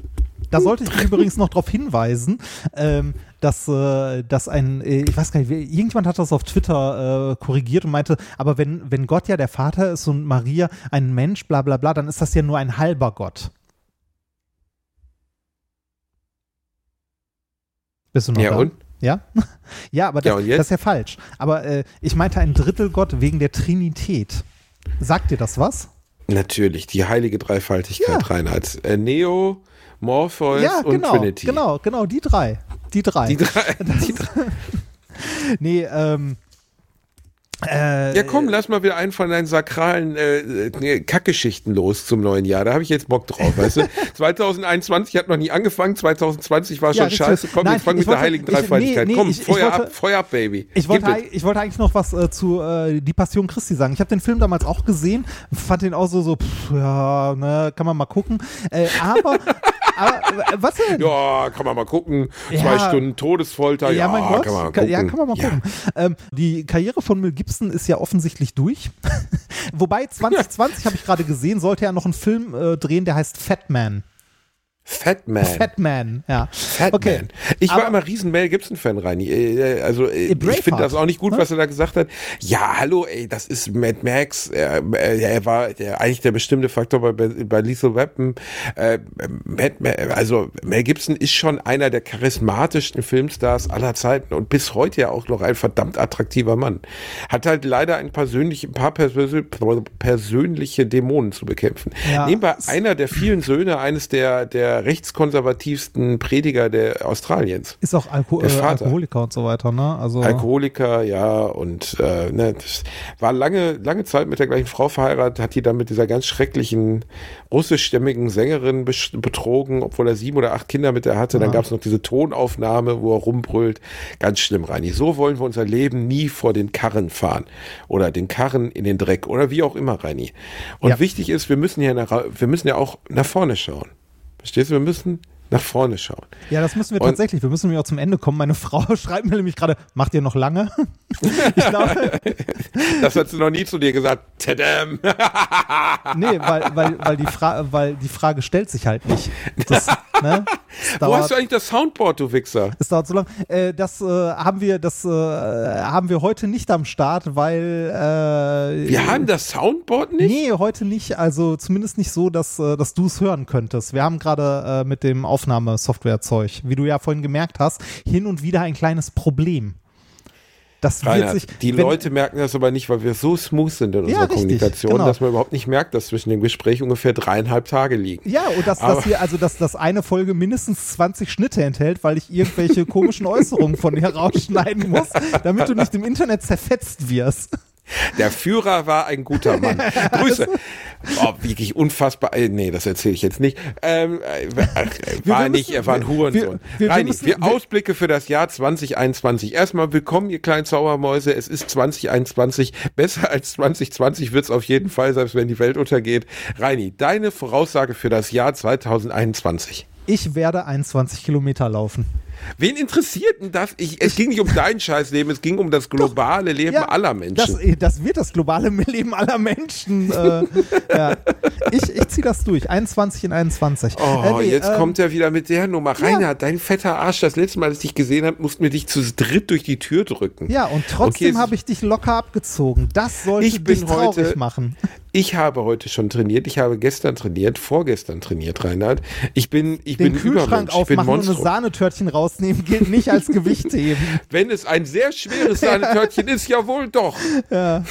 Da sollte ich übrigens noch darauf hinweisen, ähm, dass, äh, dass ein, äh, ich weiß gar nicht, irgendjemand hat das auf Twitter äh, korrigiert und meinte, aber wenn, wenn Gott ja der Vater ist und Maria ein Mensch, bla bla bla, dann ist das ja nur ein halber Gott. Bist du noch ja, da? Und? Ja? Ja, aber das, ja, das ist ja falsch. Aber äh, ich meinte ein Drittelgott wegen der Trinität. Sagt dir das was? Natürlich, die heilige Dreifaltigkeit, Ja. Reinhard. Äh, Neo, Morpheus Ja, und genau, Trinity. genau, genau, die drei. Die drei. Die drei. Die drei. Nee, ähm, Äh, ja, komm, lass mal wieder einen von deinen sakralen äh, Kackgeschichten los zum neuen Jahr. Da habe ich jetzt Bock drauf, weißt du? zwanzig einundzwanzig hat noch nie angefangen, zwanzig zwanzig war schon ja, scheiße. Komm, Nein, wir fangen mit wollte, der heiligen ich, Dreifaltigkeit. Nee, nee, komm, ich, Feuer ich wollte, ab, Feuer ab, Baby. Ich wollte, ich wollte eigentlich noch was äh, zu äh, Die Passion Christi sagen. Ich habe den Film damals auch gesehen, fand den auch so, so pff, ja, ne, kann man mal gucken. Äh, aber, aber, was denn? Ja, kann man mal gucken. Ja. Zwei Stunden Todesfolter. Ja, Ja, mein Gott. kann man mal Ka- gucken. Ja, kann man mal Ja. gucken. Ähm, die Karriere von Mel Gibson ist ja offensichtlich durch. Wobei zwanzig zwanzig, habe ich gerade gesehen, sollte er noch einen Film äh, drehen, der heißt Fat Man. Fat Man. Fat Man, ja. Fat Okay. Man. Ich war Aber- immer riesen Mel Gibson-Fan, Reini. Äh, Also äh, ich Braveheart, finde das auch nicht gut, ne? was er da gesagt hat. Ja, hallo, ey, das ist Mad Max. Er, äh, er war der, eigentlich der bestimmte Faktor bei, bei Lethal Weapon. Äh, Mad, Ma- also Mel Gibson ist schon einer der charismatischsten Filmstars aller Zeiten und bis heute ja auch noch ein verdammt attraktiver Mann. Hat halt leider ein, persönlich, ein paar persö persönliche Dämonen zu bekämpfen. Ja. Nebenbei einer der vielen Söhne eines der, der rechtskonservativsten Prediger der Australiens. Ist auch Alko Der äh, Vater. Alkoholiker und so weiter, ne? Also, Alkoholiker, ja, und äh, ne, das war lange, lange Zeit mit der gleichen Frau verheiratet, hat die dann mit dieser ganz schrecklichen russischstämmigen Sängerin besch- betrogen, obwohl er sieben oder acht Kinder mit der hatte. Dann Ja. gab es noch diese Tonaufnahme, wo er rumbrüllt. Ganz schlimm, Reini. So wollen wir unser Leben nie vor den Karren fahren. Oder den Karren in den Dreck. Oder wie auch immer, Reini. Und Ja. wichtig ist, wir müssen ja nach, wir müssen ja auch nach vorne schauen. Verstehst du? Wir müssen nach vorne schauen. ja, das müssen wir Und- tatsächlich. Wir müssen nämlich auch zum Ende kommen. Meine Frau schreibt mir nämlich gerade, macht ihr noch lange? Ich glaube, Das hat sie noch nie zu dir gesagt. Tadam! nee, weil, weil, weil, die Fra weil die Frage stellt sich halt nicht. Das, ne? Es Wo dauert- hast du eigentlich das Soundboard, du Wichser? Es dauert so lang. Äh, das äh, haben wir, das äh, haben wir heute nicht am Start, weil äh, Wir haben das Soundboard nicht? Nee, heute nicht. Also zumindest nicht so, dass, äh, dass du es hören könntest. Wir haben gerade äh, mit dem Aufnahmesoftware-Zeug, wie du ja vorhin gemerkt hast, hin und wieder ein kleines Problem. Das wird Reinhard, sich, die wenn- Leute merken das aber nicht, weil wir so smooth sind in unserer richtig, Kommunikation, genau. dass man überhaupt nicht merkt, dass zwischen dem Gespräch ungefähr dreieinhalb Tage liegen. Ja, und dass, Aber- dass wir, also dass, dass eine Folge mindestens zwanzig Schnitte enthält, weil ich irgendwelche komischen Äußerungen von dir rausschneiden muss, damit du nicht im Internet zerfetzt wirst. Der Führer war ein guter Mann. Grüße. Oh, wirklich unfassbar. Äh, Nee, das erzähle ich jetzt nicht. Ähm, äh, äh, war wir nicht, müssen- er war ein wir- Hurensohn. wir- wir- wir Reini, müssen- wir wir- Ausblicke für das Jahr zwanzig einundzwanzig. Erstmal willkommen, ihr kleinen Zaubermäuse. Es ist zwanzig einundzwanzig. Besser als zwanzig zwanzig wird es auf jeden Fall, selbst wenn die Welt untergeht. Reini, deine Voraussage für das Jahr zwanzig einundzwanzig. Ich werde einundzwanzig Kilometer laufen. Wen interessiert denn das? Ich, es ging nicht um dein Scheißleben, es ging um das globale Leben Ja, aller Menschen. Das, das wird das globale Leben aller Menschen. Äh, ja. Ich, ich ziehe das durch. einundzwanzig in einundzwanzig. Oh, Äh, nee, jetzt ähm, kommt er wieder mit der Nummer. Reinhard, dein fetter Arsch, das letzte Mal, als ich dich gesehen habe, mussten wir dich zu dritt durch die Tür drücken. Ja, und trotzdem Okay, habe ich dich locker abgezogen. Das sollte Ich bin dich traurig heute- machen. Ich habe heute schon trainiert, ich habe gestern trainiert, vorgestern trainiert, Reinhard. Ich bin, ich Den bin Kühlschrank Übermensch, ich bin aufmachen und eine Monstrum. Sahnetörtchen rausnehmen gilt nicht als Gewichtheben. Wenn es ein sehr schweres Sahnetörtchen ist, ja wohl doch. Ja,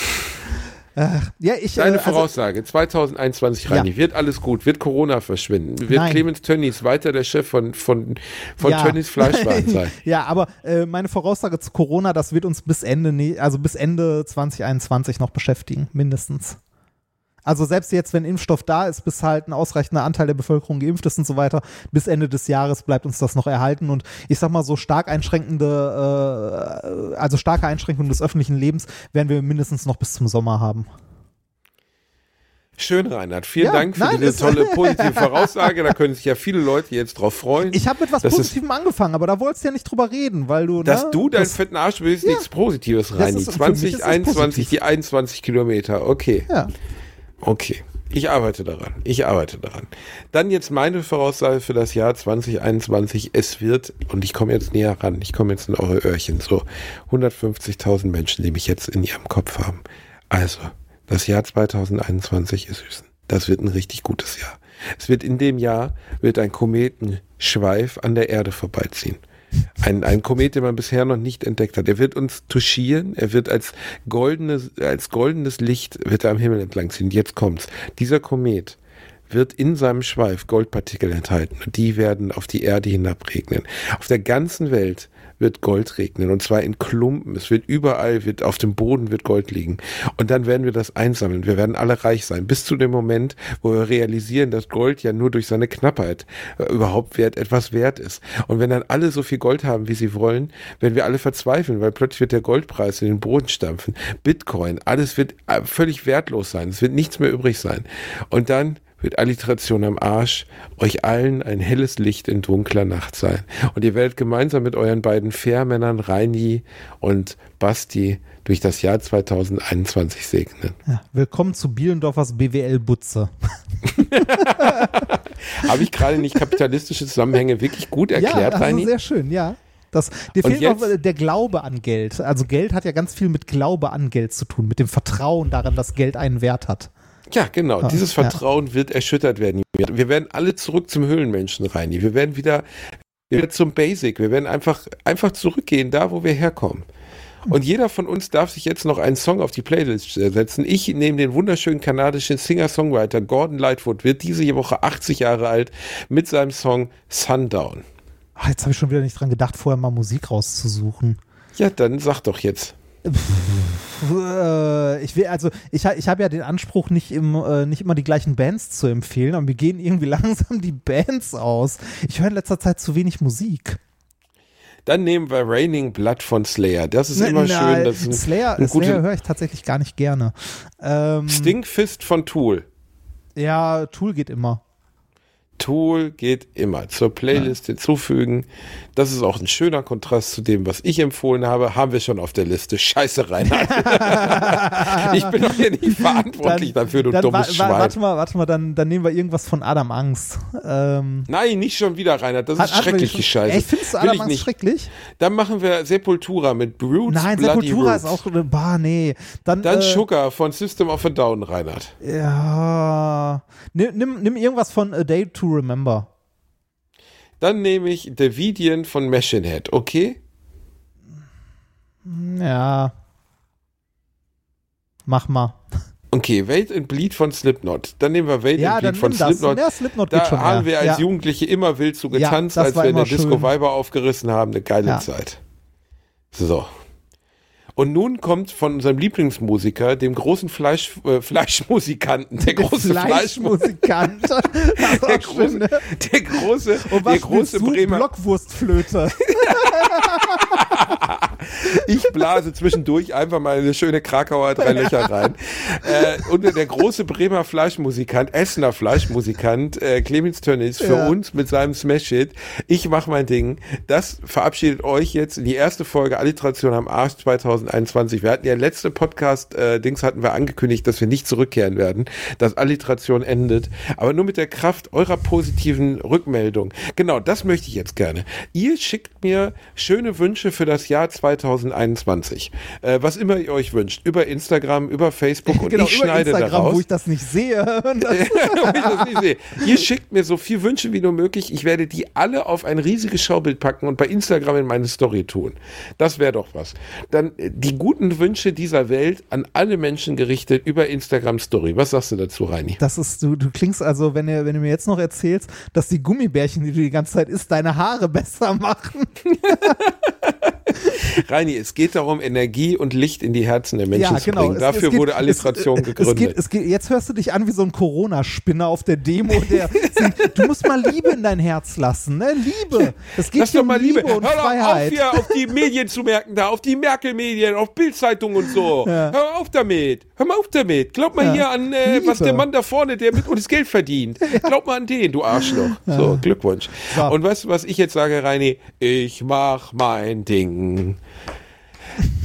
ich, Deine äh, also, Voraussage, zwanzig einundzwanzig, Reini, Ja. wird alles gut, wird Corona verschwinden, wird Nein. Clemens Tönnies weiter der Chef von, von, von ja. Tönnies Fleischwaren sein. Ja, aber äh, meine Voraussage zu Corona, das wird uns bis Ende, ne- also bis Ende zwanzig einundzwanzig noch beschäftigen, mindestens. Also selbst jetzt, wenn Impfstoff da ist, bis halt ein ausreichender Anteil der Bevölkerung geimpft ist und so weiter, bis Ende des Jahres bleibt uns das noch erhalten. Und ich sag mal, so stark einschränkende, äh, also starke Einschränkungen des öffentlichen Lebens werden wir mindestens noch bis zum Sommer haben. Schön, Reinhard. Vielen Ja, Dank für nein, diese das- tolle positive Voraussage. Da können sich ja viele Leute jetzt drauf freuen. Ich habe mit was Das ist- Positivem angefangen, aber da wolltest du ja nicht drüber reden, weil du, Dass ne, du deinen das, fetten Arsch willst, Ja. nichts Positives, Das Reini. ist- für mich ist zwanzig das einundzwanzig, positiv. die einundzwanzig Kilometer. Okay. Ja. Okay. Ich arbeite daran. Ich arbeite daran. Dann jetzt meine Voraussage für das Jahr zwanzig einundzwanzig. Es wird, und ich komme jetzt näher ran, ich komme jetzt in eure Öhrchen, so hundertfünfzigtausend Menschen, die mich jetzt in ihrem Kopf haben. Also, das Jahr zwanzig einundzwanzig ist süß. Das wird ein richtig gutes Jahr. Es wird in dem Jahr, wird ein Kometenschweif an der Erde vorbeiziehen. Ein, ein Komet, den man bisher noch nicht entdeckt hat. Er wird uns touchieren, er wird als goldenes, als goldenes Licht wird er am Himmel entlang ziehen. Jetzt kommt's. Dieser Komet wird in seinem Schweif Goldpartikel enthalten und die werden auf die Erde hinabregnen. Auf der ganzen Welt wird Gold regnen und zwar in Klumpen. Es wird überall, wird auf dem Boden wird Gold liegen. Und dann werden wir das einsammeln. Wir werden alle reich sein. Bis zu dem Moment, wo wir realisieren, dass Gold ja nur durch seine Knappheit äh, überhaupt wert, etwas wert ist. Und wenn dann alle so viel Gold haben, wie sie wollen, werden wir alle verzweifeln, weil plötzlich wird der Goldpreis in den Boden stampfen. Bitcoin, alles wird äh, völlig wertlos sein. Es wird nichts mehr übrig sein. Und dann wird Alliteration am Arsch euch allen ein helles Licht in dunkler Nacht sein. Und ihr werdet gemeinsam mit euren beiden Fairmännern Reini und Basti durch das Jahr zwanzig einundzwanzig segnen. Ja, willkommen zu Bielendorfers B W L-Butze. Habe ich gerade nicht kapitalistische Zusammenhänge wirklich gut erklärt, ja, Reini? Ja, sehr schön, ja. Das, dir Und fehlt jetzt? noch der Glaube an Geld. Also Geld hat ja ganz viel mit Glaube an Geld zu tun, mit dem Vertrauen daran, dass Geld einen Wert hat. Ja, genau. Ja, Dieses Vertrauen ja. wird erschüttert werden. Wir werden alle zurück zum Höhlenmenschen, Reini. Wir werden wieder, wieder zum Basic. Wir werden einfach, einfach zurückgehen, da wo wir herkommen. Und jeder von uns darf sich jetzt noch einen Song auf die Playlist setzen. Ich nehme den wunderschönen kanadischen Singer-Songwriter Gordon Lightfoot, wird diese Woche achtzig Jahre alt, mit seinem Song Sundown. Ach, jetzt habe ich schon wieder nicht dran gedacht, vorher mal Musik rauszusuchen. Ja, dann sag doch jetzt. Ich will, also ich, ich habe ja den Anspruch, nicht, im, äh, nicht immer die gleichen Bands zu empfehlen, aber mir gehen irgendwie langsam die Bands aus. Ich höre in letzter Zeit zu wenig Musik. Dann nehmen wir Raining Blood von Slayer. Das ist na, immer na, schön. Das ist ein, Slayer, ein Slayer höre ich tatsächlich gar nicht gerne. Ähm, Stinkfist von Tool. Ja, Tool geht immer. Tool geht immer. Zur Playlist ja. hinzufügen. Das ist auch ein schöner Kontrast zu dem, was ich empfohlen habe. Haben wir schon auf der Liste. Scheiße, Reinhard. Ich bin doch hier nicht verantwortlich dann, dafür, du dann dummes wa- Schwein. Warte mal, warte mal, dann, dann nehmen wir irgendwas von Adam Angst. Ähm, Nein, nicht schon wieder, Reinhard. Das hat, ist schreckliche Scheiße. Ey, findest du Adam Angst schrecklich? Dann machen wir Sepultura mit Brutes Nein, Bloody Sepultura Roots. ist auch, bah, nee. Dann, Dann äh, Sugar von System of a Down, Reinhard. Ja. Nimm, nimm, nimm irgendwas von A Day to Remember. Dann nehme ich Davidian von Machine Head, okay? Ja. Mach mal. Okay, Wait and Bleed von Slipknot. Dann nehmen wir Wait ja, and Bleed von das. Slipknot. Ja, Slipknot da geht schon haben mehr. wir als ja. Jugendliche immer wild zu getanzt, ja, als wir in der schön. Disco Weiber aufgerissen haben. Eine geile ja. Zeit. So. Und nun kommt von unserem Lieblingsmusiker, dem großen Fleisch, äh, Fleischmusikanten, der große Fleischmusikant. Fleischmusikant. der, große, der große, Und was der große du? Bremer. Blockwurstflöte. Ich blase zwischendurch einfach mal eine schöne Krakauer drei Löcher rein. äh, und der große Bremer Fleischmusikant, Essener Fleischmusikant, äh, Clemens Tönnies für ja. uns mit seinem Smash-Hit. Ich mach mein Ding. Das verabschiedet euch jetzt in die erste Folge Alliteration am Arsch zwanzig einundzwanzig. Wir hatten ja letzte Podcast-Dings äh, hatten wir angekündigt, dass wir nicht zurückkehren werden, dass Alliteration endet. Aber nur mit der Kraft eurer positiven Rückmeldung. Genau, das möchte ich jetzt gerne. Ihr schickt mir schöne Wünsche für das Jahr zwanzig einundzwanzig. Äh, was immer ihr euch wünscht. Über Instagram, über Facebook und genau, ich über schneide Instagram, daraus. wo ich das nicht sehe. wo ich das nicht sehe. Ihr schickt mir so viel Wünsche wie nur möglich. Ich werde die alle auf ein riesiges Schaubild packen und bei Instagram in meine Story tun. Das wäre doch was. Dann die guten Wünsche dieser Welt an alle Menschen gerichtet über Instagram Story. Was sagst du dazu, Reini? Das ist, du, du klingst also, wenn du, wenn du mir jetzt noch erzählst, dass die Gummibärchen, die du die ganze Zeit isst, deine Haare besser machen. Reini, es geht darum, Energie und Licht in die Herzen der Menschen ja, zu genau. bringen. Es, Dafür es geht, wurde Alliteration es, gegründet. Es geht, es geht, jetzt hörst du dich an wie so ein Corona-Spinner auf der Demo. Der singt, du musst mal Liebe in dein Herz lassen. Ne? Liebe. Es geht Lass hier doch mal um Liebe Liebe und Hör doch Freiheit. auf hier auf die Medien zu merken da, auf die Merkel-Medien, auf Bild-Zeitung und so. Ja. Hör auf damit. Hör mal auf damit. Glaub mal Ja. hier an, äh, Liebe. was der Mann da vorne, der mit uns Geld verdient. Ja. Glaub mal an den, du Arschloch. Ja. So, Glückwunsch. So. Und weißt du, was ich jetzt sage, Reini? Ich mach mein Ding.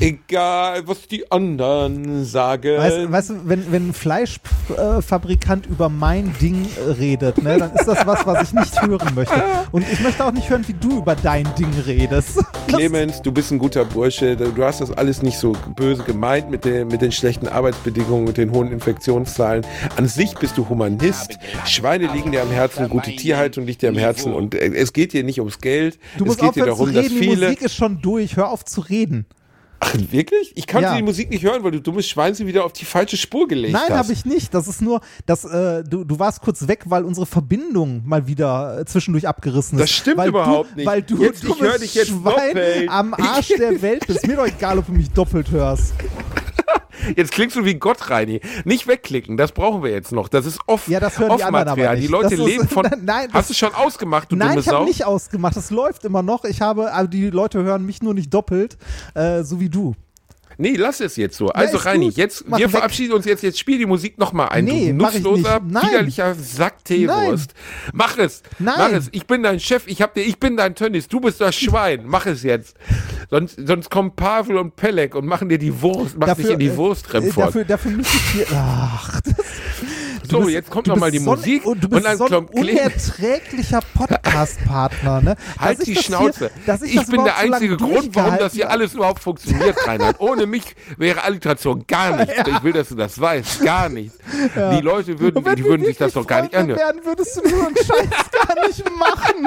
egal, was die anderen sagen. Weißt, weißt du, wenn, wenn ein Fleischfabrikant über mein Ding redet, ne, dann ist das was, was ich nicht hören möchte. Und ich möchte auch nicht hören, wie du über dein Ding redest. Clemens, du bist ein guter Bursche. Du hast das alles nicht so böse gemeint mit den, mit den schlechten Arbeitsbedingungen und den hohen Infektionszahlen. An sich bist du Humanist. Schweine liegen dir am Herzen, gute Tierhaltung liegt dir am Herzen. Und es geht dir nicht ums Geld. Du musst es geht aufhören dir darum, zu reden, dass viele... die Musik ist schon durch, hör auf zu reden. Ach, wirklich? Ich konnte Ja. die Musik nicht hören, weil du dummes Schwein sie wieder auf die falsche Spur gelegt hast. Nein, habe ich nicht. Das ist nur, dass äh, du, du warst kurz weg, weil unsere Verbindung mal wieder äh, zwischendurch abgerissen ist. Das stimmt weil überhaupt du, nicht. Weil du Jetzt- ich dummes hör dich jetzt Schwein doppelt. am Arsch der Welt bist. Mir doch egal, ob du mich doppelt hörst. Jetzt klingst du wie Gott, Reini. Nicht wegklicken, das brauchen wir jetzt noch. Das ist off, Ja, das hören die anderen Off-Material. aber nicht. Die Leute Das ist- leben von... Nein, das- hast du schon ausgemacht, du Nein, dumme ich habe Sau? nicht ausgemacht. Das läuft immer noch. Ich habe, aber die Leute hören mich nur nicht doppelt, äh, so wie du. Nee, lass es jetzt so. Also ist Reini, gut. jetzt, Mach wir weg. verabschieden uns jetzt. Jetzt spiel die Musik nochmal ein. Nee, du mach ich nutzloser, nicht. Nein. widerlicher Sack Teewurst. Mach es. Nein. Mach es. Ich bin dein Chef. Ich hab dir, ich bin dein Tönnies. Du bist das Schwein. Mach es jetzt. Sonst, sonst kommen Pavel und Pelek und machen dir die Wurst, machen dich in die äh, Wurstremfort. Dafür, dafür müsste ich dir. Ach, das, So, bist- jetzt kommt du noch mal bist die so ein- Musik und du und bist dann so ein kommt Clemens. unerträglicher Podcast-Partner, ne? Halt Dass ich die das Schnauze. Hier, dass ich ich das bin der überhaupt so einzige lange Grund, warum das hier durchgehalten alles überhaupt funktioniert, Reinhard. Ohne mich wäre Alliteration gar nichts. Ich will, dass du das weißt. Gar nichts. Die Leute würden, Und wenn die wir würden sich das wirklich doch gar nicht Freunde anhören. werden, würdest du so einen Scheiß gar nicht machen.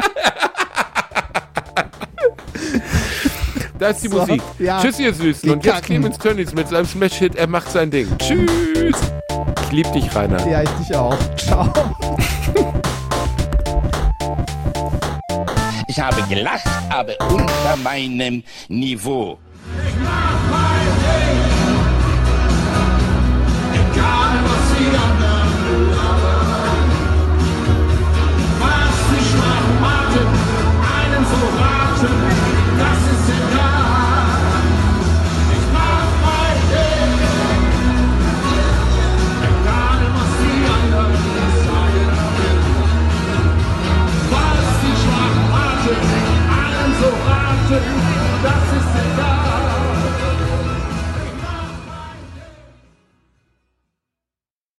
Da ist die So, Musik. ja. Tschüss, ihr Süßen. Die Und jetzt Kacken. Clemens Tönnies mit seinem Smash-Hit. Er macht sein Ding. Tschüss. Ich lieb dich, Reinhard. Ja, ich dich auch. Ciao. Ich habe gelacht, aber unter meinem Niveau. Ich mach mein